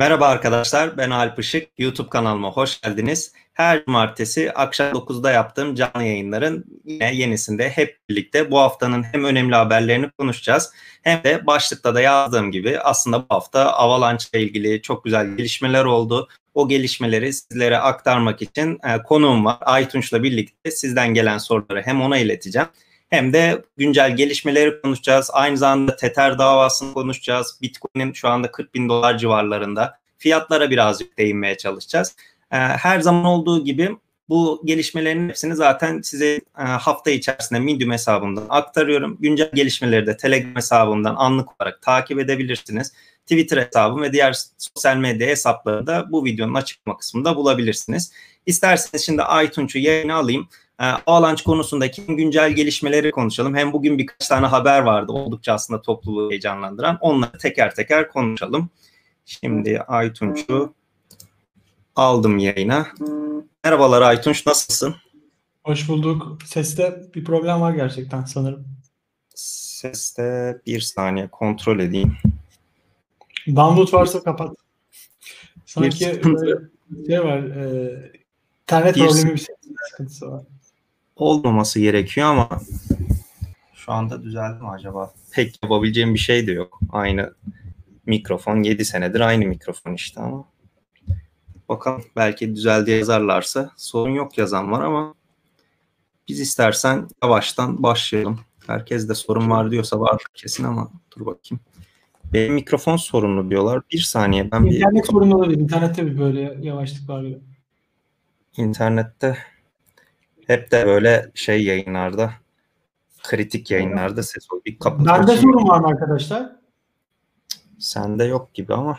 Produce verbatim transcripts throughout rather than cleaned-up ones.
Merhaba arkadaşlar, ben Alp Işık. YouTube kanalıma hoş geldiniz. Her cumartesi akşam dokuzda yaptığım canlı yayınların yine yenisinde hep birlikte bu haftanın hem önemli haberlerini konuşacağız hem de başlıkta da yazdığım gibi aslında bu hafta Avalanche ile ilgili çok güzel gelişmeler oldu. O gelişmeleri sizlere aktarmak için e, konuğum var. Aytunç'la birlikte sizden gelen soruları hem ona ileteceğim hem de güncel gelişmeleri konuşacağız. Aynı zamanda Tether davasını konuşacağız. Bitcoin'in şu anda kırk bin dolar civarlarında. Fiyatlara birazcık değinmeye çalışacağız. Her zaman olduğu gibi bu gelişmelerin hepsini zaten size hafta içerisinde Medium hesabımdan aktarıyorum. Güncel gelişmeleri de Telegram hesabımdan anlık olarak takip edebilirsiniz. Twitter hesabım ve diğer sosyal medya hesapları da bu videonun açıklama kısmında bulabilirsiniz. İsterseniz şimdi Aytunç'u yayına alayım. Avalanche konusundaki güncel gelişmeleri konuşalım. Hem bugün birkaç tane haber vardı oldukça aslında topluluğu heyecanlandıran. Onları teker teker konuşalım. Şimdi Aytunç'u aldım yayına. Merhabalar Aytunç, nasılsın? Hoş bulduk. Seste bir problem var gerçekten sanırım. Seste bir saniye kontrol edeyim. Download varsa kapat. Sanki bir şey var. E, internet bir problemi bir sıkıntısı var. Olmaması gerekiyor ama şu anda düzeldi mi acaba? Pek yapabileceğim bir şey de yok. Aynı mikrofon, yedi senedir aynı mikrofon işte ama. Bakalım, belki düzeldi yazarlarsa. Sorun yok yazan var ama biz istersen yavaştan başlayalım. Herkes de sorun var diyorsa var kesin ama dur bakayım. Benim mikrofon sorunlu diyorlar. Bir saniye ben İnternet bir... İnternet sorunu olabilir. İnternette bir böyle yavaşlık var gibi. İnternette hep de böyle şey yayınlarda, kritik yayınlarda ses oluyor. Bir kapı Bende sorun var mı arkadaşlar? Sende yok gibi ama.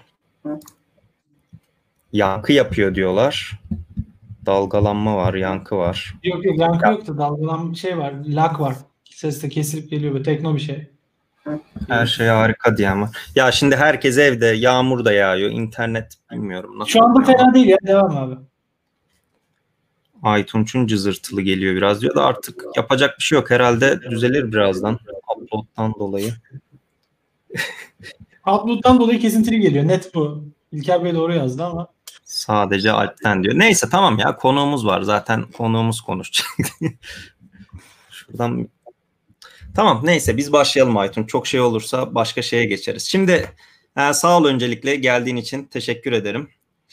Yankı yapıyor diyorlar. Dalgalanma var, yankı var. Yok yok yankı ya. Yoktu. Dalgalanma şey var, lag var. Ses de kesilip geliyor. Böyle tekno bir şey. Her şey harika diye ama. Ya şimdi herkes evde, yağmur da yağıyor. İnternet bilmiyorum nasıl. Şu anda fena değil ya. Devam abi. Aytunç'un cızırtılı geliyor biraz diyor da artık yapacak bir şey yok. Herhalde düzelir birazdan. Upload'dan dolayı. Upload'dan dolayı kesintili geliyor. Net bu. İlker Bey doğru yazdı ama. Sadece Alp'ten diyor. Neyse tamam ya, konuğumuz var. Zaten konuğumuz konuşacak. Şuradan... Tamam neyse biz başlayalım Aytun. Çok şey olursa başka şeye geçeriz. Şimdi e, sağ ol, öncelikle geldiğin için teşekkür ederim.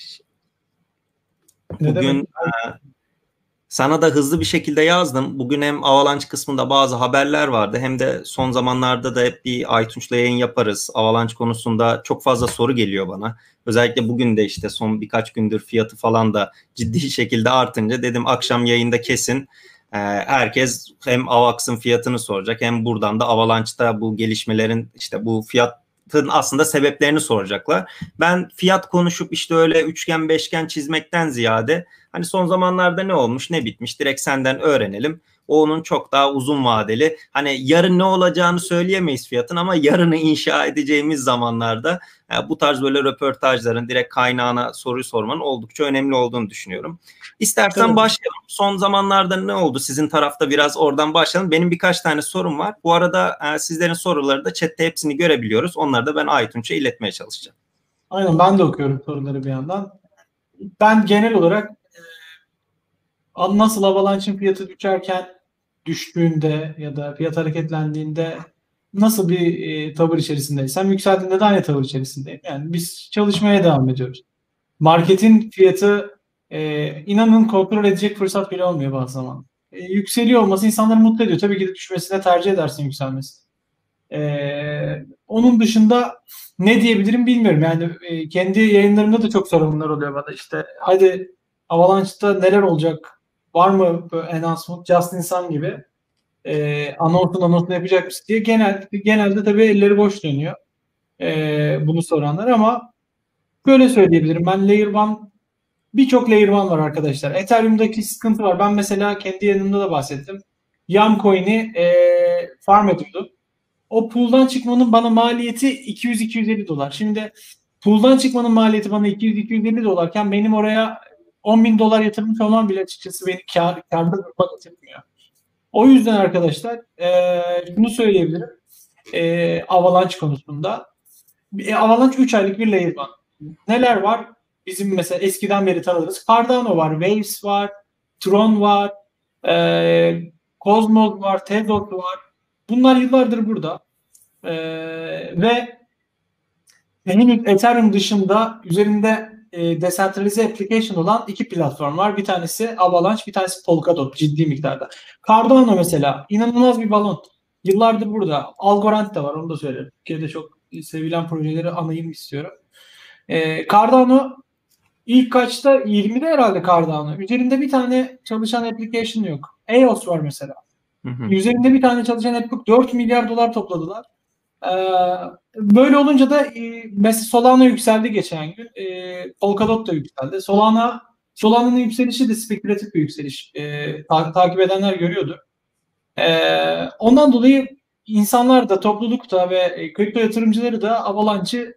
Bugün e, sana da hızlı bir şekilde yazdım. Bugün hem Avalanche kısmında bazı haberler vardı hem de son zamanlarda da hep bir Aytunç'la yayın yaparız. Avalanche konusunda çok fazla soru geliyor bana. Özellikle bugün de işte son birkaç gündür fiyatı falan da ciddi şekilde artınca dedim akşam yayında kesin e, herkes hem Avax'ın fiyatını soracak hem buradan da Avalanche'da bu gelişmelerin işte bu fiyat aslında sebeplerini soracaklar. Ben fiyat konuşup işte öyle üçgen beşgen çizmekten ziyade hani son zamanlarda ne olmuş ne bitmiş direkt senden öğrenelim. O onun çok daha uzun vadeli. Hani yarın ne olacağını söyleyemeyiz fiyatın ama yarını inşa edeceğimiz zamanlarda yani bu tarz böyle röportajların direkt kaynağına soruyu sormanın oldukça önemli olduğunu düşünüyorum. İstersen evet. Başlayalım. Son zamanlarda ne oldu sizin tarafta, biraz oradan başlayalım. Benim birkaç tane sorum var. Bu arada e, sizlerin soruları da chatte hepsini görebiliyoruz. Onları da ben Aytunç'a iletmeye çalışacağım. Aynen, ben de okuyorum soruları bir yandan. Ben genel olarak e, nasıl Avalanche'ın fiyatı düşerken düştüğünde ya da fiyat hareketlendiğinde nasıl bir e, tavır içerisindeysem yükseldiğinde de aynı tavır içerisindeyim. Yani biz çalışmaya devam ediyoruz. Marketin fiyatı e, inanın kontrol edecek fırsat bile olmuyor bazı zaman. E, yükseliyor olması insanları mutlu ediyor. Tabii ki de düşmesine tercih edersin yükselmesi. E, onun dışında ne diyebilirim bilmiyorum. Yani e, kendi yayınlarımda da çok sorunlar oluyor bana. İşte hadi Avalanche'da neler olacak? Var mı announcement? Just in Time gibi. E, anonsun anonsunu yapacak mısın diye. Genel, genelde tabii elleri boş dönüyor. E, bunu soranlar ama böyle söyleyebilirim. Ben Layer bir birçok Layer bir var arkadaşlar. Ethereum'daki sıkıntı var. Ben mesela kendi yanımda da bahsettim. Yam Coin'i e, farm ediyordum. O pool'dan çıkmanın bana maliyeti iki yüz iki yüz elli dolar. Şimdi pool'dan çıkmanın maliyeti bana iki yüz iki yüz elli dolarken benim oraya on bin dolar yatırmış olmam bile açıkçası beni kar, karda durmak getirmiyor. O yüzden arkadaşlar e, şunu söyleyebilirim. E, Avalanche konusunda. E, Avalanche üç aylık bir Layer bir. neler var? Bizim mesela eskiden beri tanıdığımız Cardano var, Waves var, Tron var, e, Cosmos var, Tezos var. Bunlar yıllardır burada. E, ve henüz Ethereum dışında üzerinde e, desentralize application olan iki platform var. Bir tanesi Avalanche, bir tanesi Polkadot ciddi miktarda. Cardano mesela inanılmaz bir balon. Yıllardır burada. Algorand da var, onu da söylerim. Türkiye'de çok sevilen projeleri anayım istiyorum. E, Cardano ilk kaçta? yirmide herhalde Cardano. Üzerinde bir tane çalışan application yok. E O S var mesela. Hı hı. Üzerinde bir tane çalışan application dört milyar dolar topladılar. Ee, böyle olunca da e, mesela Solana yükseldi geçen gün. E, Polkadot da yükseldi. Solana Solana'nın yükselişi de spekülatif bir yükseliş. E, ta- takip edenler görüyordu. E, ondan dolayı insanlar da, topluluk da ve e, kripto yatırımcıları da Avalanche'ı,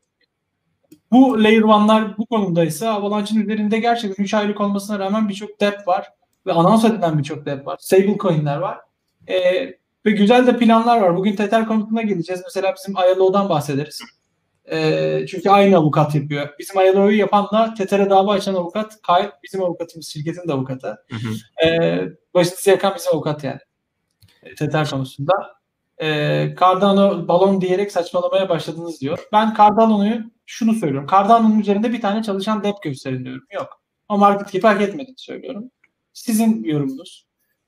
bu Layer one'lar bu konumdaysa Avalanche'ın üzerinde gerçekten üç aylık olmasına rağmen birçok dep var ve anons edilen birçok dep var. Stablecoin'ler var. E, ve güzel de planlar var. Bugün Tether konusuna geleceğiz. Mesela bizim I L O'dan bahsederiz. E, çünkü aynı avukat yapıyor. Bizim I L O'yu yapanla Tether'e dava açan avukat Kyle, bizim avukatımız, şirketin de avukatı. Hı hı. E, başınızı yakan bizim avukat yani. Tether konusunda. E, Cardano balon diyerek saçmalamaya başladınız diyor. Ben Cardano'yu şunu söylüyorum. Cardano'nun üzerinde bir tane çalışan dep gösterin diyorum. Yok. O market cap'i hak etmediğini söylüyorum. Sizin yorumunuz.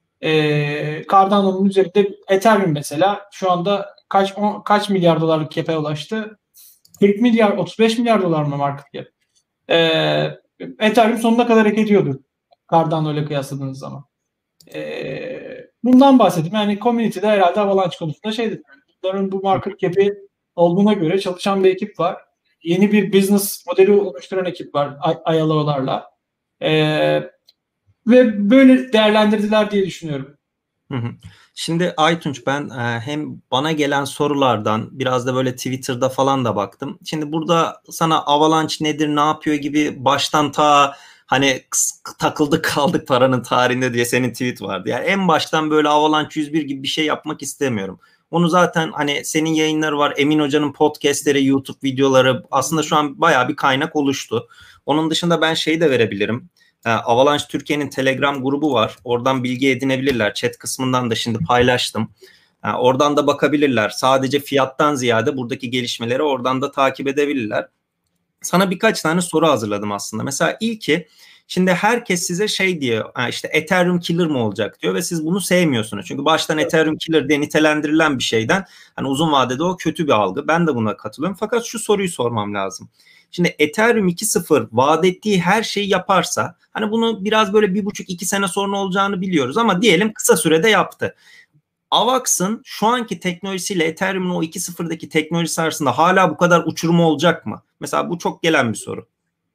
E, Cardano'nun üzerinde Ethereum mesela şu anda kaç on, kaç milyar dolarlık cap'e ulaştı? kırk milyar, otuz beş milyar dolar mı market cap? E, Ethereum sonuna kadar hak ediyordu Cardano ile kıyasladığınız zaman. E, bundan bahsettim. Yani community'de herhalde Avalanche konusunda şey dedim. Bunların bu market cap'i olduğuna göre çalışan bir ekip var. Yeni bir business modeli oluşturan ekip var I L O'larla. Ee, ve böyle değerlendirdiler diye düşünüyorum. Hı hı. Şimdi Aytunç, ben e, hem bana gelen sorulardan biraz da böyle Twitter'da falan da baktım. Şimdi burada sana Avalanche nedir, ne yapıyor gibi baştan ta hani takıldık kaldık paranın tarihinde diye senin tweet vardı. Yani en baştan böyle Avalanche yüz bir gibi bir şey yapmak istemiyorum. Onu zaten hani senin yayınları var, Emin Hoca'nın podcastleri, YouTube videoları, aslında şu an bayağı bir kaynak oluştu. Onun dışında ben şeyi de verebilirim. Avalanche Türkiye'nin Telegram grubu var. Oradan bilgi edinebilirler. Chat kısmından da şimdi paylaştım. Oradan da bakabilirler. Sadece fiyattan ziyade buradaki gelişmeleri oradan da takip edebilirler. Sana birkaç tane soru hazırladım aslında. Mesela ilki, şimdi herkes size şey diyor, işte Ethereum killer mı olacak diyor ve siz bunu sevmiyorsunuz. Çünkü baştan Ethereum killer diye nitelendirilen bir şeyden hani uzun vadede o kötü bir algı. Ben de buna katılıyorum. Fakat şu soruyu sormam lazım. Şimdi Ethereum iki nokta sıfır vaat ettiği her şeyi yaparsa, hani bunu biraz böyle bir buçuk iki sene sonra olacağını biliyoruz ama diyelim kısa sürede yaptı. Avax'ın şu anki teknolojisiyle Ethereum'un o iki nokta sıfırdaki teknolojisi arasında hala bu kadar uçurum olacak mı? Mesela bu çok gelen bir soru.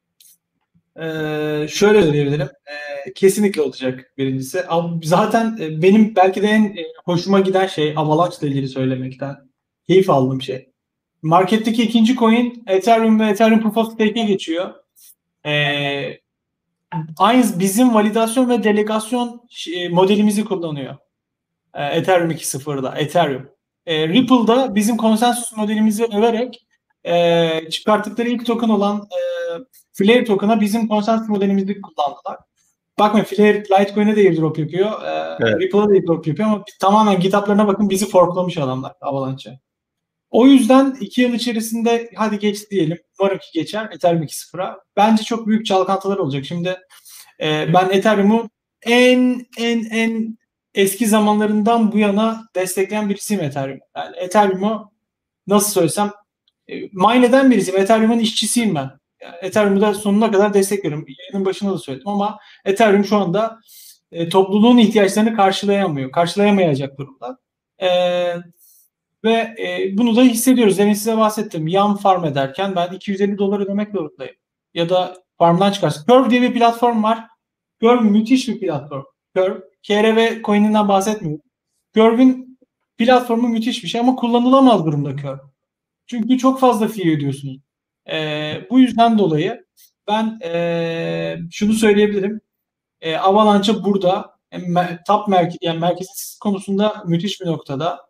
Ee, şöyle söyleyebilirim. Ee, kesinlikle olacak birincisi. Zaten benim belki de en hoşuma giden şey Avalanche ile ilgili söylemekten. Keyif aldığım şey. Marketteki ikinci coin Ethereum ve Ethereum Proof of Stake'e geçiyor. Ee, aynı bizim validasyon ve delegasyon modelimizi kullanıyor. Ee, Ethereum iki nokta sıfırda. Ethereum. Ee, Ripple'da bizim konsensus modelimizi överek e, çıkarttıkları ilk token olan e, Flare token'a bizim konsensus modelimizi kullandılar. Bakmayın, Flare Litecoin'e de airdrop yapıyor. E, evet. Ripple'a da airdrop yapıyor ama tamamen GitHub'larına bakın, bizi forklamış adamlar Avalanche'e. O yüzden iki yıl içerisinde hadi geç diyelim. Umarım ki geçer Ethereum iki nokta sıfıra. Bence çok büyük çalkantılar olacak. Şimdi e, ben Ethereum'u en en en eski zamanlarından bu yana destekleyen birisiyim Ethereum. Yani Ethereum'u nasıl söylesem e, mine eden birisiyim. Ethereum'un işçisiyim ben. Yani Ethereum'u da sonuna kadar destekliyorum. Yayının başında da söyledim ama Ethereum şu anda e, topluluğun ihtiyaçlarını karşılayamıyor. Karşılayamayacak durumda. Eee Ve e, bunu da hissediyoruz. Demin size bahsettim. Yan farm ederken ben iki yüz elli dolar ödemek zorundayım. Ya da farmdan çıkarsın. Curve diye bir platform var. Curve müthiş bir platform. Curve, K R V coin'inden bahsetmiyorum. Curve'in platformu müthiş bir şey ama kullanılamaz durumda Curve. Çünkü çok fazla fee ödüyorsunuz. E, bu yüzden dolayı ben e, şunu söyleyebilirim. E, Avalanche burada top merkez, yani merkeziyetsiz konusunda müthiş bir noktada.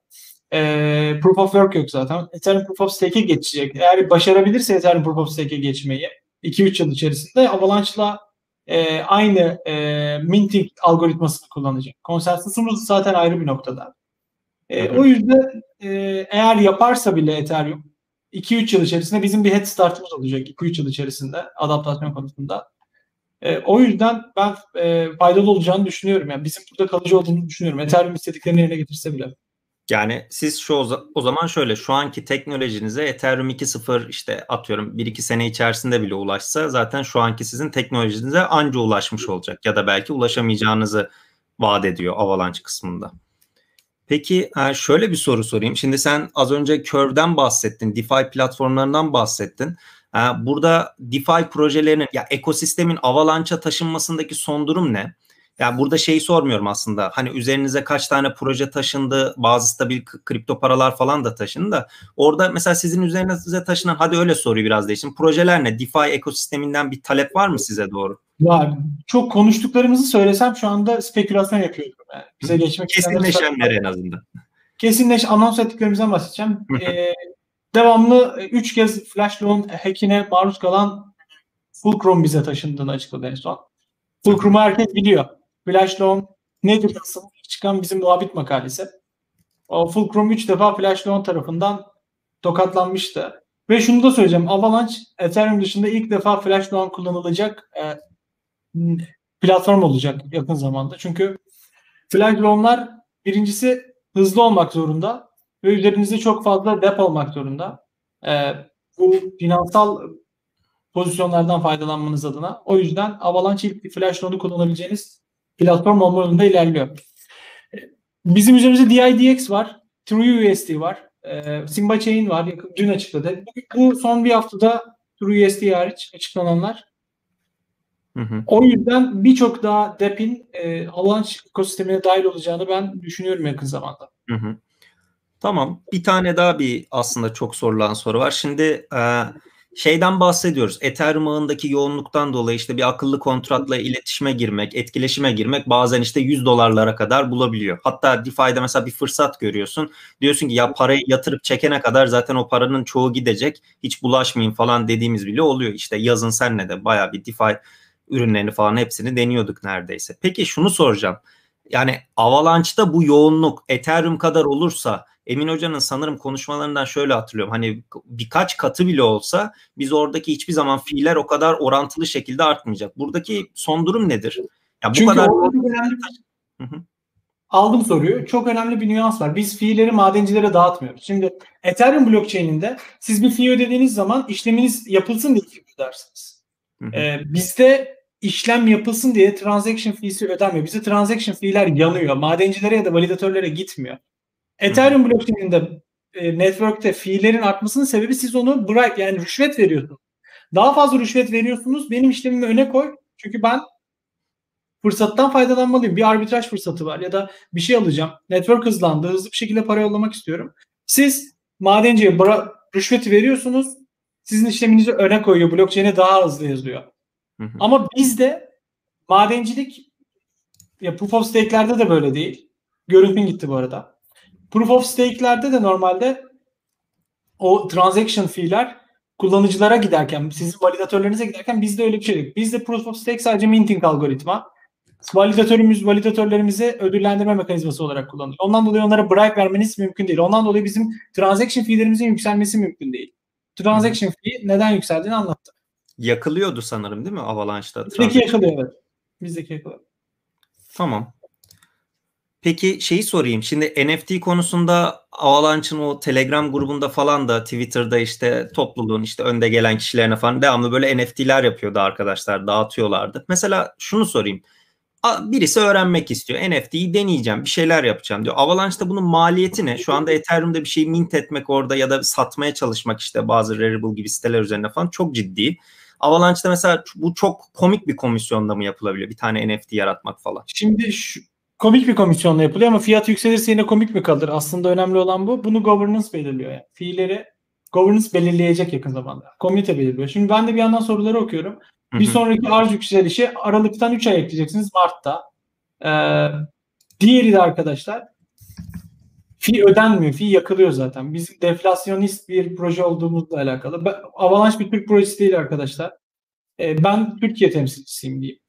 e, Proof of Work yok zaten. Ethereum Proof of Stake'e geçecek. Eğer başarabilirse Ethereum Proof of Stake'e geçmeyi iki üç yıl içerisinde Avalanche'la e, aynı e, minting algoritmasını kullanacak. Konsensusumuz zaten ayrı bir noktada. E, Hı hı. o yüzden e, eğer yaparsa bile Ethereum iki üç yıl içerisinde bizim bir head startımız olacak. iki üç yıl içerisinde adaptasyon konusunda. E, o yüzden ben e, faydalı olacağını düşünüyorum. Yani bizim burada kalıcı olduğunu düşünüyorum. Ethereum istediklerini yerine getirse bile. Yani siz şu o zaman şöyle, şu anki teknolojinize Ethereum iki nokta sıfır işte atıyorum bir iki sene içerisinde bile ulaşsa zaten şu anki sizin teknolojinize anca ulaşmış olacak ya da belki ulaşamayacağınızı vaat ediyor Avalanche kısmında. Peki şöyle bir soru sorayım. Şimdi sen az önce Curve'den bahsettin, DeFi platformlarından bahsettin. Burada DeFi projelerinin, ya ekosistemin Avalanche'a taşınmasındaki son durum ne? Yani burada şeyi sormuyorum aslında. Hani üzerinize kaç tane proje taşındı, bazı stabil kripto paralar falan da taşındı da. Orada mesela sizin üzerinize taşınan, hadi öyle soruyu biraz değiştirin. Projeler ne? DeFi ekosisteminden bir talep var mı size doğru? Ya çok konuştuklarımızı söylesem şu anda spekülasyon yapıyorum. Yani bize geçmek kesinleşenler en azından. Kesinleş anons ettiklerimizden bahsedeceğim. ee, devamlı üç kez flash loan hackine maruz kalan Fulcrum bize taşındığını açıkladı en son. Fulcrum'u herkes biliyor. Flash loan nedir nasıl çıkan bizim muhabbet makalesi. O Fulcrum üç defa flash loan tarafından tokatlanmıştı. Ve şunu da söyleyeceğim. Avalanche Ethereum dışında ilk defa flash loan kullanılacak e, platform olacak yakın zamanda. Çünkü flash loan'lar birincisi hızlı olmak zorunda ve üzerinizde çok fazla dep olmak zorunda. E, bu finansal pozisyonlardan faydalanmanız adına. O yüzden Avalanche ilk flash loan'u kullanabileceğiniz platform olma yolunda ilerliyor. Bizim üzerimizde D I D X var, TrueUSD var, e, Simba Chain var, dün açıkladı. Bu son bir haftada TrueUSD hariç açıklananlar. Hı hı. O yüzden birçok daha dep'in e, Avalanche ekosistemine dahil olacağını ben düşünüyorum yakın zamanda. Hı hı. Tamam. Bir tane daha bir aslında çok sorulan soru var. Şimdi e, şeyden bahsediyoruz. Ethereum ağındaki yoğunluktan dolayı işte bir akıllı kontratla iletişime girmek, etkileşime girmek bazen işte yüz dolarlara kadar bulabiliyor. Hatta DeFi'de mesela bir fırsat görüyorsun. Diyorsun ki ya parayı yatırıp çekene kadar zaten o paranın çoğu gidecek. Hiç bulaşmayayım falan dediğimiz bile oluyor. İşte yazın senle de bayağı bir DeFi ürünlerini falan hepsini deniyorduk neredeyse. Peki şunu soracağım. Yani Avalanche'da bu yoğunluk Ethereum kadar olursa, Emin Hoca'nın sanırım konuşmalarından şöyle hatırlıyorum. Hani birkaç katı bile olsa biz oradaki hiçbir zaman fiiller o kadar orantılı şekilde artmayacak. Buradaki son durum nedir? Ya bu Çünkü kadar önemli... Aldım soruyu. Çok önemli bir nüans var. Biz fiilleri madencilere dağıtmıyoruz. Şimdi Ethereum blockchain'inde siz bir fee ödediğiniz zaman işleminiz yapılsın diye fee ödersiniz. Ee, bizde işlem yapılsın diye transaction fee'si ödenmiyor. Bizde transaction fee'ler yanıyor. Madencilere ya da validatörlere gitmiyor. Ethereum blockchain'inde e, network'te fee'lerin artmasının sebebi siz onu bribe yani rüşvet veriyorsunuz. Daha fazla rüşvet veriyorsunuz. Benim işlemimi öne koy. Çünkü ben fırsattan faydalanmalıyım. Bir arbitraj fırsatı var ya da bir şey alacağım. Network hızlandı. Hızlı bir şekilde para yollamak istiyorum. Siz madenciye bara, rüşveti veriyorsunuz. Sizin işleminizi öne koyuyor. Blockchain'e daha hızlı yazıyor. Hı hı. Ama bizde madencilik ya Proof of Stake'lerde de böyle değil. Görüntün gitti bu arada. Proof of Stake'lerde de normalde o transaction fee'ler kullanıcılara giderken, sizin validatörlerinize giderken bizde öyle bir şey yok. Bizde Proof of Stake sadece minting algoritma. Validatörümüz, validatörlerimizi ödüllendirme mekanizması olarak kullanılıyor. Ondan dolayı onlara bribe vermeniz mümkün değil. Ondan dolayı bizim transaction fee'lerimizin yükselmesi mümkün değil. Transaction fee neden yükseldiğini anlattı. Yakılıyordu sanırım değil mi Avalanche'da? Bizdeki yakılıyor evet. Bizdeki yakılıyor. Tamam. Peki şeyi sorayım. Şimdi N F T konusunda Avalanche'ın o Telegram grubunda falan da Twitter'da işte topluluğun işte önde gelen kişilerine falan devamlı böyle N F T'ler yapıyordu arkadaşlar. Dağıtıyorlardı. Mesela şunu sorayım. Birisi öğrenmek istiyor. N F T'yi deneyeceğim. Bir şeyler yapacağım diyor. Avalanche'da bunun maliyeti ne? Şu anda Ethereum'da bir şeyi mint etmek orada ya da satmaya çalışmak işte bazı Rarible gibi siteler üzerinde falan çok ciddi. Avalanche'da mesela bu çok komik bir komisyonda mı yapılabiliyor? Bir tane N F T yaratmak falan. Şimdi şu, komik bir komisyonla yapılıyor ama fiyat yükselirse yine komik mi kalır? Aslında önemli olan bu. Bunu governance belirliyor. Yani. Fiilleri governance belirleyecek yakın zamanda. Komite belirliyor. Şimdi ben de bir yandan soruları okuyorum. Bir sonraki arz yükselişi Aralık'tan üç ay ekleyeceksiniz Mart'ta. Ee, diğeri de arkadaşlar Fee ödenmiyor. Fee yakılıyor zaten. Bizim deflasyonist bir proje olduğumuzla alakalı. Ben, Avalanche bir Türk projesi değil arkadaşlar. E, ben Türkiye temsilcisiyim diyeyim.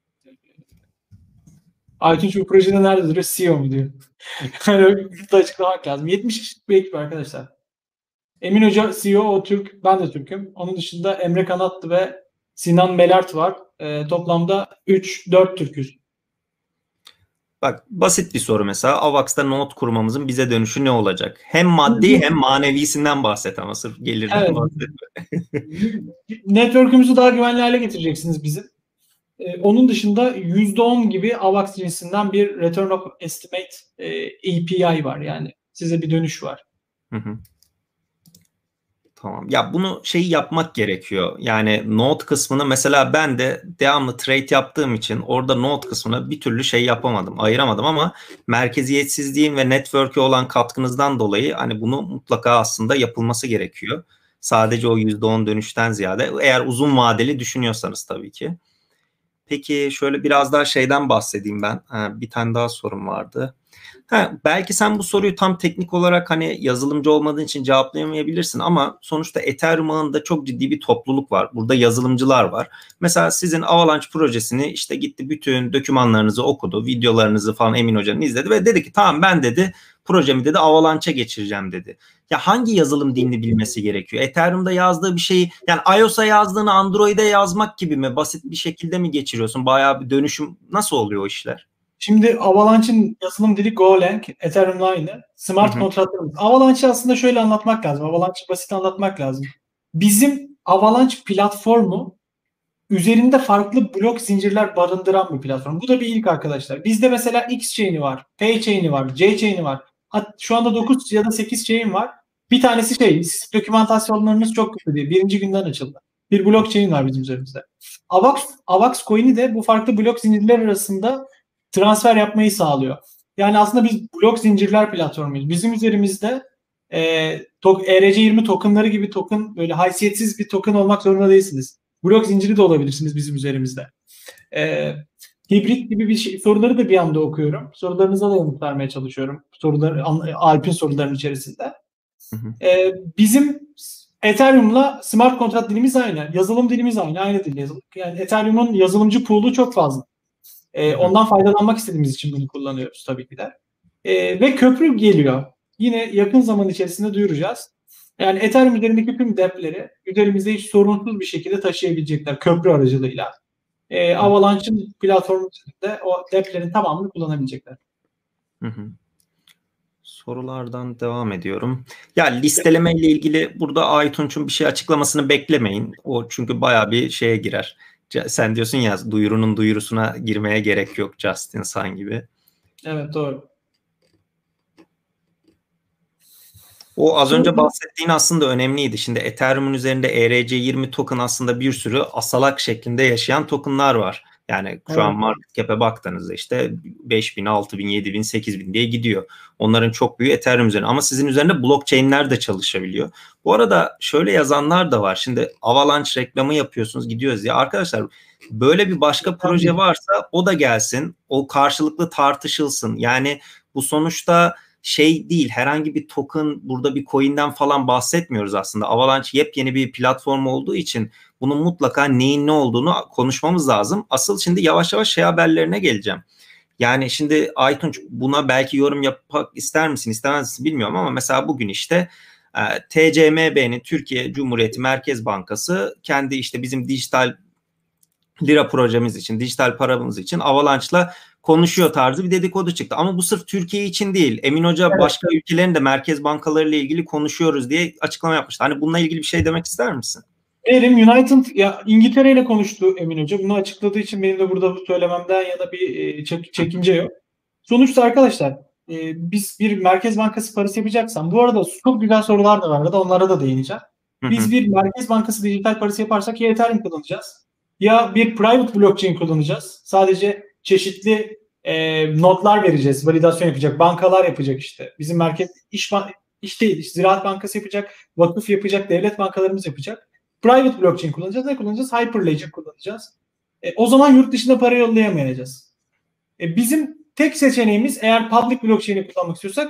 Aytunç bu projede nerede duruyor? C E O mu diyor. Yani burada açıklamak lazım. yetmiş kişilik bir ekip arkadaşlar. Emin Hoca C E O, o Türk. Ben de Türk'üm. Onun dışında Emre Kanatlı ve Sinan Melert var. E, toplamda üç dört Türk'üz. Bak basit bir soru mesela. Avax'ta Node kurmamızın bize dönüşü ne olacak? Hem maddi hem manevisinden bahset ama sırf gelirden Evet. bahsetme. Network'ümüzü daha güvenli hale getireceksiniz bizim. Ee, onun dışında yüzde on gibi AVAX cinsinden bir Return of Estimate e, A P I var. Yani size bir dönüş var. Hı hı. Tamam. Ya bunu şey yapmak gerekiyor. Yani Node kısmını mesela ben de devamlı trade yaptığım için orada Node kısmına bir türlü şey yapamadım, ayıramadım ama merkeziyetsizliğin ve network'e olan katkınızdan dolayı hani bunu mutlaka aslında yapılması gerekiyor. Sadece o yüzde on dönüşten ziyade eğer uzun vadeli düşünüyorsanız tabii ki. Peki şöyle biraz daha şeyden bahsedeyim ben. Ha, bir tane daha sorum vardı. Ha, belki sen bu soruyu tam teknik olarak hani yazılımcı olmadığın için cevaplayamayabilirsin ama sonuçta Ethereum ağında çok ciddi bir topluluk var. Burada yazılımcılar var. Mesela sizin Avalanche projesini işte gitti bütün dokümanlarınızı okudu, videolarınızı falan Emin Hoca'nın izledi ve dedi ki tamam ben dedi projemi dedi Avalanche'a geçireceğim dedi. Ya hangi yazılım dilini bilmesi gerekiyor? Ethereum'da yazdığı bir şeyi yani iOS'a yazdığını Android'e yazmak gibi mi? Basit bir şekilde mi geçiriyorsun? Bayağı bir dönüşüm nasıl oluyor o işler? Şimdi Avalanche'ın yazılım dili Golang, Ethereum'la aynı. Smart kontratlarımız. Avalanche'ı aslında şöyle anlatmak lazım. Avalanche'ı basit anlatmak lazım. Bizim Avalanche platformu üzerinde farklı blok zincirler barındıran bir platform. Bu da bir ilk arkadaşlar. Bizde mesela X chain'i var, P chain'i var, C chain'i var. Hat, şu anda dokuz ya da sekiz chain var. Bir tanesi şey, dokümantasyonlarınız çok kötü diye. Birinci günden açıldı. Bir blockchain var bizim üzerimizde. Avax, Avax coin'i de bu farklı blok zincirler arasında transfer yapmayı sağlıyor. Yani aslında biz blok zincirler platformuyuz. Bizim üzerimizde e, E R C yirmi tokenları gibi token böyle haysiyetsiz bir token olmak zorunda değilsiniz. Blok zinciri de olabilirsiniz bizim üzerimizde. E, hibrit gibi bir şey, soruları da bir anda okuyorum. Sorularınıza da yanıt vermeye çalışıyorum. Sorular, Alp'in sorularının içerisinde. Hı hı. E, bizim Ethereum'la smart kontrat dilimiz aynı. Yazılım dilimiz aynı. Aynı dil yazılım. Yani Ethereum'un yazılımcı pool'u çok fazla. E, ondan faydalanmak istediğimiz için bunu kullanıyoruz tabii ki de. E, ve köprü geliyor. Yine yakın zaman içerisinde duyuracağız. Yani Ethereum üzerindeki tüm depleri üzerimizde hiç sorunsuz bir şekilde taşıyabilecekler köprü aracılığıyla. E, Avalanche'ın platformu üzerinde o deplerin tamamını kullanabilecekler. Hı hı. Sorulardan devam ediyorum. Ya listeleme ile ilgili burada Aytunç'un bir şey açıklamasını beklemeyin. O çünkü bayağı bir şeye girer. Sen diyorsun ya duyurunun duyurusuna girmeye gerek yok Justin Sun gibi. Evet doğru. O az önce bahsettiğin aslında önemliydi. Şimdi Ethereum'un üzerinde E R C yirmi token aslında bir sürü asalak şeklinde yaşayan tokenlar var. Yani şu Evet. an market cap'e baktığınızda işte beş bin, altı bin, yedi bin, sekiz bin diye gidiyor. Onların çok büyüğü Ethereum üzerine ama sizin üzerinde blockchain'ler de çalışabiliyor. Bu arada şöyle yazanlar da var. Şimdi Avalanche reklamı yapıyorsunuz gidiyoruz ya. Arkadaşlar böyle bir başka proje varsa o da gelsin. O karşılıklı tartışılsın. Yani bu sonuçta şey değil herhangi bir token burada bir coin'den falan bahsetmiyoruz aslında. Avalanche yepyeni bir platform olduğu için bunun mutlaka neyin ne olduğunu konuşmamız lazım. Asıl şimdi yavaş yavaş şey haberlerine geleceğim. Yani şimdi Aytunç buna belki yorum yapmak ister misin istemez misin bilmiyorum ama mesela bugün işte T C M B'nin Türkiye Cumhuriyeti Merkez Bankası kendi işte bizim dijital lira projemiz için, dijital paramız için Avalanche'la konuşuyor tarzı bir dedikodu çıktı. Ama bu sırf Türkiye için değil. Emin Hoca evet. Başka ülkelerin de merkez bankalarıyla ilgili konuşuyoruz diye açıklama yapmıştı. Hani bununla ilgili bir şey demek ister misin? Erim United ya İngiltere ile konuştu Emin Hoca. Bunu açıkladığı için benim de burada bu söylememden yana bir e, çek, çekince yok. Sonuçta arkadaşlar e, biz bir Merkez Bankası parası yapacaksam bu arada çok güzel sorular da var da onlara da değineceğim. Biz bir Merkez Bankası dijital parası yaparsak ya Ethereum kullanacağız ya bir private blockchain kullanacağız. Sadece çeşitli e, notlar vereceğiz. Validasyon yapacak. Bankalar yapacak işte. Bizim merkez iş, iş değil. İşte Ziraat Bankası yapacak. Vakıf yapacak. Devlet bankalarımız yapacak. Private blockchain kullanacağız. Ne kullanacağız? Hyperledger kullanacağız. E, o zaman yurt dışına para yollayamayacağız. E, bizim tek seçeneğimiz eğer public blockchain'i kullanmak istiyorsak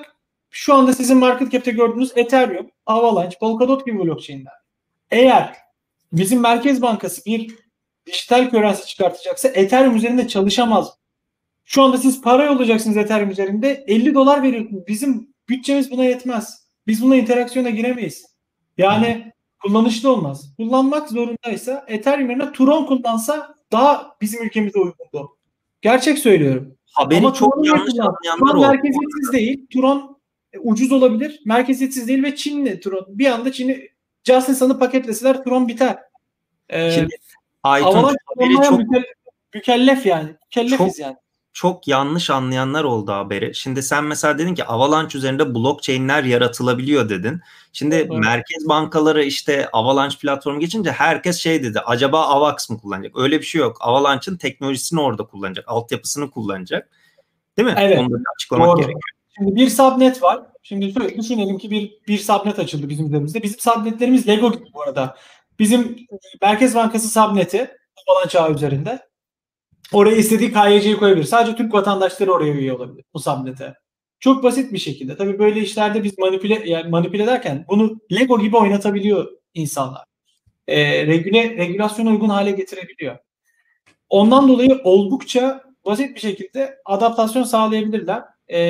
şu anda sizin market cap'te gördüğünüz Ethereum, Avalanche, Polkadot gibi blockchain'ler. Eğer bizim Merkez Bankası bir dijital currency çıkartacaksa Ethereum üzerinde çalışamaz. Şu anda siz para yollayacaksınız Ethereum üzerinde, elli dolar veriyorsunuz. Bizim bütçemiz buna yetmez. Biz buna interaksiyona giremeyiz. Yani kullanışlı olmaz. Kullanmak zorundaysa Ethereum yerine Tron kullansa daha bizim ülkemize uygundu. Gerçek söylüyorum. Haberi Ama çok Tron'u yanlış kullan. anlayanlar Tron oldu. merkeziyetsiz değil. Tron e, ucuz olabilir. Merkeziyetsiz değil ve Çinli Tron. Bir anda Çin'i Justin Sun'ı paketleseler Tron biter. Ee, Şimdi Aytunç Avalanche haberi kullanmaya çok mükel- mükellef yani. Mükellefiz çok yani. çok yanlış anlayanlar oldu haberi. Şimdi sen mesela dedin ki Avalanche üzerinde blockchain'ler yaratılabiliyor dedin. Şimdi Evet. merkez bankaları işte Avalanche platformu geçince herkes şey dedi. Acaba Avax mı kullanacak? Öyle bir şey yok. Avalanche'ın teknolojisini orada kullanacak. Altyapısını kullanacak. Değil mi? Evet. Onu da bir açıklamak Doğru. gerekiyor. Şimdi bir subnet var. Şimdi şöyle düşünelim ki bir bir subnet açıldı bizim üzerimizde. Bizim subnetlerimiz Lego gibi bu arada. Bizim Merkez Bankası subneti Avalanche ağı üzerinde. Oraya istediği K Y C'yi koyabilir. Sadece Türk vatandaşları oraya üye olabilir bu subnete. Çok basit bir şekilde. Tabii böyle işlerde biz manipüle yani manipüle ederken bunu Lego gibi oynatabiliyor insanlar. Ee, regüle, regülasyona uygun hale getirebiliyor. Ondan dolayı oldukça basit bir şekilde adaptasyon sağlayabilirler.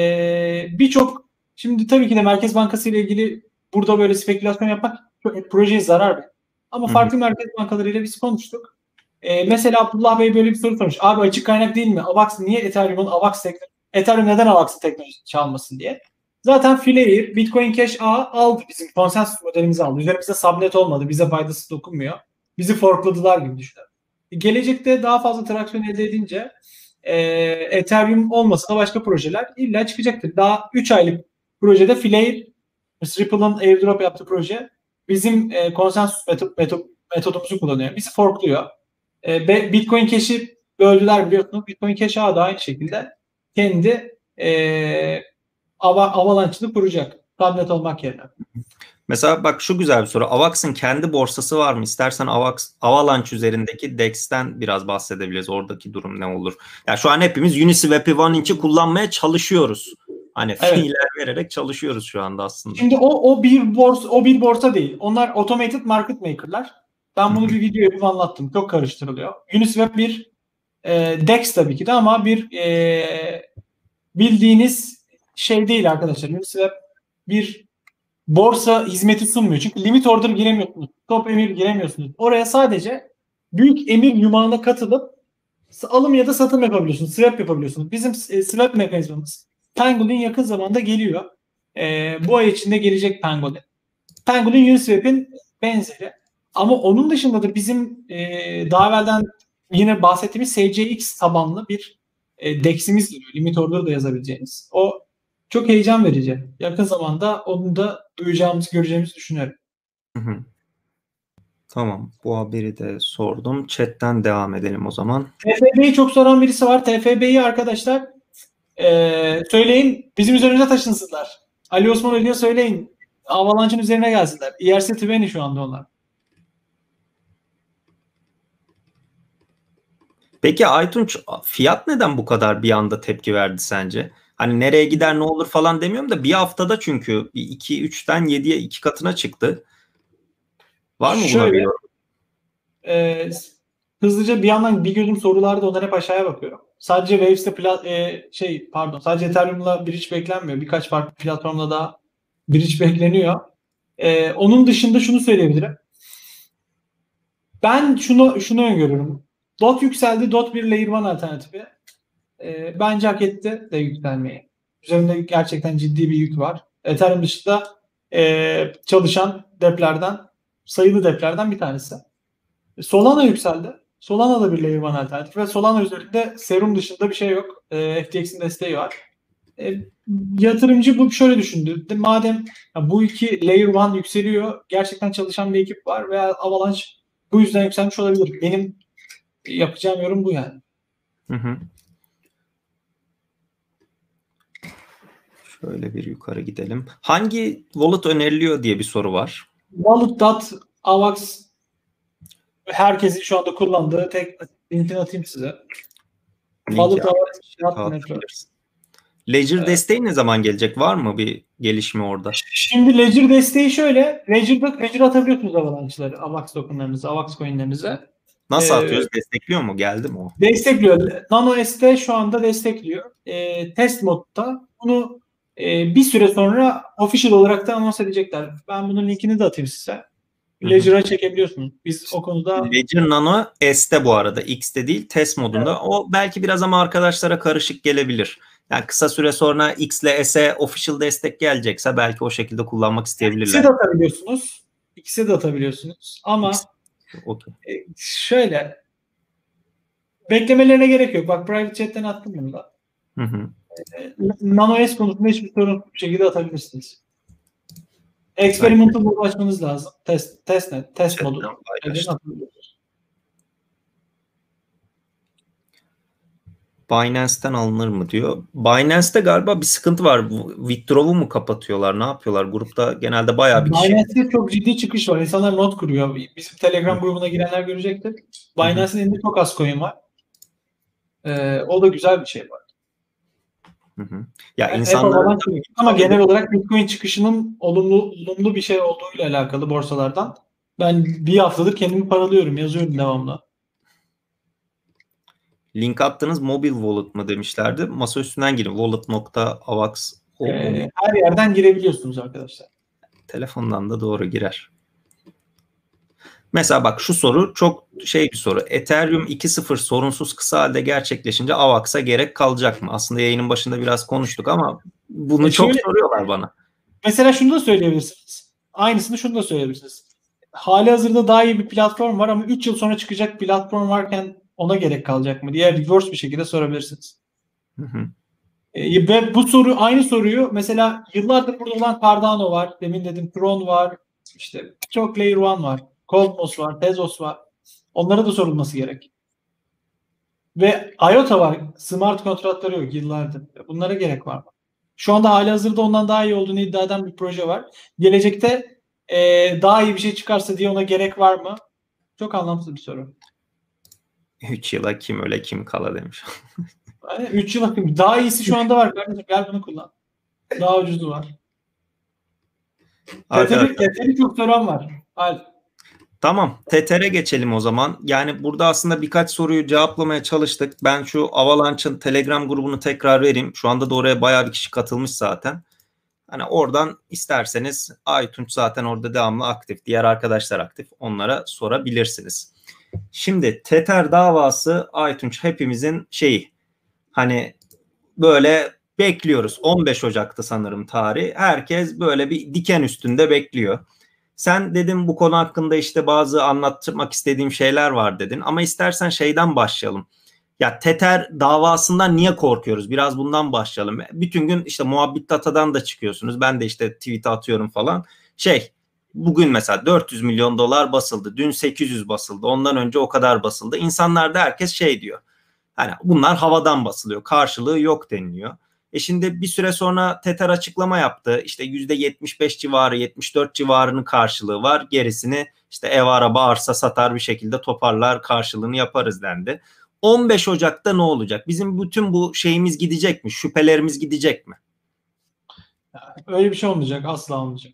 Ee, Birçok şimdi tabii ki de Merkez Bankası ile ilgili burada böyle spekülasyon yapmak çok, projeye zarar verir. Ama Hı hı. farklı merkez bankalarıyla biz konuştuk. Ee, mesela Abdullah Bey böyle bir soru sormuş. Abi açık kaynak değil mi? Avax niye Ethereum'un Avax teknolojisi? Ethereum neden Avax'ın teknolojisini çalmasın diye. Zaten Flare, Bitcoin Cash ağı aldı bizim konsensus modelimizi aldı. Üzerimizde subnet olmadı. Bize faydası dokunmuyor. Bizi forkladılar gibi düşünüyorum. Gelecekte daha fazla traksiyon elde edince e, Ethereum olmasa da başka projeler illa çıkacaktır. Daha üç aylık projede Flare, Ripple'ın airdrop yaptığı proje bizim e, konsensus metot, metot, metodumuzu kullanıyor. Bizi forkluyor. E, Bitcoin Cash'i böldüler biliyorsunuz. Bitcoin Cash ağı da aynı şekilde kendi e, Avalanche'ını kuracak. Tablet olmak yerine. Mesela bak şu güzel bir soru. Avax'ın kendi borsası var mı? İstersen Avax, Avalanche üzerindeki D E X'ten biraz bahsedebiliriz. Oradaki durum ne olur? Ya şu an hepimiz Uniswap'i One Inch'i kullanmaya çalışıyoruz. Hani Evet. fiiller vererek çalışıyoruz şu anda aslında. Şimdi o o bir borsa o bir borsa değil. Onlar automated market maker'lar. Ben bunu bir video yapıp anlattım. Çok karıştırılıyor. Uniswap bir e, D E X tabii ki de ama bir e, bildiğiniz şey değil arkadaşlar. Uniswap bir borsa hizmeti sunmuyor. Çünkü limit order giremiyorsunuz. Top emir giremiyorsunuz. Oraya sadece büyük emir yumağına katılıp alım ya da satım yapabiliyorsunuz. Swap yapabiliyorsunuz. Bizim e, swap mekanizmamız Pangolin yakın zamanda geliyor. E, bu ay içinde gelecek Pangolin. Pangolin Uniswap'in benzeri. Ama onun dışında da bizim e, daha evvelden yine bahsettiğimiz S C X tabanlı bir e, D E X'imiz geliyor. Limit order da yazabileceğiniz. O çok heyecan verici. Yakın zamanda onu da duyacağımızı, göreceğimizi düşünüyorum. Hı hı. Tamam. Bu haberi de sordum. Chat'ten devam edelim o zaman. T F B'yi çok soran birisi var. T F B'yi arkadaşlar e, söyleyin bizim üzerimize taşınsınlar. Ali Osman Hoca'ya söyleyin. Avalanche'ın üzerine gelsinler. E R C yirmi şu anda onlar. Peki Aytunç, fiyat neden bu kadar bir anda tepki verdi sence? Hani nereye gider ne olur falan demiyorum da bir haftada çünkü iki üçten yediye iki katına çıktı. Var mı buna Şöyle, bir yorum? e, hızlıca bir yandan bir gözüm sorularda ondan hep aşağıya bakıyorum. Sadece Waves'te pla- e, şey pardon sadece Ethereum'la bridge beklenmiyor. Birkaç farklı platformla daha bridge bekleniyor. E, onun dışında şunu söyleyebilirim. Ben şunu şunu öngörüyorum. Dot yükseldi. Dot bir Layer bir alternatifi. E, bence hak etti de yükselmeyi. Üzerinde gerçekten ciddi bir yük var. Ethereum dışında e, çalışan deplerden sayılı deplerden bir tanesi. Solana yükseldi. Solana da bir Layer bir alternatif ve Solana üzerinde Serum dışında bir şey yok. E, F T X'in desteği var. E, yatırımcı bu şöyle düşündü. De, madem ya bu iki Layer bir yükseliyor, gerçekten çalışan bir ekip var veya Avalanche bu yüzden yükselmiş olabilir. Benim yapacağım yorum bu yani. Hı hı. Şöyle bir yukarı gidelim. Hangi wallet öneriliyor diye bir soru var. Wallet, Avax herkesin şu anda kullandığı tek linkini atayım size. Wallet, Avax, Ledger Evet. desteği ne zaman gelecek? Var mı bir gelişme orada? Şimdi Ledger desteği şöyle. Ledger'da Ledger atabiliyorsunuz avalanche'ları. AVAX tokenlarınıza, AVAX coinlerinize. Nasıl Ee, atıyoruz? Destekliyor mu? Geldi mi o? Destekliyor. NanoS'te şu anda destekliyor. Ee, test modda. Bunu e, bir süre sonra official olarak da anons edecekler. Ben bunun linkini de atayım size. Ledger'a çekebiliyorsunuz. Biz o konuda Ledger Nano S'te bu arada. X'te değil, test modunda. Evet. O belki biraz ama arkadaşlara karışık gelebilir. Yani kısa süre sonra X ile S'e official destek gelecekse belki o şekilde kullanmak isteyebilirler. İkisi de atabiliyorsunuz. İkisi de atabiliyorsunuz. Ama okay. e, şöyle beklemelerine gerek yok. Bak private chat'ten attım bunu da. Hı hı. E, Nano S konusunda hiçbir sorun bir şekilde atabilirsiniz. Experimental modu açmanız lazım. Test, test net, test Chatten modu. Binance'ten alınır mı diyor. Binance'te galiba bir sıkıntı var. Withdraw'u mu kapatıyorlar? Ne yapıyorlar? Grupta genelde bayağı bir kişi. Binance'te çok ciddi çıkış var. İnsanlar not kuruyor. Bizim Telegram Hı. grubuna girenler görecektir. Binance'in elinde çok az coin var. Ee, o da güzel bir şey var. Hı hı. Ya yani insanların ama genel olarak Bitcoin çıkışının olumlu olumlu bir şey olduğuyla alakalı borsalardan ben bir haftadır kendimi paralıyorum, yazıyorum devamlı. Link attığınız mobil wallet mı demişlerdi. Masa üstünden girin. wallet nokta avax ee, her yerden girebiliyorsunuz arkadaşlar. Telefondan da doğru girer. Mesela bak şu soru çok şey bir soru. Ethereum iki nokta sıfır sorunsuz kısa halde gerçekleşince AVAX'a gerek kalacak mı? Aslında yayının başında biraz konuştuk ama bunu e çok şöyle, soruyorlar bana. Mesela şunu da söyleyebilirsiniz. Aynısını şunu da söyleyebilirsiniz. Hali hazırda daha iyi bir platform var ama üç yıl sonra çıkacak platform varken ona gerek kalacak mı diye reverse bir şekilde sorabilirsiniz. Hı hı. E, ve bu soru aynı soruyu mesela yıllardır burada olan Cardano var. Demin dedim Tron var. İşte çok Layer One var. Cosmos var. Tezos var. Onlara da sorulması gerek. Ve I O T A var. Smart kontratları yok yıllardır. Bunlara gerek var mı? Şu anda hali hazırda ondan daha iyi olduğunu iddia eden bir proje var. Gelecekte e, daha iyi bir şey çıkarsa diye ona gerek var mı? Çok anlamsız bir soru. üç yıla kim öyle kim kala demiş. Yani üç yıla kim? Daha iyisi şu anda var kardeşim. Gel bunu kullan. Daha ucuzu var. Teteri çok soran var. Hadi. Tamam. Tether'e geçelim o zaman. Yani burada aslında birkaç soruyu cevaplamaya çalıştık. Ben şu Avalanche'ın Telegram grubunu tekrar vereyim. Şu anda da oraya bayağı bir kişi katılmış zaten. Hani oradan isterseniz Aytunç zaten orada devamlı aktif. Diğer arkadaşlar aktif. Onlara sorabilirsiniz. Şimdi Tether davası Aytunç hepimizin şeyi. Hani böyle bekliyoruz. on beş Ocak'ta sanırım tarih. Herkes böyle bir diken üstünde bekliyor. Sen dedin bu konu hakkında işte bazı anlatmak istediğim şeyler var dedin. Ama istersen şeyden başlayalım. Ya Tether davasından niye korkuyoruz? Biraz bundan başlayalım. Bütün gün işte muhabbet datadan da çıkıyorsunuz. Ben de işte tweet atıyorum falan. Şey bugün mesela dört yüz milyon dolar basıldı. Dün sekiz yüz basıldı. Ondan önce o kadar basıldı. İnsanlar da herkes şey diyor. Hani bunlar havadan basılıyor. Karşılığı yok deniliyor. E şimdi bir süre sonra Tether açıklama yaptı. İşte yüzde yetmiş beş civarı, yetmiş dört civarının karşılığı var. Gerisini işte ev araba arsa satar bir şekilde toparlar karşılığını yaparız dendi. on beş Ocak'ta ne olacak? Bizim bütün bu şeyimiz gidecek mi? Şüphelerimiz gidecek mi? Öyle bir şey olmayacak. Asla olmayacak.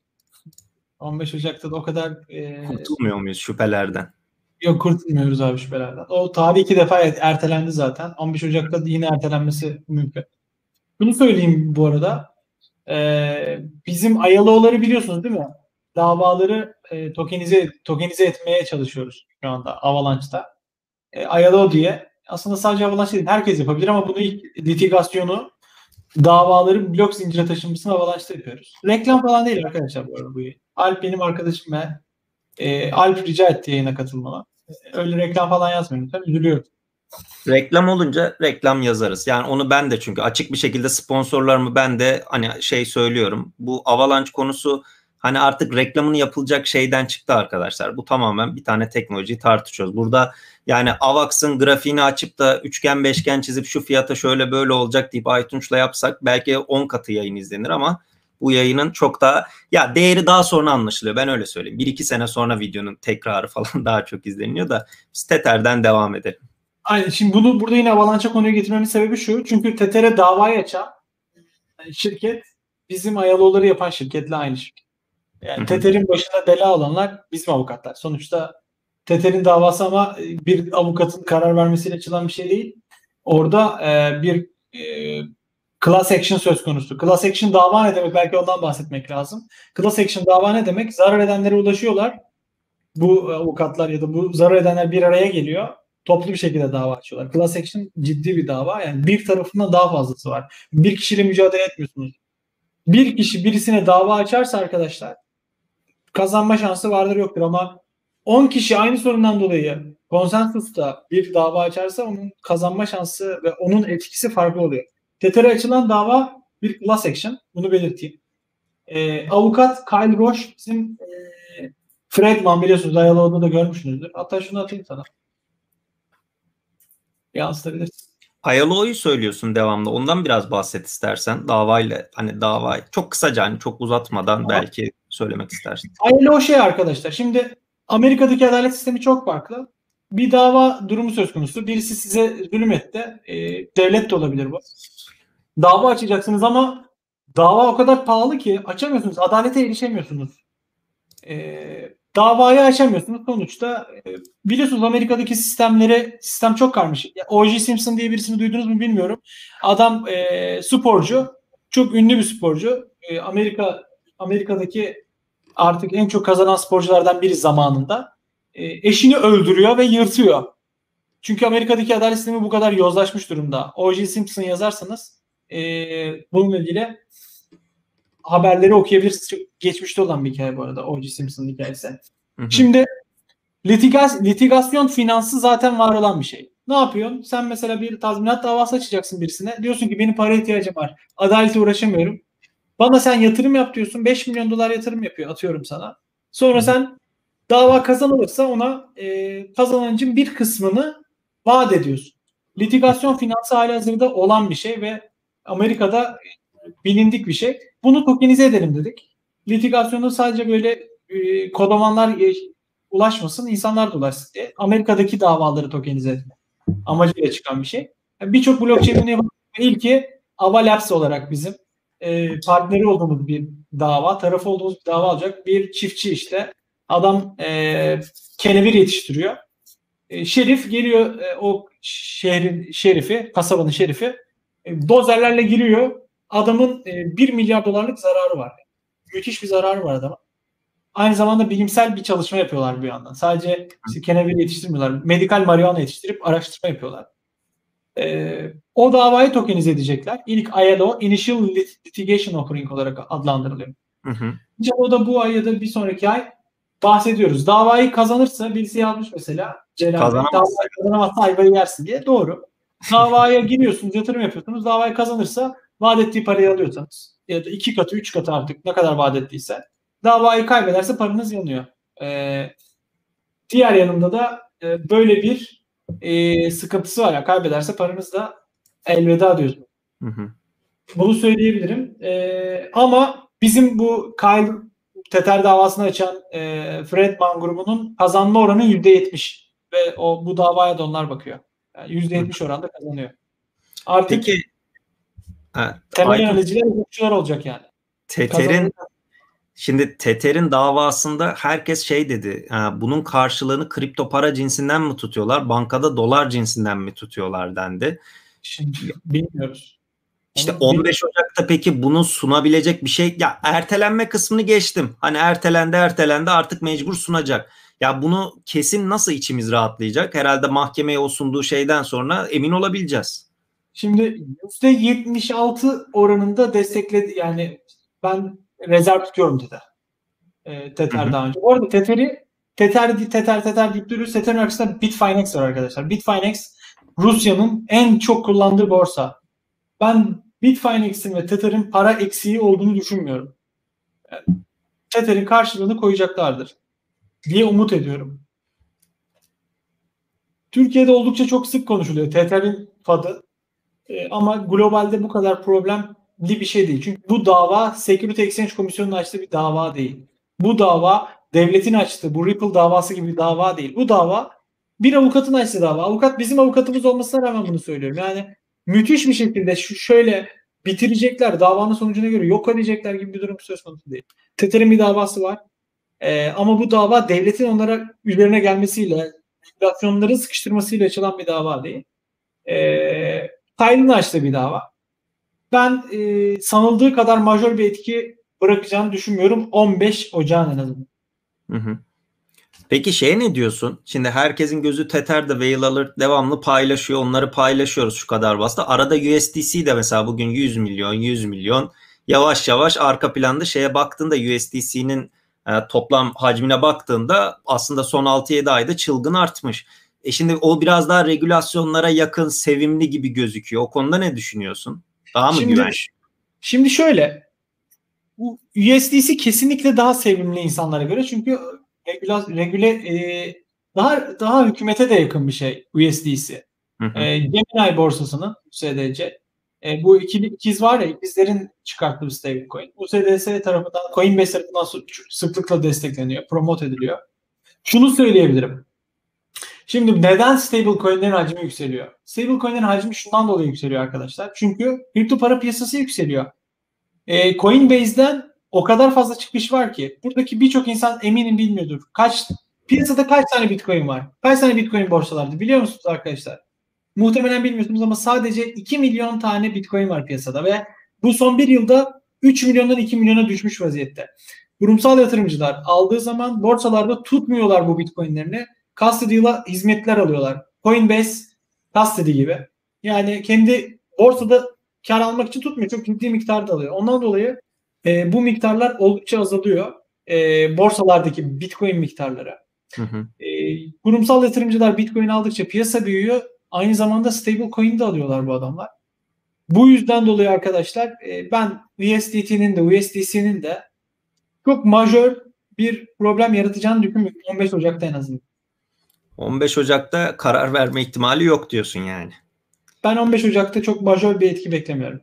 on beş Ocak'ta da o kadar... E... Kurtulmuyor muyuz şüphelerden? Yok kurtulmuyoruz abi şüphelerden. O tarih iki defa ertelendi zaten. on beş Ocak'ta yine ertelenmesi mümkün. Bunu söyleyeyim bu arada. Ee, bizim I L O'ları biliyorsunuz değil mi? Davaları e, tokenize, tokenize etmeye çalışıyoruz şu anda Avalanche'da. E, I L O diye. Aslında sadece Avalanche değil, herkes yapabilir ama bunu ilk litigasyonu, davaları blok zincire taşınmasını Avalanche'da yapıyoruz. Reklam falan değil arkadaşlar bu arada bu. Alp benim arkadaşım ve e, Alp rica etti yayına katılmama. Öyle reklam falan yazmıyorum. Tabii üzülüyorum. Reklam olunca reklam yazarız. Yani onu ben de çünkü açık bir şekilde sponsorlarımı ben de hani şey söylüyorum. Bu Avalanche konusu hani artık reklamını yapılacak şeyden çıktı arkadaşlar. Bu tamamen bir tane teknolojiyi tartışıyoruz. Burada yani Avax'ın grafiğini açıp da üçgen beşgen çizip şu fiyata şöyle böyle olacak deyip Aytunç'la yapsak belki on katı yayın izlenir ama bu yayının çok daha ya değeri daha sonra anlaşılıyor. Ben öyle söyleyeyim. bir iki sene sonra videonun tekrarı falan daha çok izleniyor da biz Tether'den devam edelim. Aynen. Şimdi bunu burada yine Avalanche'a konuyu getirmemin sebebi şu. Çünkü Tether'e davayı açan şirket bizim Ayaloğulları yapan şirketle aynı şirket. Yani Tether'in başına bela olanlar bizim avukatlar. Sonuçta Tether'in davası ama bir avukatın karar vermesiyle açılan bir şey değil. Orada e, bir e, class action söz konusu. Class action dava ne demek? Belki ondan bahsetmek lazım. Class action dava ne demek? Zarar edenlere ulaşıyorlar. Bu avukatlar ya da bu zarar edenler bir araya geliyor. Toplu bir şekilde dava açıyorlar. Class action ciddi bir dava. Yani bir tarafından daha fazlası var. Bir kişiyle mücadele etmiyorsunuz. Bir kişi birisine dava açarsa arkadaşlar kazanma şansı vardır yoktur ama on kişi aynı sorundan dolayı konsensusta bir dava açarsa onun kazanma şansı ve onun etkisi farklı oluyor. Tether'e açılan dava bir class action. Bunu belirteyim. Ee, avukat Kyle Roche bizim e, Fredman biliyorsunuz. Dialogue'da da görmüşsünüzdür. Hatta şunu atayım sana. Yansıtabilirsin. Ayaloğlu'yu söylüyorsun devamlı. Ondan biraz bahset istersen. Davayla hani davayı çok kısaca hani çok uzatmadan tamam. Belki söylemek istersin. Ayaloğlu şey arkadaşlar. Şimdi Amerika'daki adalet sistemi çok farklı. Bir dava durumu söz konusu. Birisi size zulüm etti. E, devlet de olabilir bu. Dava açacaksınız ama dava o kadar pahalı ki açamıyorsunuz. Adalete erişemiyorsunuz. E, davayı açamıyorsunuz. Sonuçta e, biliyorsunuz Amerika'daki sistemleri sistem çok karmaşık. O J Simpson diye birisini duydunuz mu bilmiyorum. Adam e, sporcu. Çok ünlü bir sporcu. E, Amerika Amerika'daki artık en çok kazanan sporculardan biri zamanında. E, eşini öldürüyor ve yırtıyor. Çünkü Amerika'daki adalet sistemi bu kadar yozlaşmış durumda. O J Simpson yazarsanız e, bununla ilgili haberleri okuyabilirsiniz. Çok geçmişte olan bir hikaye bu arada. O J Simpson'ın hikayesi. Hı hı. Şimdi litigas, litigasyon finansı zaten var olan bir şey. Ne yapıyorsun? Sen mesela bir tazminat davası açacaksın birisine. Diyorsun ki benim para ihtiyacım var. Adalete uğraşamıyorum. Bana sen yatırım yap diyorsun. beş milyon dolar yatırım yapıyor. Atıyorum sana. Sonra sen dava kazanılırsa ona e, kazancın bir kısmını vaat ediyorsun. Litigasyon finansı halihazırda olan bir şey ve Amerika'da bilindik bir şey. Bunu tokenize edelim dedik. Litigasyonu sadece böyle e, kodamanlar e, ulaşmasın, insanlar da ulaşsın diye. Amerika'daki davaları tokenize etme amacıyla çıkan bir şey. Yani birçok blockchain bunu yapan ilki Ava Labs olarak bizim e, partneri olduğumuz bir dava, tarafı olduğumuz bir dava olacak. Bir çiftçi işte adam e, kenevir yetiştiriyor. E, şerif geliyor e, o şehrin şerifi, kasabanın şerifi e, dozerlerle giriyor. Adamın e, bir milyar dolarlık zararı var. Müthiş bir zararı var adamın. Aynı zamanda bilimsel bir çalışma yapıyorlar bir yandan. Sadece işte kenevir yetiştirmiyorlar. Medikal marihuana yetiştirip araştırma yapıyorlar. E, o davayı tokenize edecekler. İlk I L O, Initial Litigation Offering olarak adlandırılıyor. Hı hı. O da bu ay ya da bir sonraki ay bahsediyoruz. Davayı kazanırsa birisi yazmış mesela. Davayı kazanamazsa ayvayı yersin diye. Doğru. Davaya giriyorsunuz, yatırım yapıyorsunuz. Davayı kazanırsa vaat ettiği parayı alıyorsanız ya da iki katı, üç katı artık ne kadar vaat ettiyse davayı kaybederse paranız yanıyor. Ee, diğer yanında da e, böyle bir e, sıkıntısı var ya, kaybederse paranız da elveda diyorsunuz. Hı hı. Bunu söyleyebilirim. E, ama bizim bu Kyle Tether davasını açan e, Fredman grubunun kazanma oranı yüzde yetmiş ve o bu davaya da onlar bakıyor. Yani yüzde yetmiş oranda kazanıyor. Artık Peki, ha, temel yöneticiler hukukçular olacak yani. Tether'in şimdi Tether'in davasında herkes şey dedi. Bunun karşılığını kripto para cinsinden mi tutuyorlar? Bankada dolar cinsinden mi tutuyorlar dendi. Şimdi bilmiyoruz. İşte on beş Ocak'ta peki bunu sunabilecek bir şey, ya ertelenme kısmını geçtim. Hani ertelendi ertelendi artık mecbur sunacak. Ya bunu kesin nasıl içimiz rahatlayacak? Herhalde mahkemeye o sunduğu şeyden sonra emin olabileceğiz. Şimdi yüzde yetmiş altı oranında destekledi. Yani ben rezerv tutuyorum Tether. E, Tether daha önce. Bu arada Tether'i Tether, Tether, Tether deyip duruyoruz. Tether'in arkasında Bitfinex var arkadaşlar. Bitfinex Rusya'nın en çok kullandığı borsa. Ben Bitfinex'in ve Tether'in para eksiği olduğunu düşünmüyorum. Yani, Tether'in karşılığını koyacaklardır diye umut ediyorum. Türkiye'de oldukça çok sık konuşuluyor Tether'in fadı. Ee, ama globalde bu kadar problemli bir şey değil. Çünkü bu dava Security Exchange Komisyonu'nun açtığı bir dava değil. Bu dava devletin açtığı, bu Ripple davası gibi bir dava değil. Bu dava bir avukatın açtığı dava. Avukat bizim avukatımız olmasına rağmen bunu söylüyorum. Yani müthiş bir şekilde şu şöyle bitirecekler, davanın sonucuna göre yok edecekler gibi bir durum söz konusu değil. Tether'in bir davası var. Ee, ama bu dava devletin onlara üzerine gelmesiyle, regülasyonların sıkıştırmasıyla açılan bir dava değil. Ee, Kaynını açtığı bir dava. Ben e, sanıldığı kadar majör bir etki bırakacağını düşünmüyorum. on beş Ocağın en azından. Hı hı. Peki şeye ne diyorsun? Şimdi herkesin gözü Tether'de, Whale Alert devamlı paylaşıyor. Onları paylaşıyoruz şu kadar basta. Arada U S D C de mesela bugün yüz milyon, yüz milyon. Yavaş yavaş arka planda şeye baktığında U S D C'nin e, toplam hacmine baktığında aslında son altı yedi ayda çılgın artmış. E şimdi o biraz daha regülasyonlara yakın, sevimli gibi gözüküyor. O konuda ne düşünüyorsun? Daha mı Şimdi güvenli? şimdi şöyle, bu U S D C kesinlikle daha sevimli insanlara göre, çünkü regüle, regüle e, daha daha hükümete de yakın bir şey U S D C. Hı hı. E, Gemini borsasının U S D C. E, bu ikili ikiz var ya, ikizlerin çıkarttığı bir stablecoin. U S D C tarafından, Coinbase tarafından sıklıkla destekleniyor, promote ediliyor. Şunu söyleyebilirim. Şimdi neden stablecoin'lerin hacmi yükseliyor? Stablecoin'lerin hacmi şundan dolayı yükseliyor arkadaşlar. Çünkü kripto para piyasası yükseliyor. E, Coinbase'den o kadar fazla çıkış var ki buradaki birçok insan eminim bilmiyordur. Kaç piyasada kaç tane Bitcoin var? Kaç tane Bitcoin borsalarda biliyor musunuz arkadaşlar? Muhtemelen bilmiyorsunuz ama sadece iki milyon tane Bitcoin var piyasada ve bu son bir yılda üç milyondan iki milyona düşmüş vaziyette. Kurumsal yatırımcılar aldığı zaman borsalarda tutmuyorlar bu Bitcoin'lerini. Custody'la hizmetler alıyorlar. Coinbase Custody gibi. Yani kendi borsada kar almak için tutmuyor. Çok ciddi miktarda alıyor. Ondan dolayı e, bu miktarlar oldukça azalıyor. E, borsalardaki Bitcoin miktarları. Hı hı. E, kurumsal yatırımcılar Bitcoin aldıkça piyasa büyüyor. Aynı zamanda stablecoin de alıyorlar bu adamlar. Bu yüzden dolayı arkadaşlar e, ben U S D T'nin de U S D C'nin de çok majör bir problem yaratacağını düşünmüyorum. on beş Ocak'ta en azından. on beş Ocak'ta karar verme ihtimali yok diyorsun yani. Ben on beş Ocak'ta çok majör bir etki beklemiyorum.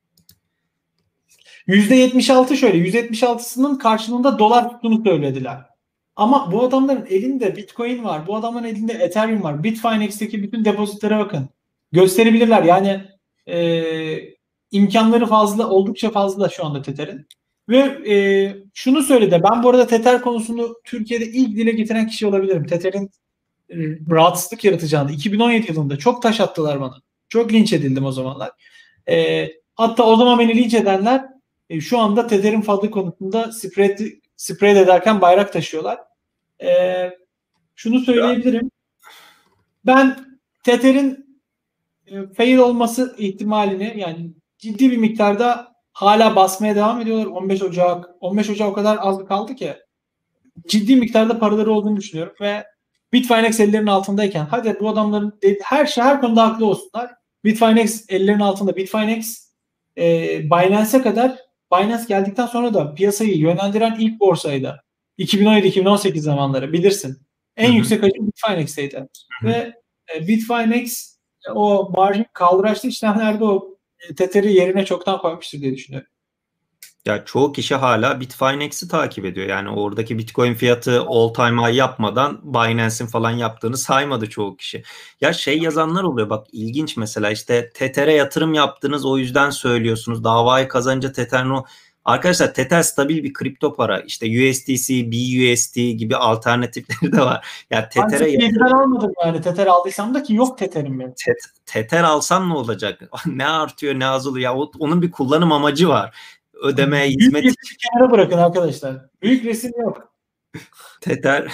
yüzde yetmiş altı şöyle. yüzde yetmiş altısının karşılığında dolar tuttuğunu söylediler. Ama bu adamların elinde Bitcoin var. Bu adamların elinde Ethereum var. Bitfinex'teki bütün depozitlere bakın. Gösterebilirler. Yani e, imkanları fazla, oldukça fazla şu anda Tether'in. Ve e, şunu söyledi. Ben bu arada Tether konusunu Türkiye'de ilk dile getiren kişi olabilirim. Tether'in e, rahatsızlık yaratacağını. iki bin on yedi yılında çok taş attılar bana. Çok linç edildim o zamanlar. E, hatta o zaman beni linç edenler e, şu anda Tether'in fazla konusunda spread, spread ederken bayrak taşıyorlar. E, şunu söyleyebilirim. Ben Tether'in e, fail olması ihtimalini, yani ciddi bir miktarda hala basmaya devam ediyorlar. on beş Ocak on beş Ocak o kadar az kaldı ki ciddi miktarda paraları olduğunu düşünüyorum ve Bitfinex ellerinin altındayken, hadi bu adamların her şey, her konuda haklı olsunlar. Bitfinex ellerinin altında. Bitfinex e, Binance'e kadar, Binance geldikten sonra da piyasayı yönlendiren ilk borsaydı. iki bin on yedi iki bin on sekiz zamanları bilirsin. En Hı hı. yüksek hacim Bitfinex'teydi. Hı hı. Ve e, Bitfinex e, o marjin kaldıraçlı işlemlerde o e, Tether'i yerine çoktan koymuştur diye düşünüyorum. Ya çoğu kişi hala Bitfinex'i takip ediyor. Yani oradaki Bitcoin fiyatı all time high yapmadan Binance'in falan yaptığını saymadı çoğu kişi. Ya şey yazanlar oluyor bak, ilginç mesela, işte Tether'e yatırım yaptınız o yüzden söylüyorsunuz. Davayı kazanınca Tether'in o... Arkadaşlar Tether stabil bir kripto para. İşte U S D C, B U S D gibi alternatifleri de var. Ya Tether'e Ben yatırım... Tether almadım yani. Tether aldıysam da ki yok Tether'im benim. Tet, Tether alsan ne olacak? Ne artıyor ne azalıyor? Ya o, onun bir kullanım amacı var. Ödeme, Büyük hizmet resmi kenara bırakın arkadaşlar. Büyük resim yok. Tether.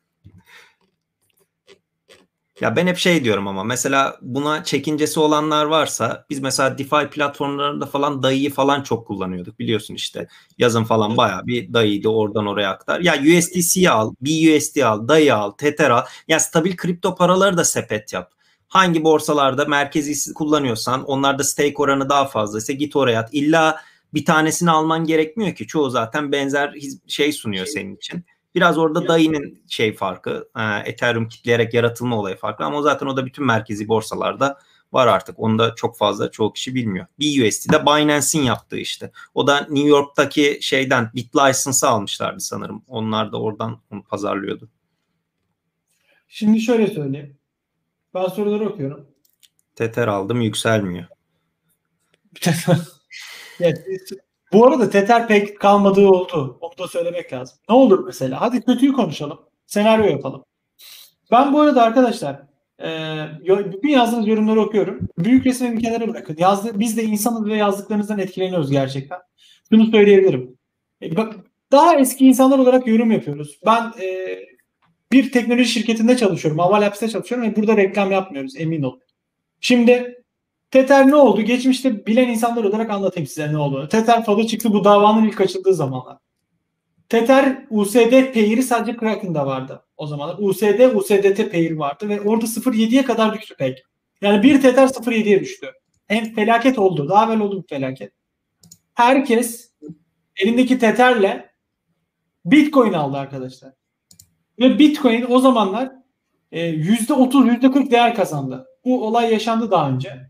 Ya ben hep şey diyorum ama mesela buna çekincesi olanlar varsa, biz mesela DeFi platformlarında falan dayıyı falan çok kullanıyorduk biliyorsun işte. Yazın falan bayağı bir dayıydı, oradan oraya aktar. Ya U S D C al, B U S D al, dayı al, Tether al. Ya stabil kripto paraları da sepet yap. Hangi borsalarda merkezi kullanıyorsan, onlarda stake oranı daha fazlaysa git oraya at. İlla bir tanesini alman gerekmiyor ki. Çoğu zaten benzer şey sunuyor senin için. Biraz orada dayının şey farkı, Ethereum kitleyerek yaratılma olayı farklı, ama o zaten o da bütün merkezi borsalarda var artık. Onu da çok fazla çoğu kişi bilmiyor. B U S D'de Binance'in yaptığı işte. O da New York'taki şeyden BitLicense'ı almışlardı sanırım. Onlar da oradan onu pazarlıyordu. Şimdi şöyle söyleyeyim. Ben soruları okuyorum. Tether aldım, yükselmiyor. Evet. Bu arada Tether pek kalmadığı oldu. Onu da söylemek lazım. Ne olur mesela? Hadi kötüyü konuşalım. Senaryo yapalım. Ben bu arada arkadaşlar e, bütün yazdığınız yorumları okuyorum. Büyük resmi bir kenara bırakın. Yazdı, biz de insanız ve yazdıklarınızdan etkileniyoruz gerçekten. Şunu söyleyebilirim. E, bak, daha eski insanlar olarak yorum yapıyoruz. Ben e, bir teknoloji şirketinde çalışıyorum. Ava Labs'te çalışıyorum ve burada reklam yapmıyoruz, emin olun. Şimdi Tether ne oldu? Geçmişte bilen insanlar olarak anlatayım size ne olduğunu. Tether falı çıktı bu davanın ilk açıldığı zamanlar. Tether U S D payeri sadece Kraken'da vardı o zamanlar. U S D, U S D T payeri vardı ve orada sıfır virgül yediye kadar düştü pay. Yani bir Tether sıfır virgül yediye düştü. Hem felaket oldu. Daha evvel oldu bu felaket. Herkes elindeki Tether'le Bitcoin aldı arkadaşlar. Ve Bitcoin o zamanlar yüzde otuz, yüzde kırk değer kazandı. Bu olay yaşandı daha önce.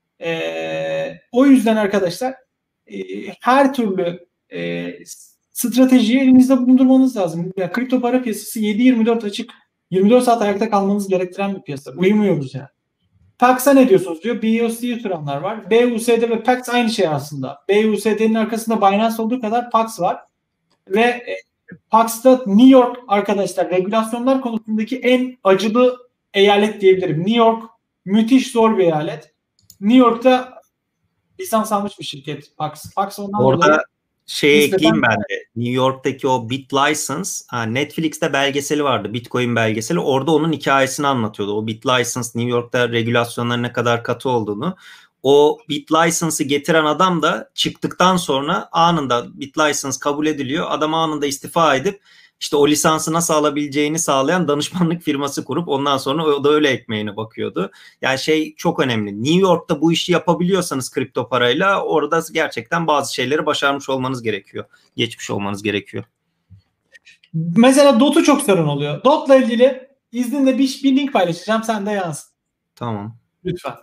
Ee, o yüzden arkadaşlar e, her türlü e, stratejiyi elinizde bulundurmanız lazım. Yani kripto para piyasası yedi yirmi dört açık, yirmi dört saat ayakta kalmanız gerektiren bir piyasa. Uyumuyoruz yani. Pax'a ne diyorsunuz diyor. B U S D'yi tutanlar var. B U S D ve Pax aynı şey aslında. B U S D'nin arkasında Binance olduğu kadar Pax var. Ve e, Pax'ta New York arkadaşlar regülasyonlar konusundaki en acılı eyalet diyebilirim. New York müthiş zor bir eyalet. New York'ta lisans almış bir şirket Pax. Pax ondan Orada dolayı şey nispeten ekleyeyim ben de. New York'taki o BitLicense, ha, Netflix'te belgeseli vardı. Bitcoin belgeseli. Orada onun hikayesini anlatıyordu. O BitLicense New York'ta regülasyonların ne kadar katı olduğunu. O BitLicense'ı getiren adam da çıktıktan sonra anında BitLicense kabul ediliyor. Adam anında istifa edip işte o lisansı nasıl alabileceğini sağlayan danışmanlık firması kurup ondan sonra o da öyle ekmeğine bakıyordu. Yani şey çok önemli. New York'ta bu işi yapabiliyorsanız kripto parayla orada gerçekten bazı şeyleri başarmış olmanız gerekiyor. Geçmiş olmanız gerekiyor. mesela Dot'u çok sorun oluyor. Dot'la ilgili izninle bir, bir link paylaşacağım. Sen de yansın. Tamam. Lütfen.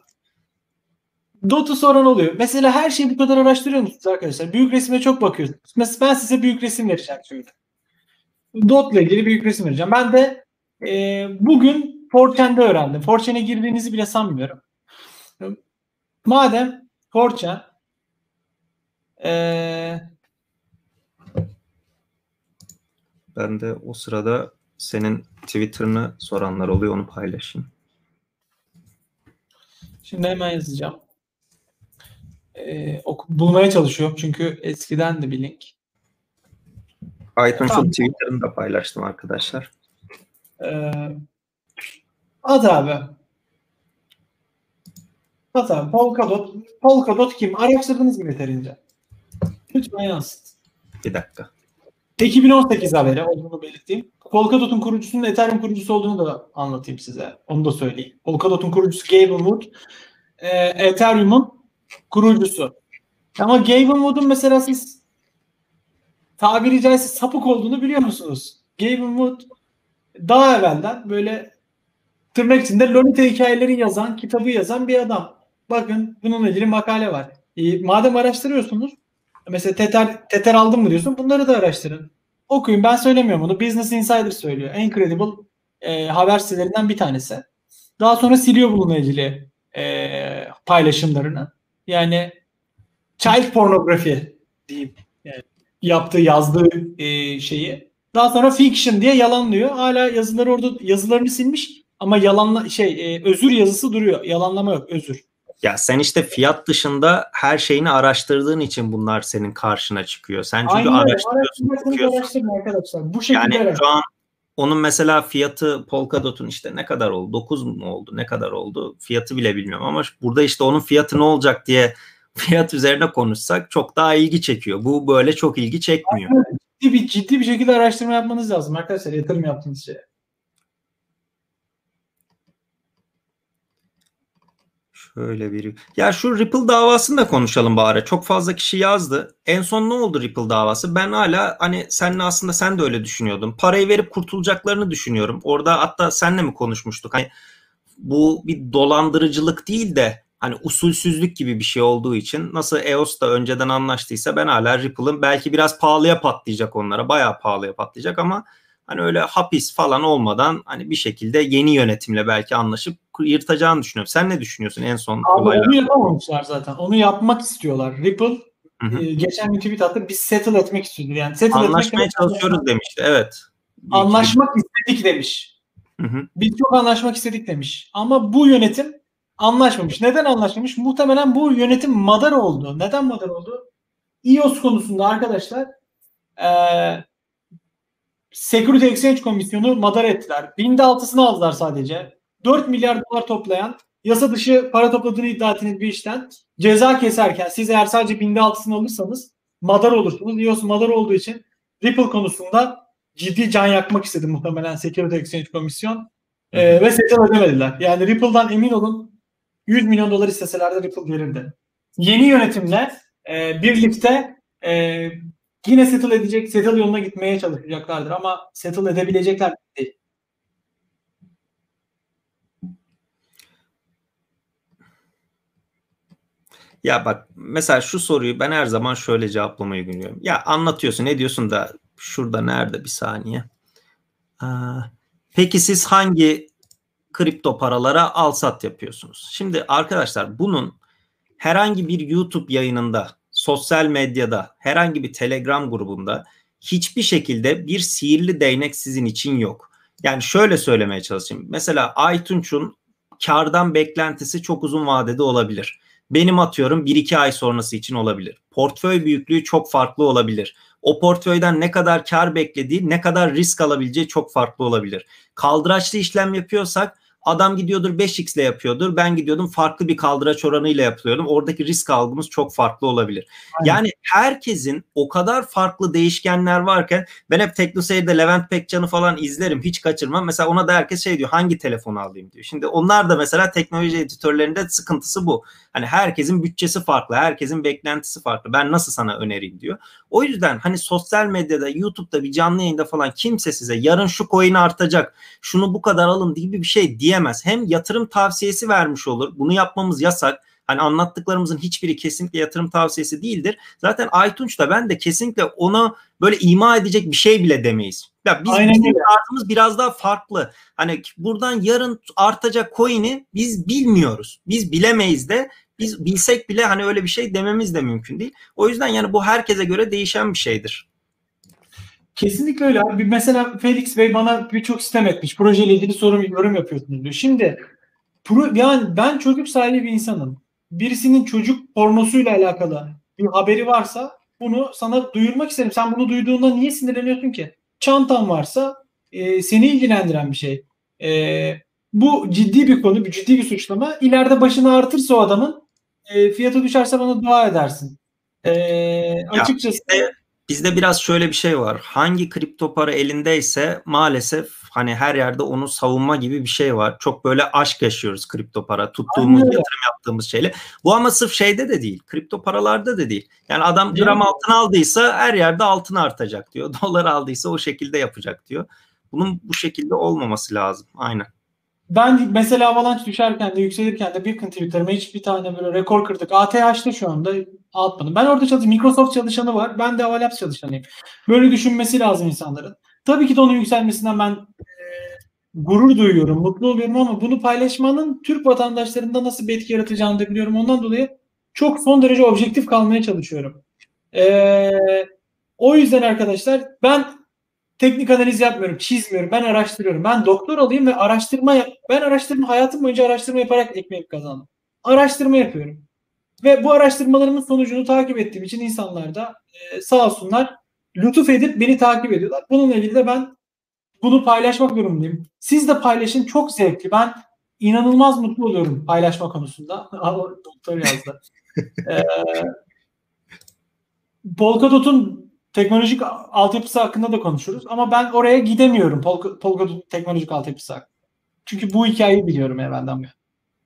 Dot'u sorun oluyor. Mesela her şeyi bu kadar araştırıyor musunuz arkadaşlar? Büyük resme çok bakıyorsunuz. Mesela ben size büyük resim vereceğim şimdi. Dot'la ilgili büyük resim vereceğim. Ben de e, bugün four chan'de öğrendim. four chan'e girdiğinizi bile sanmıyorum. Madem four chan e, ben de o sırada senin Twitter'ını soranlar oluyor, onu paylaşayım. Şimdi hemen yazacağım. E, bulmaya çalışıyorum çünkü eskiden de bir link. Aytunç'un tamam. Twitter'ını da paylaştım arkadaşlar. Ee, at abi. At abi. Polkadot. Polkadot kim? Araştırdınız mı yeterince? Lütfen yansıt. Bir dakika. iki bin on sekiz haberi olduğunu belirteyim. Polkadot'un kurucusunun Ethereum kurucusu olduğunu da anlatayım size. Onu da söyleyeyim. Polkadot'un kurucusu Gavin Wood. E, Ethereum'un kurucusu. Ama Gavin Wood'un mesela siz tabiri caizse sapık olduğunu biliyor musunuz? Gavin Wood daha evvelden böyle tırnak içinde Lolita hikayeleri yazan, kitabı yazan bir adam. Bakın bununla ilgili makale var. E, madem araştırıyorsunuz, mesela Tether, Tether aldın mı diyorsun, bunları da araştırın. Okuyun, ben söylemiyorum bunu. Business Insider söylüyor. En credible e, haber sitelerinden bir tanesi. Daha sonra siliyor bununla ilgili e, paylaşımlarını. Yani child pornography diyeyim. Yani yaptığı, yazdığı e, şeyi. Daha sonra fiction diye yalanlıyor. Hala yazıları orada, yazılarını silmiş ama yalanla şey e, özür yazısı duruyor. Yalanlama yok, özür. Ya sen işte fiyat dışında her şeyini araştırdığın için bunlar senin karşına çıkıyor. Sen çünkü Aynen, araştırıyorsun, okuyorsun. Arkadaşlar. Bu şekilde yani şu an onun mesela fiyatı Polkadot'un işte ne kadar oldu? dokuz mu oldu? Ne kadar oldu? Fiyatı bile bilmiyorum ama burada işte onun fiyatı ne olacak diye fiyat üzerine konuşsak çok daha ilgi çekiyor. Bu böyle çok ilgi çekmiyor. Aynen. Ciddi bir, ciddi bir şekilde araştırma yapmanız lazım arkadaşlar. Yatırım yaptığınız şeye. Şöyle bir... Ya şu Ripple davasını da konuşalım bari. Çok fazla kişi yazdı. En son ne oldu Ripple davası? Ben hala hani seninle aslında sen de öyle düşünüyordun. Parayı verip kurtulacaklarını düşünüyorum. Orada hatta seninle mi konuşmuştuk? Hani bu bir dolandırıcılık değil de hani usulsüzlük gibi bir şey olduğu için nasıl E O S da önceden anlaştıysa ben hala Ripple'ın belki biraz pahalıya patlayacak onlara. Bayağı pahalıya patlayacak ama hani öyle hapis falan olmadan hani bir şekilde yeni yönetimle belki anlaşıp yırtacağını düşünüyorum. Sen ne düşünüyorsun en son Abi olaylar? Onu yapamamışlar zaten. Onu yapmak istiyorlar. Ripple Hı hı. e, geçen bir tweet attı. Biz settle etmek istiyoruz. Yani settle Anlaşmaya etmek çalışıyoruz demişti. Evet. anlaşmak istedik demiş. Hı hı. Biz çok anlaşmak istedik demiş. Ama bu yönetim anlaşmamış. Neden anlaşmamış? Muhtemelen bu yönetim madar oldu. Neden madar oldu? İ O S konusunda arkadaşlar ee, Security Exchange Komisyonu madar ettiler. Binde altısını aldılar sadece. dört milyar dolar toplayan, yasa dışı para topladığını iddia ettiğiniz bir işten ceza keserken siz eğer sadece binde altısını alırsanız madar olursunuz. İ O S madar olduğu için Ripple konusunda ciddi can yakmak istedi muhtemelen Security Exchange Komisyon. Ee, ve settle ödemediler. Yani Ripple'dan emin olun yüz milyon dolar isteseler de Ripple verirdi. Yeni yönetimle e, birlikte e, yine settle edecek, settle yoluna gitmeye çalışacaklardır ama settle edebilecekler değil. Ya bak mesela şu soruyu ben her zaman şöyle cevaplamayı görüyorum. Ya anlatıyorsun, ne diyorsun da şurada nerede bir saniye. Aa, peki siz hangi kripto paralara al sat yapıyorsunuz? Şimdi arkadaşlar bunun herhangi bir YouTube yayınında, sosyal medyada, herhangi bir Telegram grubunda hiçbir şekilde bir sihirli değnek sizin için yok. Yani şöyle söylemeye çalışayım. Mesela Aytunç'un kardan beklentisi çok uzun vadede olabilir. Benim atıyorum bir iki ay sonrası için olabilir. Portföy büyüklüğü çok farklı olabilir. O portföyden ne kadar kar beklediği, ne kadar risk alabileceği çok farklı olabilir. Kaldıraçlı işlem yapıyorsak adam gidiyordur beş x ile yapıyordur. Ben gidiyordum farklı bir kaldıraç oranıyla yapıyordum. Oradaki risk algımız çok farklı olabilir. Aynen. Yani herkesin o kadar farklı değişkenler varken ben hep TeknoSeyir'de Levent Pekcan'ı falan izlerim. Hiç kaçırmam. Mesela ona da herkes şey diyor, hangi telefonu alayım diyor. Şimdi onlar da mesela teknoloji editörlerinde sıkıntısı bu. Hani herkesin bütçesi farklı. Herkesin beklentisi farklı. Ben nasıl sana önereyim diyor. O yüzden hani sosyal medyada, YouTube'da bir canlı yayında falan kimse size yarın şu coin artacak, şunu bu kadar alın gibi bir şey diyemez. Hem yatırım tavsiyesi vermiş olur. Bunu yapmamız yasak. Hani anlattıklarımızın hiçbiri kesinlikle yatırım tavsiyesi değildir. Zaten Aytunç da ben de kesinlikle ona böyle ima edecek bir şey bile demeyiz. Ya biz, bizim tarzımız biraz daha farklı. Hani buradan yarın artacak coin'i biz bilmiyoruz. Biz bilemeyiz de, biz bilsek bile hani öyle bir şey dememiz de mümkün değil. O yüzden yani bu herkese göre değişen bir şeydir. Kesinlikle öyle abi. Mesela Felix Bey bana birçok sistem etmiş. Projeyle ilgili sorum, yorum yapıyorsunuz diyor. Şimdi pro, yani ben çocuk sahibi bir insanım. Birisinin çocuk pornosuyla alakalı bir haberi varsa bunu sana duyurmak isterim. Sen bunu duyduğunda niye sinirleniyorsun ki? Çantan varsa e, seni ilgilendiren bir şey. E, bu ciddi bir konu, bir ciddi bir suçlama. İleride başını artırsa o adamın e, fiyatı düşerse bana dua edersin. E, açıkçası bizde, bizde biraz şöyle bir şey var. Hangi kripto para elindeyse maalesef hani her yerde onu savunma gibi bir şey var. Çok böyle aşk yaşıyoruz kripto para. Tuttuğumuz, yatırım yaptığımız şeyle. Bu ama sırf şeyde de değil. Kripto paralarda da değil. Yani adam gram altın aldıysa her yerde altın artacak diyor. Dolar aldıysa o şekilde yapacak diyor. Bunun bu şekilde olmaması lazım. Aynen. Ben mesela Avalanche düşerken de yükselirken de Beacon Twitter'ıma hiçbir tane böyle rekor kırdık. A T H'de şu anda atmadım. Ben orada çalışıyorum. Microsoft çalışanı var. Ben de Avalabs çalışanıyım. Böyle düşünmesi lazım insanların. Tabii ki de onun yükselmesinden ben e, gurur duyuyorum, mutlu oluyorum ama bunu paylaşmanın Türk vatandaşlarında nasıl bir etki yaratacağını da biliyorum. Ondan dolayı çok son derece objektif kalmaya çalışıyorum. E, o yüzden arkadaşlar ben teknik analiz yapmıyorum, çizmiyorum. Ben araştırıyorum. Ben doktor olayım ve araştırma ben araştırma hayatım boyunca araştırma yaparak ekmek kazandım. Araştırma yapıyorum. Ve bu araştırmalarımın sonucunu takip ettiğim için insanlar da e, sağ olsunlar lütuf edip beni takip ediyorlar. Bununla ilgili de ben bunu paylaşmak durumundayım. Siz de paylaşın. Çok zevkli. Ben inanılmaz mutlu oluyorum paylaşma konusunda. Doktor yazdı. ee, Polkadot'un teknolojik altyapısı hakkında da konuşuruz. Ama ben oraya gidemiyorum. Polkadot'un teknolojik altyapısı hakkında. Çünkü bu hikayeyi biliyorum evvelden beri.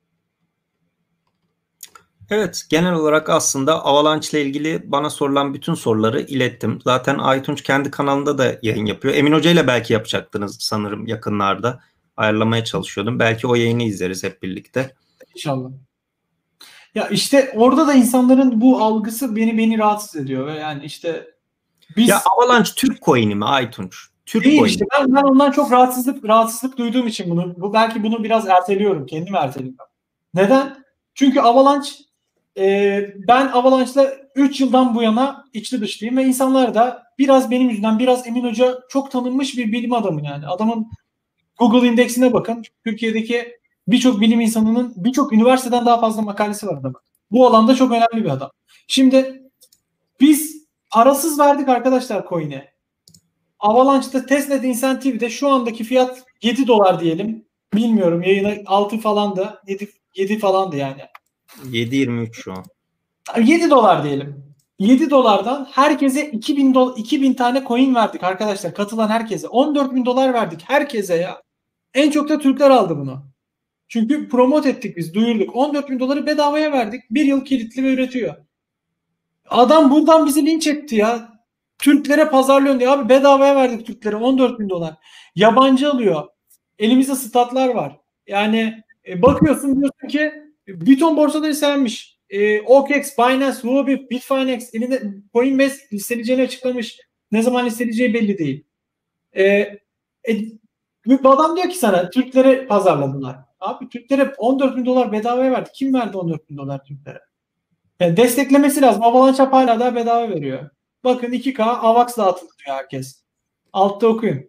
Evet, genel olarak aslında Avalanche ile ilgili bana sorulan bütün soruları ilettim. Zaten Aytunç kendi kanalında da yayın yapıyor. Emin Hoca ile belki yapacaktınız sanırım yakınlarda. Ayarlamaya çalışıyordum. Belki o yayını izleriz hep birlikte. İnşallah. Ya işte orada da insanların bu algısı beni beni rahatsız ediyor. Ve yani işte biz... Ya Avalanche Türk coin'i mi Aytunç? Türk Değil coin'i. işte ben, ben ondan çok rahatsızlık rahatsızlık duyduğum için bunu bu belki bunu biraz erteliyorum. Kendimi erteliyorum. Neden? Çünkü Avalanche e, ben Avalanche'la üç yıldan bu yana içli dışlıyım ve insanlar da biraz benim yüzümden, biraz Emin Hoca çok tanınmış bir bilim adamı yani. Adamın Google indeksine bakın. Türkiye'deki birçok bilim insanının birçok üniversiteden daha fazla makalesi var adamın. Bu alanda çok önemli bir adam. Şimdi biz parasız verdik arkadaşlar coin'e. Avalanche'da testnet incentive'de şu andaki fiyat yedi dolar diyelim. Bilmiyorum, yayına altı falan da yedi, yedi falandı yani. yedi yirmi üç şu an. yedi dolar diyelim. yedi dolardan herkese iki bin, do- iki bin tane coin verdik arkadaşlar. Katılan herkese. on dört bin dolar verdik herkese ya. En çok da Türkler aldı bunu. Çünkü promote ettik biz, duyurduk. on dört bin doları bedavaya verdik. Bir yıl kilitli ve üretiyor. Adam buradan bizi linç etti ya. Türklere pazarlıyorsun diye. Abi bedavaya verdik Türklere on dört bin dolar. Yabancı alıyor. Elimizde statlar var. Yani e, bakıyorsun diyorsun ki bir ton borsada listelenmiş. E, O K X, Binance, Huobi, Bitfinex elinde Coinbase listeleyeceğini açıklamış. Ne zaman listeleyeceği belli değil. E, e, bu adam diyor ki sana Türklere pazarladılar. Abi Türklere on dört bin dolar bedavaya verdi. Kim verdi on dört bin dolar Türklere? Yani desteklemesi lazım. Avalanche hala da bedava veriyor. Bakın iki K AVAX dağıtıldı diyor herkes. Altta okuyun.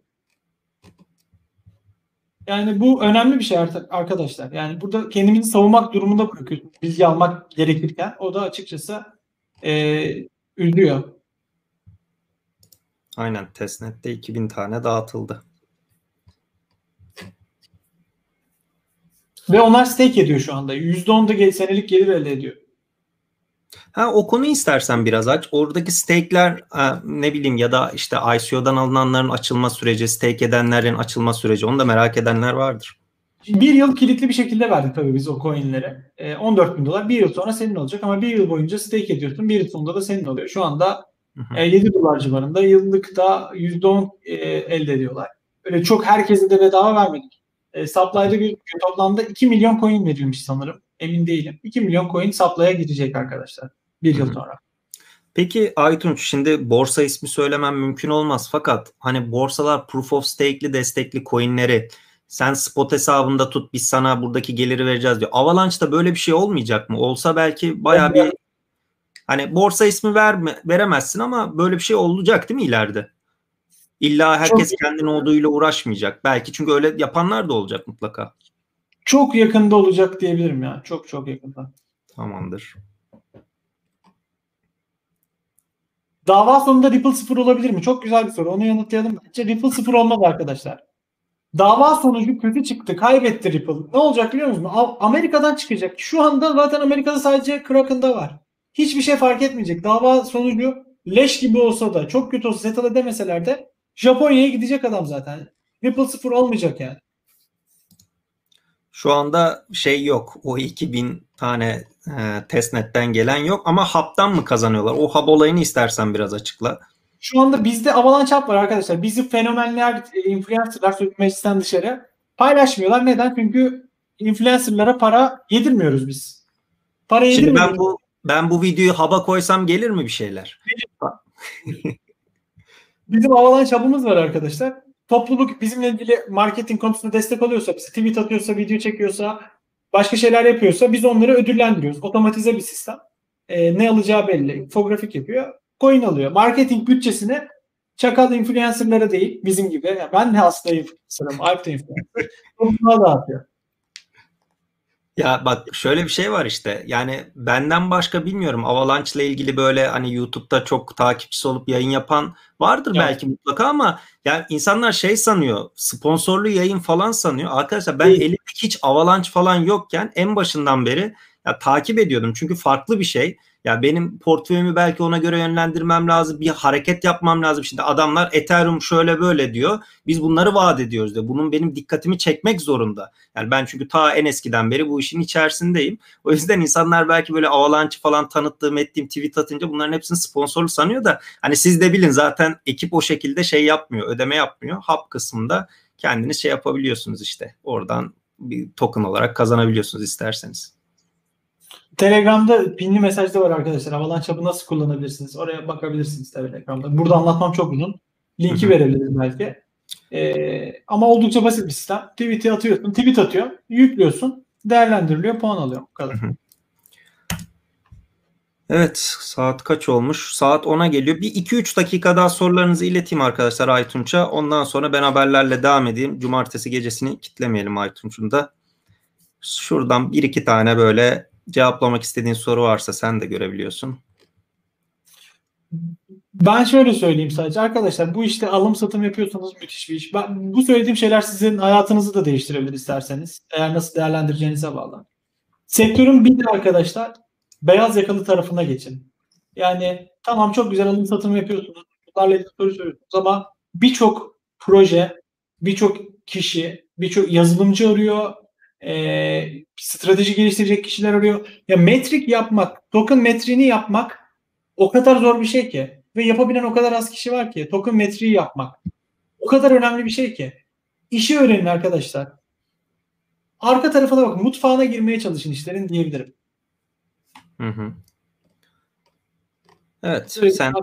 Yani bu önemli bir şey artık arkadaşlar. Yani burada kendimizi savunmak durumunda bırakıyoruz. Bilgi almak gerekirken. O da açıkçası e, üzüyor. Aynen, testnet'te iki bin tane dağıtıldı. Ve onlar stake ediyor şu anda. yüzde on da senelik gelir elde ediyor. Ha, o konuyu istersen biraz aç. Oradaki stake'ler ne bileyim ya da işte I C O'dan alınanların açılma süreci, stake edenlerin açılma süreci, onu da merak edenler vardır. Bir yıl kilitli bir şekilde verdik tabii biz o coinleri. E, on dört bin dolar bir yıl sonra senin olacak ama bir yıl boyunca stake ediyorsun. Bir yıl sonunda da senin oluyor. Şu anda e, yedi dolar civarında. Yıllık da yüzde on e, elde ediyorlar. Öyle çok herkese de bedava vermedik. E, supply'da gözüküyor. Toplamda iki milyon coin verilmiş sanırım. Emin değilim. iki milyon coin supply'a girecek arkadaşlar. Bir yıl sonra. Peki Aytunç, şimdi borsa ismi söylemem mümkün olmaz fakat hani borsalar proof of stake'li destekli coinleri sen spot hesabında tut, biz sana buradaki geliri vereceğiz diyor. Avalanche'da böyle bir şey olmayacak mı? Olsa belki bayağı bir hani borsa ismi verme, veremezsin ama böyle bir şey olacak değil mi ileride? İlla herkes çok kendi noduyla uğraşmayacak. Belki, çünkü öyle yapanlar da olacak mutlaka. Çok yakında olacak diyebilirim ya. Çok çok yakında. Tamamdır. Dava sonunda Ripple sıfır olabilir mi? Çok güzel bir soru. Onu yanıtlayalım. Bence Ripple sıfır olmaz arkadaşlar. Dava sonucu kötü çıktı. Kaybetti Ripple. Ne olacak biliyor musunuz? Amerika'dan çıkacak. Şu anda zaten Amerika'da sadece Kraken'da var. Hiçbir şey fark etmeyecek. Dava sonucu leş gibi olsa da, çok kötü olsa, settle edemeseler de Japonya'ya gidecek adam zaten. Ripple sıfır olmayacak yani. Şu anda şey yok. O iki bin tane e, testnetten gelen yok ama hub'dan mı kazanıyorlar? O hub olayını istersen biraz açıkla. Şu anda bizde Avalanche Hub var arkadaşlar. Bizi fenomenler, influencerlar meclisten dışarı paylaşmıyorlar. Neden? Çünkü influencerlara para yedirmiyoruz biz. Para Şimdi yedirmiyoruz. ben bu ben bu videoyu hub'a koysam gelir mi bir şeyler? Bizim Avalanche Hub'ımız var arkadaşlar. Topluluk bizimle ilgili marketing konusunda destek oluyorsa, bize tweet atıyorsa, video çekiyorsa, başka şeyler yapıyorsa biz onları ödüllendiriyoruz. Otomatize bir sistem. Ee, ne alacağı belli. Infografik yapıyor. Coin alıyor. Marketing bütçesini çakal influencerlara değil, bizim gibi. Yani ben de aslında influencer'ım. Alp de influencer. Topluluğa dağıtıyor. Ya bak, şöyle bir şey var işte. Yani benden başka bilmiyorum, Avalanche ile ilgili böyle hani YouTube'da çok takipçisi olup yayın yapan vardır Evet. belki mutlaka ama yani insanlar şey sanıyor, sponsorlu yayın falan sanıyor. Arkadaşlar ben Değil. elimde hiç Avalanche falan yokken en başından beri ya takip ediyordum. Çünkü farklı bir şey. Ya benim portföyümü belki ona göre yönlendirmem lazım. Bir hareket yapmam lazım. Şimdi adamlar Ethereum şöyle böyle diyor. Biz bunları vaat ediyoruz diyor. Bunun benim dikkatimi çekmek zorunda. Yani ben çünkü ta en eskiden beri bu işin içerisindeyim. O yüzden insanlar belki böyle Avalanche falan tanıttığım ettiğim tweet atınca bunların hepsini sponsorlu sanıyor da hani siz de bilin, zaten ekip o şekilde şey yapmıyor, ödeme yapmıyor. Hub kısmında kendiniz şey yapabiliyorsunuz işte. Oradan bir token olarak kazanabiliyorsunuz isterseniz. Telegram'da pinli mesajda var arkadaşlar. Avalanche Hub'ı nasıl kullanabilirsiniz? Oraya bakabilirsiniz Telegram'da. Burada anlatmam çok uzun. Linki verebiliriz belki. Ee, ama oldukça basit bir sistem. Tweet'i atıyorsun. Tweet atıyor. Yüklüyorsun. Değerlendiriliyor. Puan alıyor. Bu kadar. Evet, saat kaç olmuş? Saat ona geliyor. Bir iki üç dakika daha sorularınızı ileteyim arkadaşlar Aytunç'a. Ondan sonra ben haberlerle devam edeyim. Cumartesi gecesini kitlemeyelim Aytunç'un da. Şuradan bir iki tane böyle cevaplamak istediğin soru varsa sen de görebiliyorsun. Ben şöyle söyleyeyim sadece arkadaşlar, bu işte alım satım yapıyorsanız müthiş bir iş. Ben, bu söylediğim şeyler sizin hayatınızı da değiştirebilir isterseniz. Eğer nasıl değerlendireceğinize bağlı. Sektörün bir de arkadaşlar beyaz yakalı tarafına geçin. Yani tamam, çok güzel alım satım yapıyorsunuz. Bunlarla ilgili soru soruyorsunuz ama birçok proje, birçok kişi, birçok yazılımcı arıyor. E, strateji geliştirecek kişiler arıyor. Ya metrik yapmak, token metriğini yapmak o kadar zor bir şey ki. Ve yapabilen o kadar az kişi var ki. Token metriği yapmak o kadar önemli bir şey ki. İşi öğrenin arkadaşlar. Arka tarafına bakın. Mutfağına girmeye çalışın işlerin diyebilirim. Hı hı. Evet, Öyle sen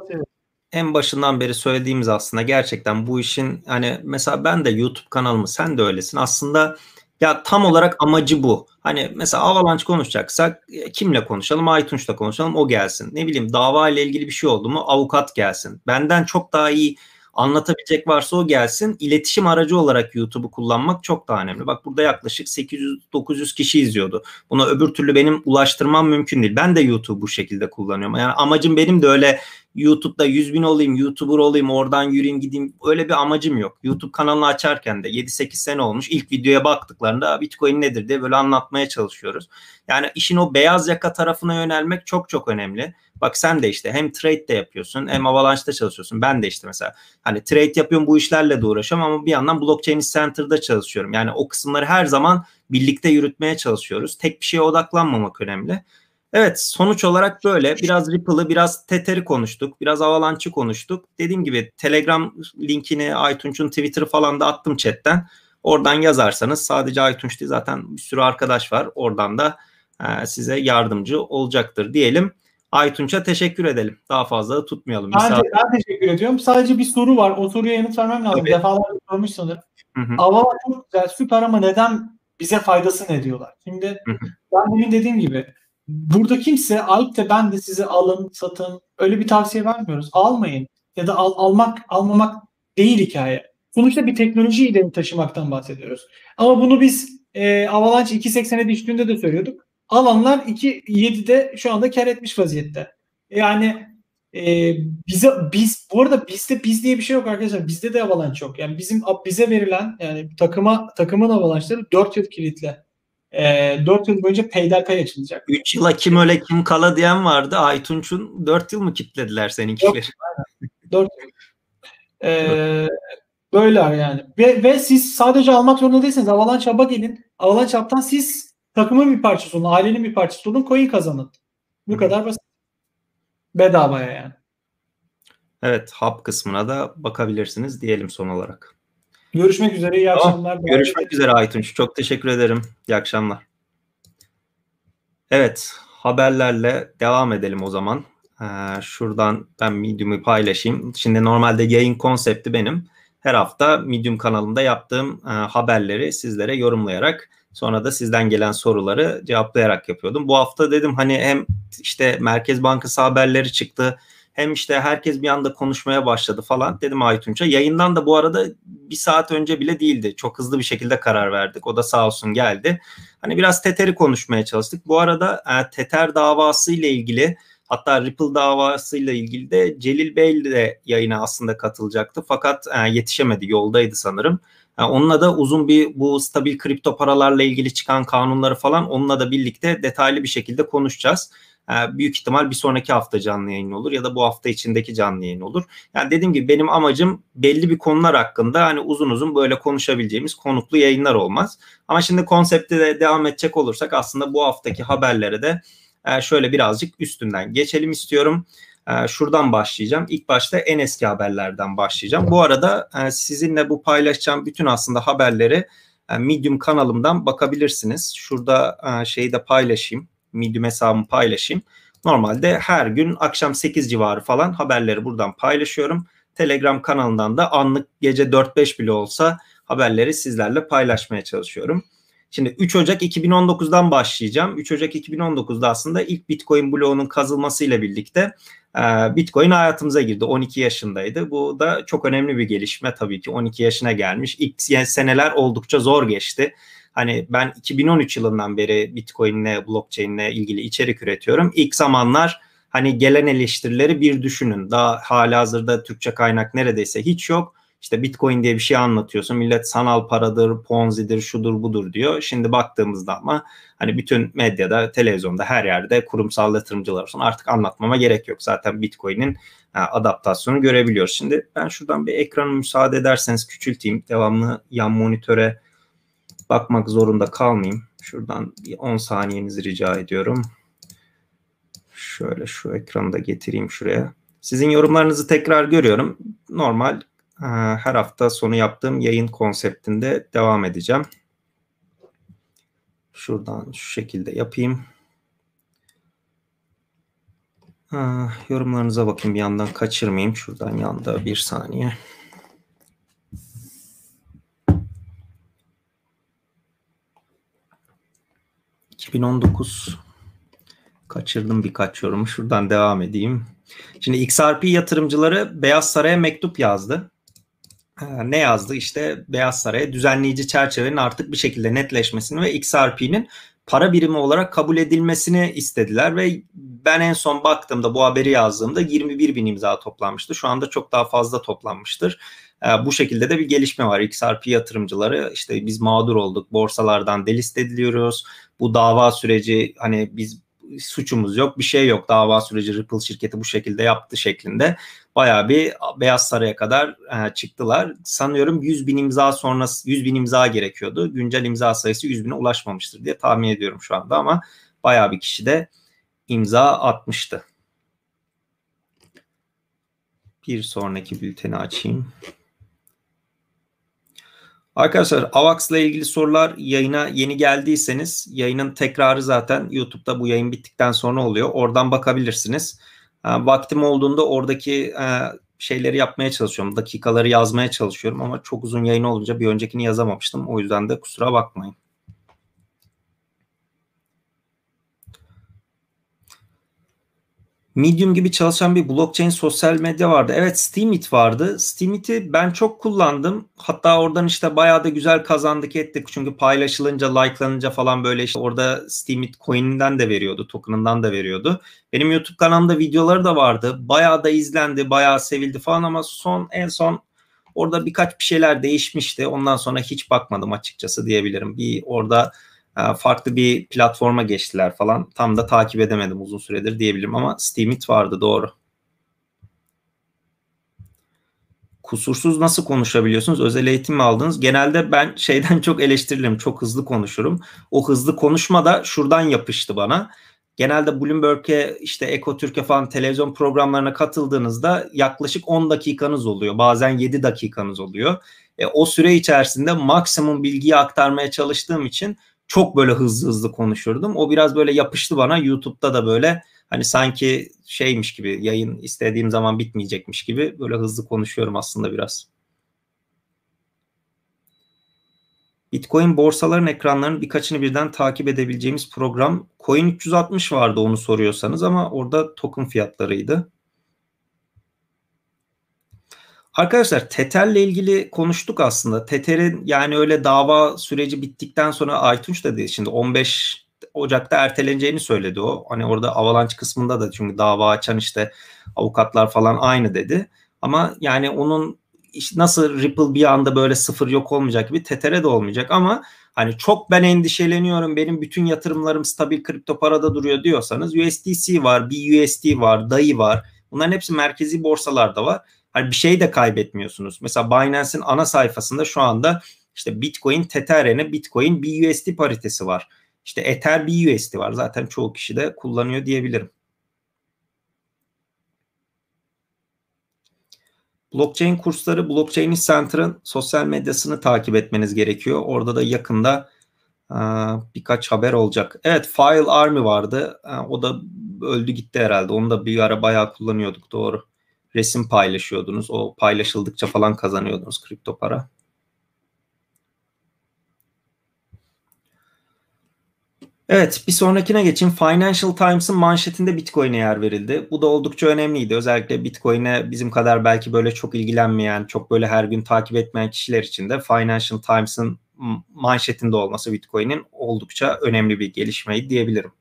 en başından beri söylediğimiz aslında gerçekten bu işin, hani mesela ben de YouTube kanalımı, sen de öylesin. Aslında ya tam olarak amacı bu. Hani mesela Avalanche konuşacaksak e, kimle konuşalım? Aytunç'la konuşalım, o gelsin. Ne bileyim, dava ile ilgili bir şey oldu mu avukat gelsin. Benden çok daha iyi anlatabilecek varsa o gelsin. İletişim aracı olarak YouTube'u kullanmak çok daha önemli. Bak, burada yaklaşık sekiz yüz dokuz yüz kişi izliyordu. Buna öbür türlü benim ulaştırmam mümkün değil. Ben de YouTube'u bu şekilde kullanıyorum. Yani amacım benim de öyle YouTube'da yüz bin olayım, YouTuber olayım, oradan yürüyeyim gideyim. Öyle bir amacım yok. YouTube kanalını açarken de yedi sekiz sene olmuş. İlk videoya baktıklarında Bitcoin nedir diye böyle anlatmaya çalışıyoruz. Yani işin o beyaz yaka tarafına yönelmek çok çok önemli. Bak, sen de işte hem trade de yapıyorsun hem Avalanche'da çalışıyorsun. Ben de işte mesela hani trade yapıyorum, bu işlerle de uğraşıyorum ama bir yandan Blockchain Center'da çalışıyorum. Yani o kısımları her zaman birlikte yürütmeye çalışıyoruz. Tek bir şeye odaklanmamak önemli. Evet, sonuç olarak böyle biraz Ripple'ı, biraz Tether'i konuştuk. Biraz Avalanche'ı konuştuk. Dediğim gibi Telegram linkini, Aytunç'un Twitter'ı falan da attım chatten. Oradan yazarsanız, sadece Aytunç değil zaten bir sürü arkadaş var. Oradan da e, size yardımcı olacaktır diyelim. Aytunç'a teşekkür edelim. Daha fazla da tutmayalım. Bir Ben, saat. te- ben teşekkür ediyorum. Sadece bir soru var. O soruya yanıt vermem lazım. Tabii. Defalarca sormuş sanırım. Hı hı, Avalanche çok güzel, süper ama neden bize faydası ne diyorlar? Şimdi hı hı, ben demin dediğim gibi burada kimse alıp da ben de size alın, satın öyle bir tavsiye vermiyoruz. Almayın ya da al, almak, almamak değil hikaye. Sonuçta bir teknoloji ileri taşımaktan bahsediyoruz. Ama bunu biz e, Avalanche iki seksene düştüğünde de söylüyorduk. Alanlar iki yedide şu anda kar etmiş vaziyette. Yani e, bize biz bu arada bizde biz diye bir şey yok arkadaşlar. Bizde de Avalanche yok. Yani bizim bize verilen, yani takıma takımın Avalanche'ları dört yıl kilitli. E, dört yıl boyunca peyderpey açılacak. üç yıla kim öle kim kala diyen vardı. Aytunç'un dört yıl mı kilitlediler seninkileri? dört yıl. E, Böyle yani. Ve, ve siz sadece almak zorunda değilsiniz. Avalanche Hub'a gelin. Avalanche Hub'tan siz takımın bir parçası olun. Ailenin bir parçası olun. Coin kazanın. Bu kadar basit. Bedavaya yani. Evet, hub kısmına da bakabilirsiniz diyelim son olarak. Görüşmek üzere. İyi Tamam. akşamlar. Görüşmek üzere Aytunç. Çok teşekkür ederim. İyi akşamlar. Evet, haberlerle devam edelim o zaman. Ee, şuradan ben Medium'u paylaşayım. Şimdi normalde yayın konsepti benim. Her hafta Medium kanalımda yaptığım e, haberleri sizlere yorumlayarak, sonra da sizden gelen soruları cevaplayarak yapıyordum. Bu hafta dedim hani hem işte Merkez Bankası haberleri çıktı, hem işte herkes bir anda konuşmaya başladı falan. Dedim Aytunç'a, yayından da bu arada bir saat önce bile değildi. Çok hızlı bir şekilde karar verdik. O da sağ olsun geldi. Hani biraz Tether'i konuşmaya çalıştık. Bu arada e, Tether davası ile ilgili, hatta Ripple davası ile ilgili de Celil Bey de yayına aslında katılacaktı. Fakat e, yetişemedi, yoldaydı sanırım. E, onunla da uzun bir, bu stabil kripto paralarla ilgili çıkan kanunları falan, onunla da birlikte detaylı bir şekilde konuşacağız. E, büyük ihtimal bir sonraki hafta canlı yayın olur ya da bu hafta içindeki canlı yayın olur. Yani dediğim gibi benim amacım belli bir konular hakkında hani uzun uzun böyle konuşabileceğimiz konuklu yayınlar olmaz. Ama şimdi konsepte de devam edecek olursak, aslında bu haftaki haberlere de şöyle birazcık üstünden geçelim istiyorum. Şuradan başlayacağım. İlk başta en eski haberlerden başlayacağım. Bu arada sizinle bu paylaşacağım bütün aslında haberleri Medium kanalımdan bakabilirsiniz. Şurada şeyi de paylaşayım. Medium hesabımı paylaşayım. Normalde her gün akşam sekiz civarı falan haberleri buradan paylaşıyorum. Telegram kanalından da anlık gece dört beş bile olsa haberleri sizlerle paylaşmaya çalışıyorum. Şimdi üç Ocak iki bin on dokuzdan başlayacağım. üç Ocak iki bin on dokuzda aslında ilk Bitcoin bloğunun kazılmasıyla birlikte Bitcoin hayatımıza girdi. on iki yaşındaydı. Bu da çok önemli bir gelişme tabii ki. on iki yaşına gelmiş. İlk seneler oldukça zor geçti. Hani ben iki bin on üç yılından beri Bitcoin'le, blockchain'le ilgili içerik üretiyorum. İlk zamanlar hani gelen eleştirileri bir düşünün. Daha halihazırda Türkçe kaynak neredeyse hiç yok. İşte Bitcoin diye bir şey anlatıyorsun. Millet sanal paradır, ponzi'dir, şudur budur diyor. Şimdi baktığımızda ama hani bütün medyada, televizyonda, her yerde kurumsal yatırımcılar olsun. Artık anlatmama gerek yok. Zaten Bitcoin'in adaptasyonu görebiliyoruz. Şimdi ben şuradan bir ekranı müsaade ederseniz küçülteyim. Devamlı yan monitöre bakmak zorunda kalmayayım. Şuradan bir on saniyenizi rica ediyorum. Şöyle şu ekranı da getireyim şuraya. Sizin yorumlarınızı tekrar görüyorum. Normal her hafta sonu yaptığım yayın konseptinde devam edeceğim. Şuradan şu şekilde yapayım. Yorumlarınıza bakayım, bir yandan kaçırmayayım. Şuradan yanda bir saniye. iki bin on dokuz kaçırdım birkaç yorumu. Şuradan devam edeyim. Şimdi X R P yatırımcıları Beyaz Saray'a mektup yazdı. Ne yazdı? İşte Beyaz Saray'a düzenleyici çerçevenin artık bir şekilde netleşmesini ve X R P'nin para birimi olarak kabul edilmesini istediler ve ben en son baktığımda, bu haberi yazdığımda yirmi bir bin imza toplanmıştı. Şu anda çok daha fazla toplanmıştır. Bu şekilde de bir gelişme var. X R P yatırımcıları işte biz mağdur olduk, borsalardan delist ediliyoruz. Bu dava süreci, hani biz suçumuz yok, bir şey yok, dava süreci Ripple şirketi bu şekilde yaptı şeklinde bayağı bir Beyaz Saray'a kadar e, çıktılar. Sanıyorum yüz bin imza sonrası, yüz bin imza gerekiyordu. Güncel imza sayısı yüz bine ulaşmamıştır diye tahmin ediyorum şu anda, ama bayağı bir kişi de imza atmıştı. Bir sonraki bülteni açayım. Arkadaşlar, AVAX'la ilgili sorular, yayına yeni geldiyseniz yayının tekrarı zaten YouTube'da bu yayın bittikten sonra oluyor. Oradan bakabilirsiniz. Vaktim olduğunda oradaki şeyleri yapmaya çalışıyorum. Dakikaları yazmaya çalışıyorum ama çok uzun yayın olunca bir öncekini yazamamıştım. O yüzden de kusura bakmayın. Medium gibi çalışan bir blockchain sosyal medya vardı. Evet, Steemit vardı. Steemit'i ben çok kullandım. Hatta oradan işte bayağı da güzel kazandık ettik. Çünkü paylaşılınca, likelanınca falan böyle işte orada Steemit coin'inden de veriyordu, token'ından da veriyordu. Benim YouTube kanalımda videoları da vardı. Bayağı da izlendi, bayağı sevildi falan ama son en son orada birkaç bir şeyler değişmişti. Ondan sonra hiç bakmadım açıkçası diyebilirim. Bir orada farklı bir platforma geçtiler falan. Tam da takip edemedim uzun süredir diyebilirim ama Steemit vardı, doğru. Kusursuz nasıl konuşabiliyorsunuz? Özel eğitim mi aldınız? Genelde ben şeyden çok eleştirilirim. Çok hızlı konuşurum. O hızlı konuşma da şuradan yapıştı bana. Genelde Bloomberg'e, işte Ekotürk'e falan televizyon programlarına katıldığınızda yaklaşık on dakikanız oluyor. Bazen yedi dakikanız oluyor. E, o süre içerisinde maksimum bilgiyi aktarmaya çalıştığım için çok böyle hızlı hızlı konuşurdum. O biraz böyle yapıştı bana. YouTube'da da böyle hani sanki şeymiş gibi, yayın istediğim zaman bitmeyecekmiş gibi böyle hızlı konuşuyorum aslında biraz. Bitcoin borsaların ekranlarının birkaçını birden takip edebileceğimiz program Coin üç yüz altmış vardı, onu soruyorsanız, ama orada token fiyatlarıydı. Arkadaşlar, Tether'le ilgili konuştuk aslında. Tether'in yani öyle dava süreci bittikten sonra Aytunç da dedi, şimdi on beş Ocak'ta erteleneceğini söyledi o. Hani orada Avalanche kısmında da, çünkü dava açan işte avukatlar falan aynı dedi. Ama yani onun işte nasıl Ripple bir anda böyle sıfır yok olmayacak gibi Tether'e de olmayacak, ama hani çok ben endişeleniyorum, benim bütün yatırımlarım stabil kripto parada duruyor diyorsanız U S D C var, B U S D var, D A I var. Bunların hepsi merkezi borsalarda var. Hani bir şey de kaybetmiyorsunuz. Mesela Binance'in ana sayfasında şu anda işte Bitcoin Tether yerine Bitcoin B U S D paritesi var. İşte Ether B U S D var. Zaten çoğu kişi de kullanıyor diyebilirim. Blockchain kursları, Blockchain Center'ın sosyal medyasını takip etmeniz gerekiyor. Orada da yakında birkaç haber olacak. Evet, File Army vardı. O da öldü gitti herhalde. Onu da bir ara bayağı kullanıyorduk, doğru. Resim paylaşıyordunuz. O paylaşıldıkça falan kazanıyordunuz kripto para. Evet, bir sonrakine geçeyim. Financial Times'ın manşetinde Bitcoin'e yer verildi. Bu da oldukça önemliydi. Özellikle Bitcoin'e bizim kadar belki böyle çok ilgilenmeyen, çok böyle her gün takip etmeyen kişiler için de Financial Times'ın manşetinde olması Bitcoin'in oldukça önemli bir gelişmeydi diyebilirim.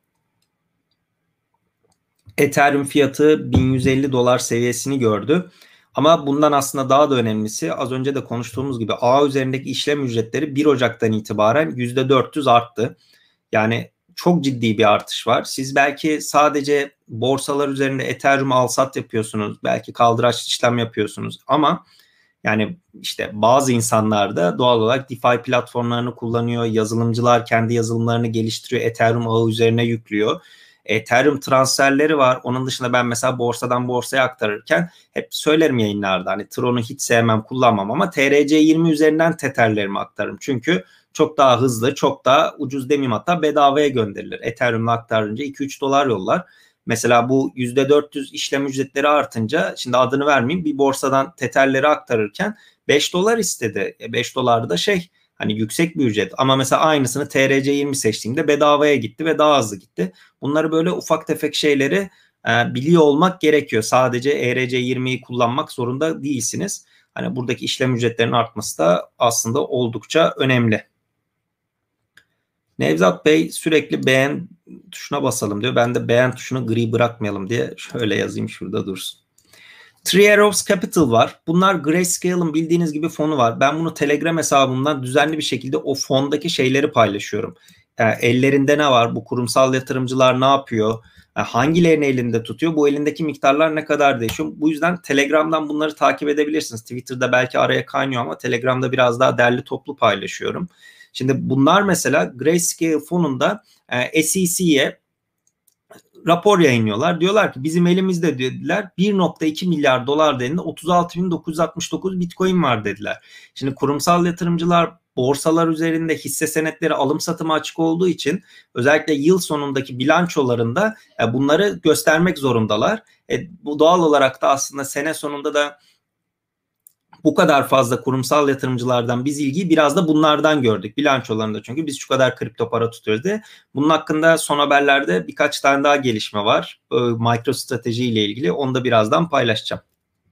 Ethereum fiyatı bin yüz elli dolar seviyesini gördü. Ama bundan aslında daha da önemlisi, az önce de konuştuğumuz gibi ağ üzerindeki işlem ücretleri bir Ocak'tan itibaren yüzde dört yüz arttı. Yani çok ciddi bir artış var. Siz belki sadece borsalar üzerinde Ethereum al-sat yapıyorsunuz. Belki kaldıraç işlem yapıyorsunuz. Ama yani işte bazı insanlar da doğal olarak DeFi platformlarını kullanıyor. Yazılımcılar kendi yazılımlarını geliştiriyor. Ethereum ağı üzerine yüklüyor. Ethereum transferleri var. Onun dışında ben mesela borsadan borsaya aktarırken hep söylerim yayınlarda. Hani Tron'u hiç sevmem, kullanmam ama T R C yirmi üzerinden Tether'lerimi aktarırım. Çünkü çok daha hızlı, çok daha ucuz demeyeyim, hatta bedavaya gönderilir. Ethereum'la aktarınca iki üç dolar yollar. Mesela bu yüzde dört yüz işlem ücretleri artınca, şimdi adını vermeyeyim, bir borsadan Tether'leri aktarırken beş dolar istedi. E beş dolar da şey, hani yüksek bir ücret, ama mesela aynısını T R C yirmi seçtiğimde bedavaya gitti ve daha hızlı gitti. Bunları böyle ufak tefek şeyleri e, biliyor olmak gerekiyor. Sadece E R C yirmiyi kullanmak zorunda değilsiniz. Hani buradaki işlem ücretlerinin artması da aslında oldukça önemli. Nevzat Bey sürekli beğen tuşuna basalım diyor. Ben de beğen tuşunu gri bırakmayalım diye şöyle yazayım, şurada dursun. Three Arrows Capital var. Bunlar Grayscale'ın bildiğiniz gibi fonu var. Ben bunu Telegram hesabımdan düzenli bir şekilde o fondaki şeyleri paylaşıyorum. Yani ellerinde ne var? Bu kurumsal yatırımcılar ne yapıyor? Yani hangilerini elinde tutuyor? Bu elindeki miktarlar ne kadar değişiyor? Bu yüzden Telegram'dan bunları takip edebilirsiniz. Twitter'da belki araya kaynıyor ama Telegram'da biraz daha derli toplu paylaşıyorum. Şimdi bunlar mesela Grayscale fonunda e, S E C'ye rapor yayınlıyorlar. Diyorlar ki bizim elimizde dediler bir nokta iki milyar dolar değerinde otuz altı bin dokuz yüz altmış dokuz Bitcoin var dediler. Şimdi kurumsal yatırımcılar borsalar üzerinde hisse senetleri alım satımı açık olduğu için özellikle yıl sonundaki bilançolarında e, bunları göstermek zorundalar. E, bu doğal olarak da aslında sene sonunda da bu kadar fazla kurumsal yatırımcılardan biz ilgiyi biraz da bunlardan gördük. Bilançolarında, çünkü biz şu kadar kripto para tutuyoruz diye. Bunun hakkında son haberlerde birkaç tane daha gelişme var. MicroStrategy ile ilgili. Onu da birazdan paylaşacağım.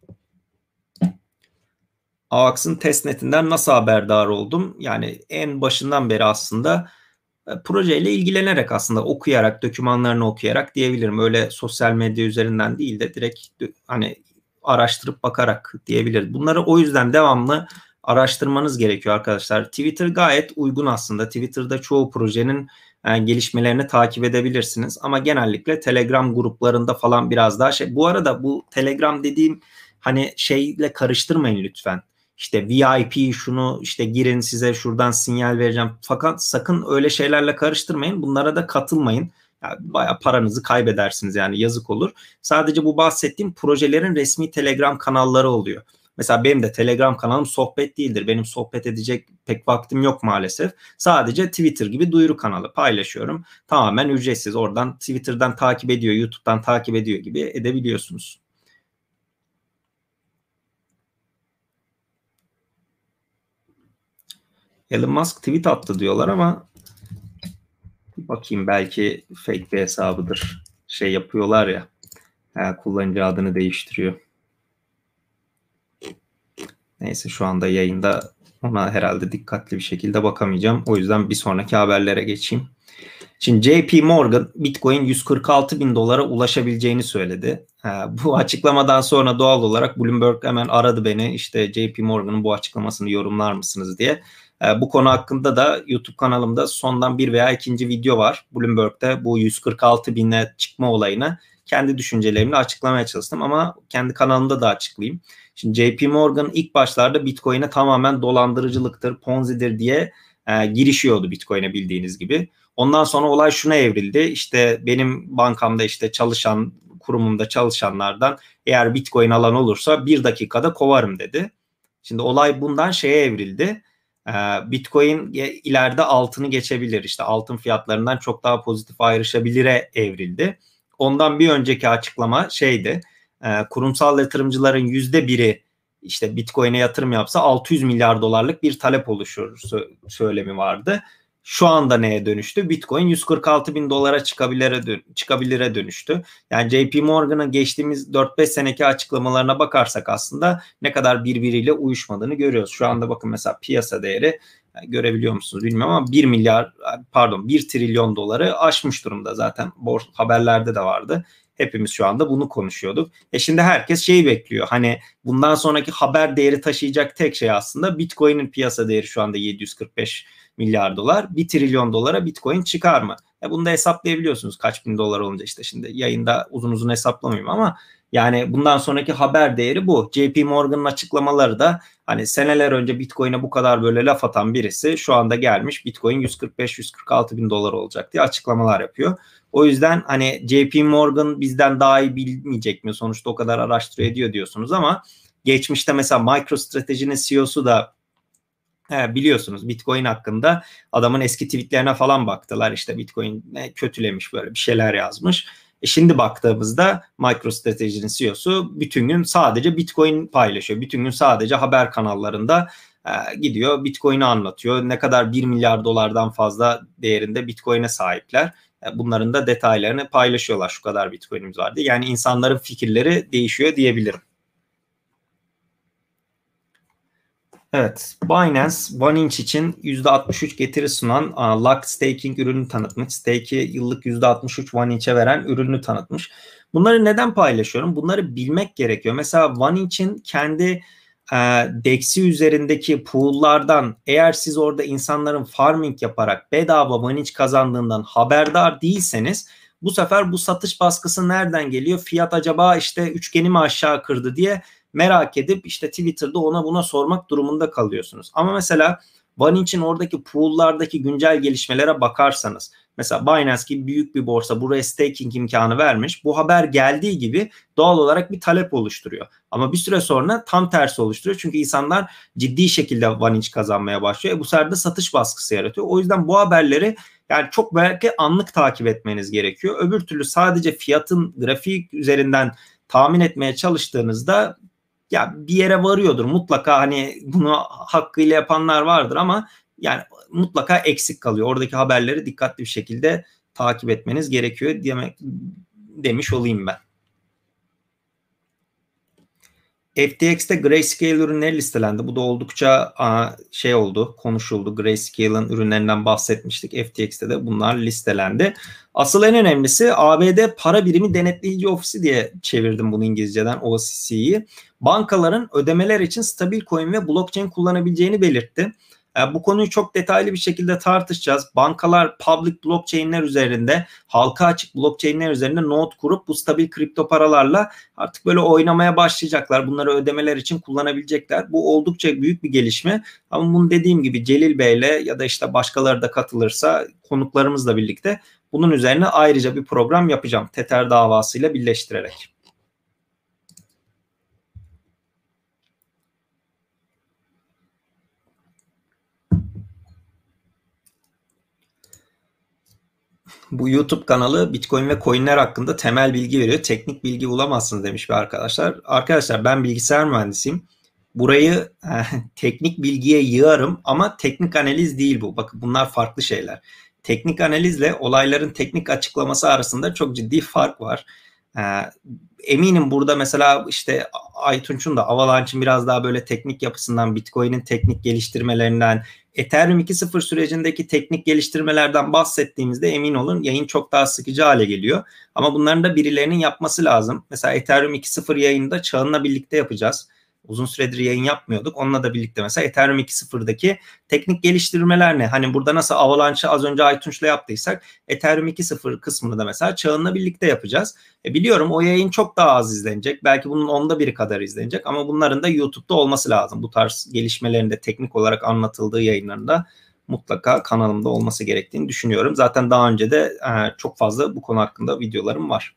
Avax'ın testnetinden nasıl haberdar oldum? Yani en başından beri aslında projeyle ilgilenerek, aslında okuyarak, dokümanlarını okuyarak diyebilirim. Öyle sosyal medya üzerinden değil de direkt hani araştırıp bakarak diyebiliriz. Bunları o yüzden devamlı araştırmanız gerekiyor arkadaşlar. Twitter gayet uygun aslında. Twitter'da çoğu projenin yani gelişmelerini takip edebilirsiniz. Ama genellikle Telegram gruplarında falan biraz daha şey. Bu arada bu Telegram dediğim hani şeyle karıştırmayın lütfen. İşte V I P şunu işte girin, size şuradan sinyal vereceğim. Fakat sakın öyle şeylerle karıştırmayın. Bunlara da katılmayın. Yani bayağı paranızı kaybedersiniz, yani yazık olur. Sadece bu bahsettiğim projelerin resmi Telegram kanalları oluyor. Mesela benim de Telegram kanalım sohbet değildir. Benim sohbet edecek pek vaktim yok maalesef. Sadece Twitter gibi duyuru kanalı paylaşıyorum. Tamamen ücretsiz. Oradan Twitter'dan takip ediyor, YouTube'dan takip ediyor gibi edebiliyorsunuz. Elon Musk tweet attı diyorlar ama bakayım, belki fake bir hesabıdır. Şey yapıyorlar ya, kullanıcı adını değiştiriyor. Neyse, şu anda yayında ona herhalde dikkatli bir şekilde bakamayacağım. O yüzden bir sonraki haberlere geçeyim. Şimdi J P Morgan Bitcoin yüz kırk altı bin dolara ulaşabileceğini söyledi. Bu açıklamadan sonra doğal olarak Bloomberg hemen aradı beni. İşte J P Morgan'ın bu açıklamasını yorumlar mısınız diye. Bu konu hakkında da YouTube kanalımda sondan bir veya ikinci video var. Bloomberg'de bu yüz kırk altı bine çıkma olayını kendi düşüncelerimle açıklamaya çalıştım ama kendi kanalımda da açıklayayım. Şimdi J P Morgan ilk başlarda Bitcoin'e tamamen dolandırıcılıktır, Ponzi'dir diye e, girişiyordu Bitcoin'e, bildiğiniz gibi. Ondan sonra olay şuna evrildi. İşte benim bankamda işte çalışan, kurumumda çalışanlardan eğer Bitcoin alan olursa bir dakikada kovarım dedi. Şimdi olay bundan şeye evrildi. Bitcoin ileride altını geçebilir, işte altın fiyatlarından çok daha pozitif ayrışabilire evrildi. Ondan bir önceki açıklama şeydi, kurumsal yatırımcıların yüzde biri işte Bitcoin'e yatırım yapsa altı yüz milyar dolarlık bir talep oluşur söylemi vardı. şu anda neye dönüştü? Bitcoin yüz kırk altı bin dolara çıkabilire, çıkabilire dönüştü. Yani J P Morgan'ın geçtiğimiz dört beş seneki açıklamalarına bakarsak aslında ne kadar birbiriyle uyuşmadığını görüyoruz. Şu anda bakın mesela piyasa değeri, görebiliyor musunuz bilmiyorum ama bir milyar pardon bir trilyon doları aşmış durumda, zaten borsa haberlerde de vardı. Hepimiz şu anda bunu konuşuyorduk. E şimdi herkes şeyi bekliyor. Hani bundan sonraki haber değeri taşıyacak tek şey aslında Bitcoin'in piyasa değeri şu anda yedi yüz kırk beş milyar dolar. bir trilyon dolara Bitcoin çıkar mı? E bunu da hesaplayabiliyorsunuz kaç bin dolar olunca, işte şimdi yayında uzun uzun hesaplamayayım ama yani bundan sonraki haber değeri bu. J P Morgan'ın açıklamaları da hani seneler önce Bitcoin'e bu kadar böyle laf atan birisi şu anda gelmiş Bitcoin yüz kırk beş yüz kırk altı bin dolar olacak diye açıklamalar yapıyor. O yüzden hani J P Morgan bizden daha iyi bilmeyecek mi? Sonuçta o kadar araştırıyor ediyor diyorsunuz ama geçmişte mesela MicroStrategy'nin C E O'su da he, biliyorsunuz Bitcoin hakkında adamın eski tweetlerine falan baktılar. İşte Bitcoin ne kötülemiş, böyle bir şeyler yazmış. E şimdi baktığımızda MicroStrategy'nin C E O'su bütün gün sadece Bitcoin paylaşıyor. Bütün gün sadece haber kanallarında e, gidiyor Bitcoin'i anlatıyor. Ne kadar bir milyar dolardan fazla değerinde Bitcoin'e sahipler. E, bunların da detaylarını paylaşıyorlar. Şu kadar Bitcoin'imiz vardı. Yani insanların fikirleri değişiyor diyebilirim. Evet, Binance One Inch için yüzde altmış üç getiri sunan uh, Locked Staking ürünü tanıtmış. Stake'i yıllık yüzde altmış üç One Inch'e veren ürünü tanıtmış. Bunları neden paylaşıyorum? Bunları bilmek gerekiyor. Mesela One Inch'in kendi uh, D E X'i üzerindeki pool'lardan, eğer siz orada insanların farming yaparak bedava One Inch kazandığından haberdar değilseniz, bu sefer bu satış baskısı nereden geliyor? Fiyat acaba işte üçgeni mi aşağı kırdı diye merak edip işte Twitter'da ona buna sormak durumunda kalıyorsunuz. Ama mesela One Inch'in oradaki pool'lardaki güncel gelişmelere bakarsanız, mesela Binance gibi büyük bir borsa buraya staking imkanı vermiş. Bu haber geldiği gibi doğal olarak bir talep oluşturuyor. Ama bir süre sonra tam tersi oluşturuyor. Çünkü insanlar ciddi şekilde One Inch kazanmaya başlıyor. E bu sefer de satış baskısı yaratıyor. O yüzden bu haberleri yani çok belki anlık takip etmeniz gerekiyor. Öbür türlü sadece fiyatın grafik üzerinden tahmin etmeye çalıştığınızda ya bir yere varıyordur. Mutlaka hani bunu hakkıyla yapanlar vardır ama yani mutlaka eksik kalıyor. Oradaki haberleri dikkatli bir şekilde takip etmeniz gerekiyor demek demiş olayım ben. F T X'te Grayscale ürünleri listelendi. Bu da oldukça şey oldu, konuşuldu. Grayscale'ın ürünlerinden bahsetmiştik. F T X'te de bunlar listelendi. Asıl en önemlisi A B D Para Birimi Denetleyici Ofisi diye çevirdim bunu İngilizceden, O C C'yi. Bankaların ödemeler için stabil coin ve blockchain kullanabileceğini belirtti. Bu konuyu çok detaylı bir şekilde tartışacağız. Bankalar public blockchain'ler üzerinde, halka açık blockchain'ler üzerinde node kurup bu stabil kripto paralarla artık böyle oynamaya başlayacaklar. Bunları ödemeler için kullanabilecekler. Bu oldukça büyük bir gelişme. Ama bunu dediğim gibi Celil Bey'le ya da işte başkaları da katılırsa konuklarımızla birlikte bunun üzerine ayrıca bir program yapacağım. Tether davasıyla birleştirerek. Bu YouTube kanalı Bitcoin ve coinler hakkında temel bilgi veriyor. Teknik bilgi bulamazsınız demiş bir arkadaşlar. Arkadaşlar ben bilgisayar mühendisiyim. Burayı e, teknik bilgiye yığarım ama teknik analiz değil bu. Bakın bunlar farklı şeyler. Teknik analizle olayların teknik açıklaması arasında çok ciddi fark var. E, eminim burada mesela işte Aytunç'un da Avalanche'in biraz daha böyle teknik yapısından, Bitcoin'in teknik geliştirmelerinden, Ethereum iki nokta sıfır sürecindeki teknik geliştirmelerden bahsettiğimizde emin olun yayın çok daha sıkıcı hale geliyor. Ama bunların da birilerinin yapması lazım. Mesela Ethereum iki nokta sıfır yayında Çağın'la birlikte yapacağız. Uzun süredir yayın yapmıyorduk. Onunla da birlikte mesela Ethereum iki nokta sıfırdaki teknik geliştirmeler ne? Hani burada nasıl Avalanche'ı az önce Aytunç'la yaptıysak Ethereum iki nokta sıfır kısmını da mesela Çağın'la birlikte yapacağız. E biliyorum o yayın çok daha az izlenecek. Belki bunun onda biri kadar izlenecek ama bunların da YouTube'da olması lazım. Bu tarz gelişmelerin de teknik olarak anlatıldığı yayınlarında mutlaka kanalımda olması gerektiğini düşünüyorum. Zaten daha önce de e, çok fazla bu konu hakkında videolarım var.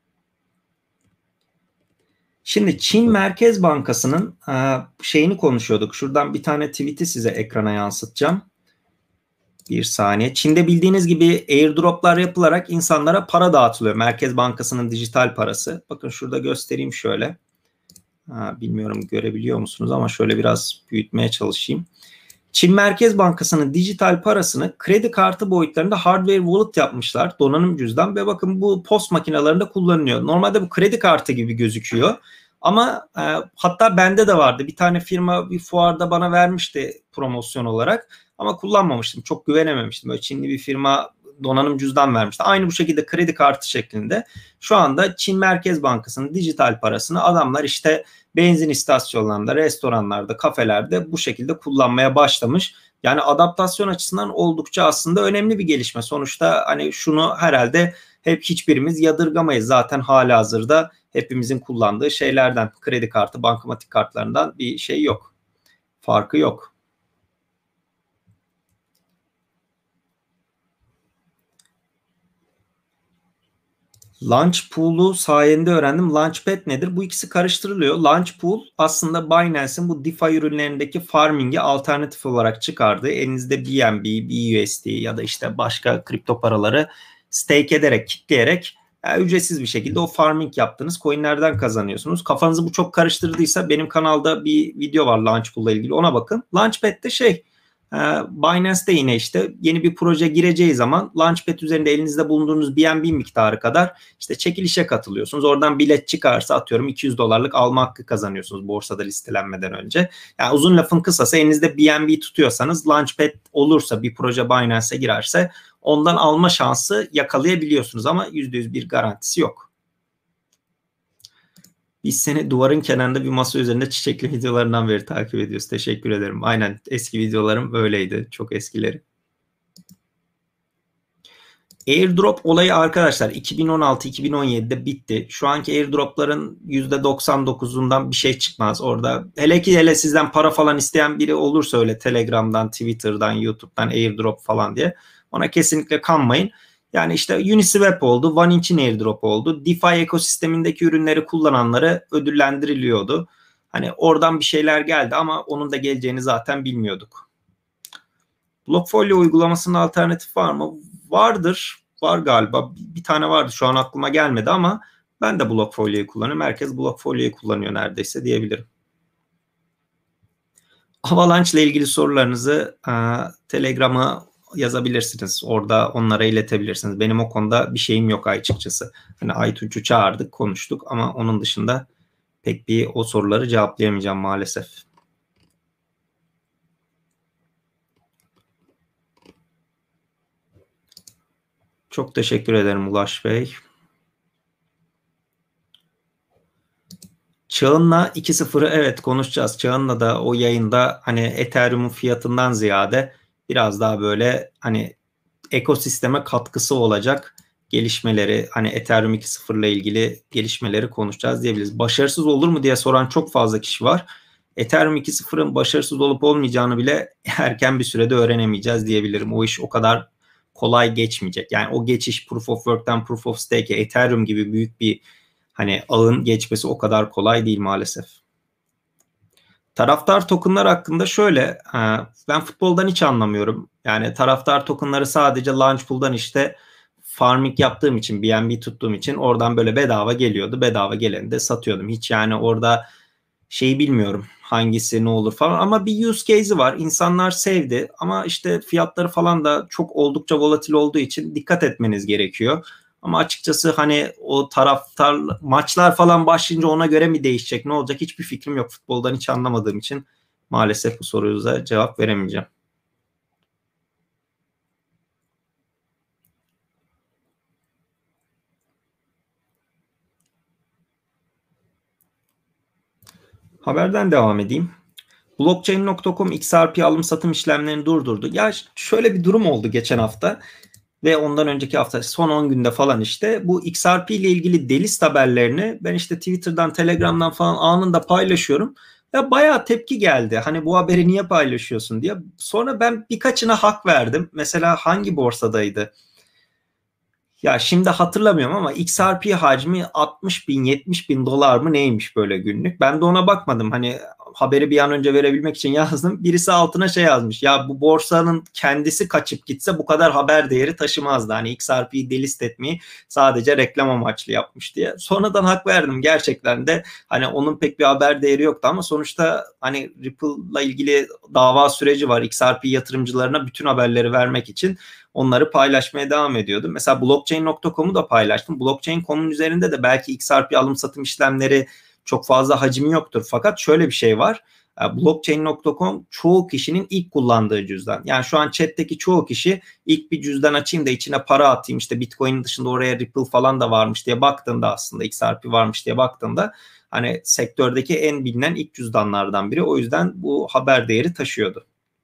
Şimdi Çin Merkez Bankası'nın e, şeyini konuşuyorduk. Şuradan bir tane tweet'i size ekrana yansıtacağım. Bir saniye. Çin'de bildiğiniz gibi airdroplar yapılarak insanlara para dağıtılıyor. Merkez Bankası'nın dijital parası. Bakın şurada göstereyim şöyle. Ha, bilmiyorum görebiliyor musunuz ama şöyle biraz büyütmeye çalışayım. Çin Merkez Bankası'nın dijital parasını kredi kartı boyutlarında hardware wallet yapmışlar. Donanım cüzdan ve bakın bu post makinelerinde kullanılıyor. Normalde bu kredi kartı gibi gözüküyor. Ama e, hatta bende de vardı. Bir tane firma bir fuarda bana vermişti promosyon olarak. Ama kullanmamıştım. Çok güvenememiştim. Böyle Çinli bir firma donanım cüzdan vermişti. Aynı bu şekilde kredi kartı şeklinde. Şu anda Çin Merkez Bankası'nın dijital parasını adamlar işte benzin istasyonlarında, restoranlarda, kafelerde bu şekilde kullanmaya başlamış. Yani adaptasyon açısından oldukça aslında önemli bir gelişme. Sonuçta hani şunu herhalde hep hiçbirimiz yadırgamayız. Zaten halihazırda hepimizin kullandığı şeylerden, kredi kartı, bankamatik kartlarından bir şey yok. Farkı yok. Launchpool'u sayende öğrendim. Launchpad nedir? Bu ikisi karıştırılıyor. Launchpool aslında Binance'in bu DeFi ürünlerindeki farming'e alternatif olarak çıkardığı, elinizde B N B, B U S D ya da işte başka kripto paraları stake ederek, kitleyerek yani ücretsiz bir şekilde o farming yaptığınız coinlerden kazanıyorsunuz. Kafanızı bu çok karıştırdıysa benim kanalda bir video var Launchpool'la ilgili, ona bakın. Launchpad de şey, Binance'de yine işte yeni bir proje gireceği zaman Launchpad üzerinde elinizde bulunduğunuz B N B miktarı kadar işte çekilişe katılıyorsunuz. Oradan bilet çıkarsa atıyorum iki yüz dolarlık alma hakkı kazanıyorsunuz borsada listelenmeden önce. Yani uzun lafın kısası, elinizde B N B tutuyorsanız Launchpad olursa, bir proje Binance'e girerse ondan alma şansı yakalayabiliyorsunuz ama yüzde yüz bir garantisi yok. Biz seni duvarın kenarında bir masa üzerinde çiçekli videolarından beri takip ediyoruz. Teşekkür ederim. Aynen, eski videolarım öyleydi. Çok eskileri. Airdrop olayı arkadaşlar iki bin on altı iki bin on yedide bitti. Şu anki airdropların yüzde doksan dokuzundan bir şey çıkmaz orada. Hele ki hele sizden para falan isteyen biri olursa öyle Telegram'dan, Twitter'dan, YouTube'dan airdrop falan diye, ona kesinlikle kanmayın. Yani işte Uniswap oldu, OneInch'in airdrop oldu. DeFi ekosistemindeki ürünleri kullananları ödüllendiriliyordu. Hani oradan bir şeyler geldi ama onun da geleceğini zaten bilmiyorduk. Blockfolio uygulamasının alternatif var mı? Vardır. Var galiba. Bir tane vardı. Şu an aklıma gelmedi ama ben de Blockfolio'yu kullanıyorum. Herkes Blockfolio'yu kullanıyor neredeyse diyebilirim. Avalanche ile ilgili sorularınızı e, Telegram'a yazabilirsiniz. Orada onlara iletebilirsiniz. Benim o konuda bir şeyim yok açıkçası. Hani Aytunç'u çağırdık, konuştuk ama onun dışında pek bir o soruları cevaplayamayacağım maalesef. Çok teşekkür ederim Ulaş Bey. Çağın'la iki sıfırı evet konuşacağız. Çağın'la da o yayında hani Ethereum'un fiyatından ziyade biraz daha böyle hani ekosisteme katkısı olacak gelişmeleri, hani Ethereum iki sıfır ile ilgili gelişmeleri konuşacağız diyebiliriz. Başarısız olur mu diye soran çok fazla kişi var. Ethereum iki sıfırın başarısız olup olmayacağını bile erken bir sürede öğrenemeyeceğiz diyebilirim. O iş o kadar kolay geçmeyecek. Yani o geçiş Proof of Work'tan Proof of Stake'e, Ethereum gibi büyük bir hani ağın geçmesi o kadar kolay değil maalesef. Taraftar tokenlar hakkında şöyle, ben futboldan hiç anlamıyorum. Yani taraftar tokenları sadece Launchpool'dan işte farming yaptığım için, B N B tuttuğum için oradan böyle bedava geliyordu. Bedava geleni de satıyordum. Hiç yani orada şeyi bilmiyorum, hangisi ne olur falan, ama bir use case'i var. İnsanlar sevdi ama işte fiyatları falan da çok oldukça volatil olduğu için dikkat etmeniz gerekiyor. Ama açıkçası hani o taraftar maçlar falan başlayınca ona göre mi değişecek, ne olacak hiçbir fikrim yok. Futboldan hiç anlamadığım için maalesef bu sorunuza cevap veremeyeceğim. Haberden devam edeyim. Blockchain nokta com X R P alım satım işlemlerini durdurdu. Ya şöyle bir durum oldu geçen hafta ve ondan önceki hafta, son on günde falan işte bu X R P ile ilgili delist haberlerini ben işte Twitter'dan, Telegram'dan falan anında paylaşıyorum. Ya bayağı tepki geldi. Hani bu haberi niye paylaşıyorsun diye. Sonra ben birkaçına hak verdim. Mesela hangi borsadaydı? Ya şimdi hatırlamıyorum ama X R P hacmi altmış bin yetmiş bin dolar mı neymiş böyle günlük. Ben de ona bakmadım. Hani haberi bir an önce verebilmek için yazdım. Birisi altına şey yazmış. Ya bu borsanın kendisi kaçıp gitse bu kadar haber değeri taşımazdı. Hani X R P'yi delist etmeyi sadece reklam amaçlı yapmış diye. Sonradan hak verdim. Gerçekten de hani onun pek bir haber değeri yoktu ama sonuçta hani Ripple'la ilgili dava süreci var. X R P yatırımcılarına bütün haberleri vermek için onları paylaşmaya devam ediyordum. Mesela blockchain nokta com'u da paylaştım. blockchain nokta com'un üzerinde de belki X R P alım satım işlemleri çok fazla hacmi yoktur. Fakat şöyle bir şey var. blockchain nokta com çoğu kişinin ilk kullandığı cüzdan. Yani şu an chat'teki çoğu kişi ilk bir cüzdan açayım da içine para atayım. İşte Bitcoin'in dışında oraya Ripple falan da varmış diye baktığında, aslında X R P varmış diye baktığında hani sektördeki en bilinen ilk cüzdanlardan biri. O yüzden bu haber değeri taşıyordu.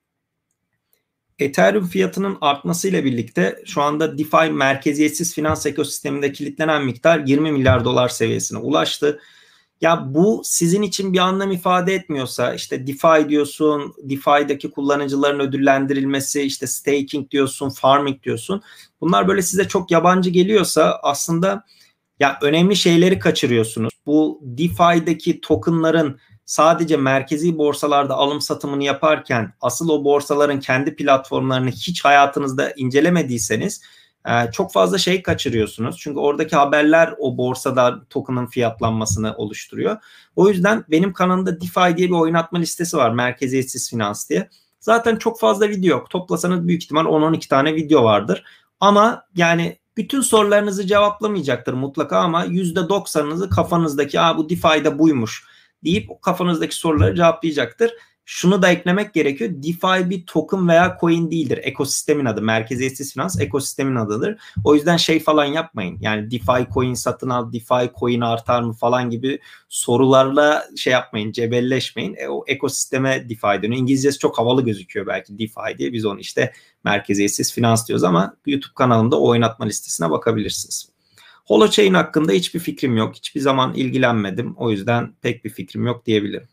Ethereum fiyatının artmasıyla birlikte şu anda DeFi merkeziyetsiz finans ekosisteminde kilitlenen miktar yirmi milyar dolar seviyesine ulaştı. Ya bu sizin için bir anlam ifade etmiyorsa, işte DeFi diyorsun, DeFi'deki kullanıcıların ödüllendirilmesi, işte staking diyorsun, farming diyorsun. Bunlar böyle size çok yabancı geliyorsa aslında ya önemli şeyleri kaçırıyorsunuz. Bu DeFi'deki tokenların sadece merkezi borsalarda alım satımını yaparken asıl o borsaların kendi platformlarını hiç hayatınızda incelemediyseniz çok fazla şey kaçırıyorsunuz. Çünkü oradaki haberler o borsada token'ın fiyatlanmasını oluşturuyor. O yüzden benim kanalımda DeFi diye bir oynatma listesi var. Merkeziyetsiz finans diye. Zaten çok fazla video yok. Toplasanız büyük ihtimal on on iki tane video vardır. Ama yani bütün sorularınızı cevaplamayacaktır mutlaka ama yüzde doksanınızı kafanızdaki Aa, bu DeFi'de buymuş deyip kafanızdaki soruları cevaplayacaktır. Şunu da eklemek gerekiyor. DeFi bir token veya coin değildir. Ekosistemin adı. Merkeziyetsiz finans ekosistemin adıdır. O yüzden şey falan yapmayın. Yani DeFi coin satın al, DeFi coin artar mı falan gibi sorularla şey yapmayın, cebelleşmeyin. E, o ekosisteme DeFi dönüyor. İngilizcesi çok havalı gözüküyor belki DeFi diye. Biz onu işte merkeziyetsiz finans diyoruz ama YouTube kanalımda o oynatma listesine bakabilirsiniz. Holochain hakkında hiçbir fikrim yok. Hiçbir zaman ilgilenmedim. O yüzden pek bir fikrim yok diyebilirim.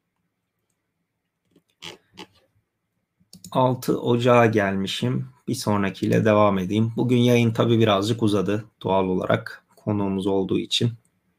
altı Ocağa gelmişim. Bir sonrakiyle devam edeyim. Bugün yayın tabii birazcık uzadı doğal olarak konuğumuz olduğu için.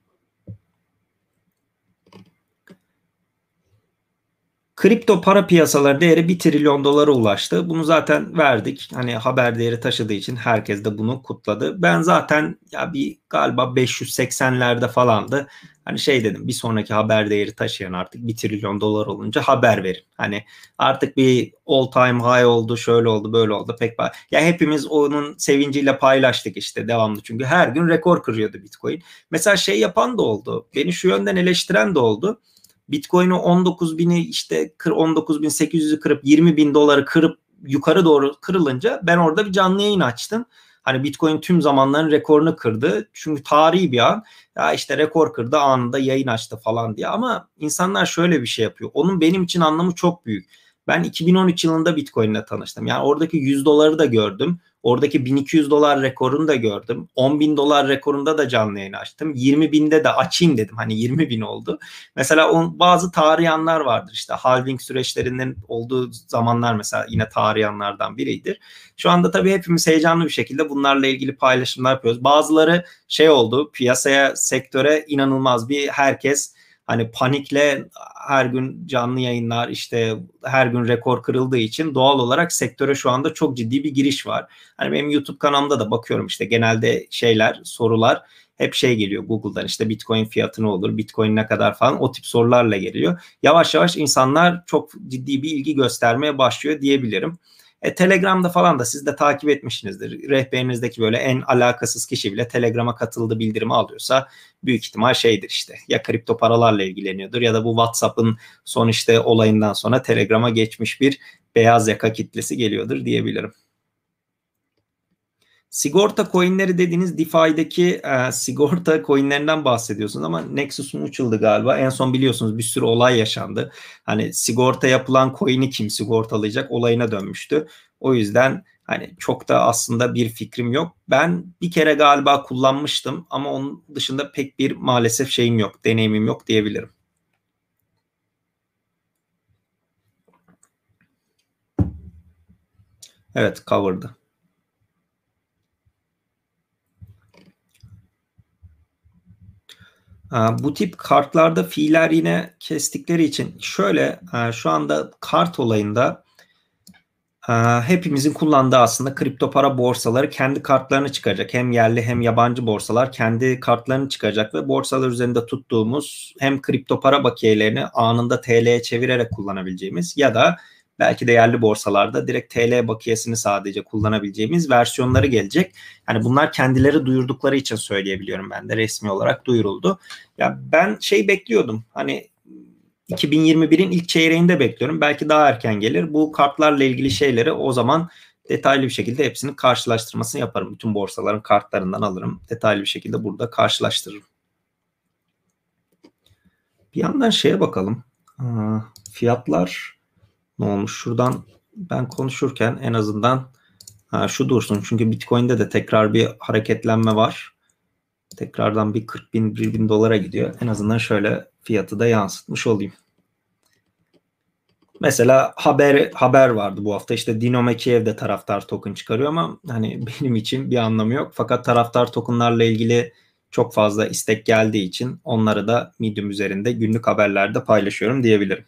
Kripto para piyasaları değeri bir trilyon dolara ulaştı. Bunu zaten verdik. Hani haber değeri taşıdığı için herkes de bunu kutladı. Ben zaten ya bir galiba beş yüz seksenlerde falandı. Hani şey dedim, bir sonraki haber değeri taşıyan artık bir trilyon dolar olunca haber verin. Hani artık bir all time high oldu, şöyle oldu, böyle oldu. Pek ya hepimiz onun sevinciyle paylaştık işte devamlı. Çünkü her gün rekor kırıyordu Bitcoin. Mesela şey yapan da oldu. Beni şu yönden eleştiren de oldu. Bitcoin'i on dokuz bini işte on dokuz bin sekiz yüzü kırıp yirmi bin doları kırıp yukarı doğru kırılınca ben orada bir canlı yayın açtım. Hani Bitcoin tüm zamanların rekorunu kırdı. Çünkü tarihi bir an. Ya işte rekor kırdı, anında yayın açtı falan diye. Ama insanlar şöyle bir şey yapıyor. Onun benim için anlamı çok büyük. Ben iki bin on üç yılında Bitcoin'le tanıştım. Yani oradaki yüz doları da gördüm. Oradaki bin iki yüz dolar rekorunu da gördüm. on bin dolar rekorunda da canlı yayın açtım. yirmi binde de açayım dedim. Hani yirmi bin oldu. Mesela on, bazı tarihi anlar vardır. İşte halving süreçlerinin olduğu zamanlar mesela yine tarihi anlardan biridir. Şu anda tabii hepimiz heyecanlı bir şekilde bunlarla ilgili paylaşımlar yapıyoruz. Bazıları şey oldu, piyasaya, sektöre inanılmaz bir herkes hani panikle her gün canlı yayınlar, işte her gün rekor kırıldığı için doğal olarak sektöre şu anda çok ciddi bir giriş var. Hani benim YouTube kanalımda da bakıyorum, işte genelde şeyler, sorular hep şey geliyor Google'dan, işte Bitcoin fiyatı ne olur, Bitcoin ne kadar falan, o tip sorularla geliyor. Yavaş yavaş insanlar çok ciddi bir ilgi göstermeye başlıyor diyebilirim. E, Telegram'da falan da siz de takip etmişsinizdir. Rehberinizdeki böyle en alakasız kişi bile Telegram'a katıldı bildirimi alıyorsa büyük ihtimal şeydir işte. Ya kripto paralarla ilgileniyordur ya da bu WhatsApp'ın son işte olayından sonra Telegram'a geçmiş bir beyaz yaka kitlesi geliyordur diyebilirim. Sigorta coinleri dediğiniz DeFi'deki e, sigorta coinlerinden bahsediyorsunuz ama Nexus Mutual'dı galiba. En son biliyorsunuz bir sürü olay yaşandı. Hani sigorta yapılan coin'i kim sigortalayacak olayına dönmüştü. O yüzden hani çok da aslında bir fikrim yok. Ben bir kere galiba kullanmıştım ama onun dışında pek bir maalesef şeyim yok, deneyimim yok diyebilirim. Evet, cover'dı. Bu tip kartlarda fiiller yine kestikleri için şöyle şu anda kart olayında hepimizin kullandığı aslında kripto para borsaları kendi kartlarını çıkaracak. Hem yerli hem yabancı borsalar kendi kartlarını çıkaracak ve borsalar üzerinde tuttuğumuz hem kripto para bakiyelerini anında T L'ye çevirerek kullanabileceğimiz ya da belki de yerli borsalarda direkt T L bakiyesini sadece kullanabileceğimiz versiyonları gelecek. Yani bunlar kendileri duyurdukları için söyleyebiliyorum, ben de resmi olarak duyuruldu. Ya ben şey bekliyordum, hani iki bin yirmi birin ilk çeyreğinde bekliyorum. Belki daha erken gelir. Bu kartlarla ilgili şeyleri o zaman detaylı bir şekilde hepsinin karşılaştırmasını yaparım. Bütün borsaların kartlarından alırım. Detaylı bir şekilde burada karşılaştırırım. Bir yandan şeye bakalım. Fiyatlar ne olmuş? Şuradan ben konuşurken en azından şu dursun. Çünkü Bitcoin'de de tekrar bir hareketlenme var. Tekrardan bir kırk bin, bir bin dolara gidiyor. En azından şöyle fiyatı da yansıtmış olayım. Mesela haber haber vardı bu hafta. İşte Dinamo Kiev de taraftar token çıkarıyor ama hani benim için bir anlamı yok. Fakat taraftar tokenlarla ilgili çok fazla istek geldiği için onları da Medium üzerinde günlük haberlerde paylaşıyorum diyebilirim.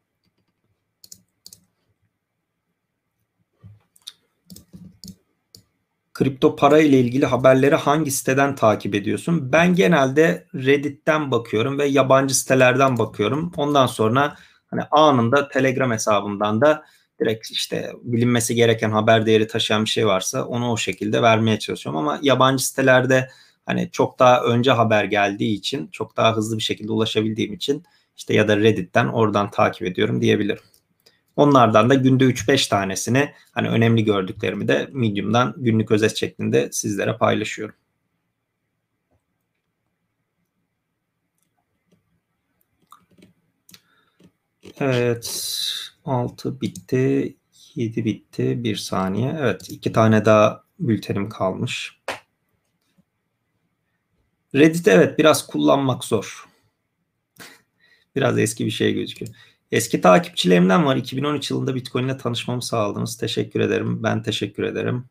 Kripto para ile ilgili haberleri hangi siteden takip ediyorsun? Ben genelde Reddit'ten bakıyorum ve yabancı sitelerden bakıyorum. Ondan sonra hani anında Telegram hesabımdan da direkt işte bilinmesi gereken haber değeri taşıyan bir şey varsa onu o şekilde vermeye çalışıyorum. Ama yabancı sitelerde hani çok daha önce haber geldiği için, çok daha hızlı bir şekilde ulaşabildiğim için işte ya da Reddit'ten oradan takip ediyorum diyebilirim. Onlardan da günde üç beş tanesini hani önemli gördüklerimi de Medium'dan günlük özet şeklinde sizlere paylaşıyorum. Evet, altı bitti, yedi bitti, bir saniye. Evet, iki tane daha bültenim kalmış. Reddit evet biraz kullanmak zor. Biraz eski bir şey gözüküyor. Eski takipçilerimden var. iki bin on üç yılında Bitcoin ile tanışmamı sağladınız. Teşekkür ederim. Ben teşekkür ederim.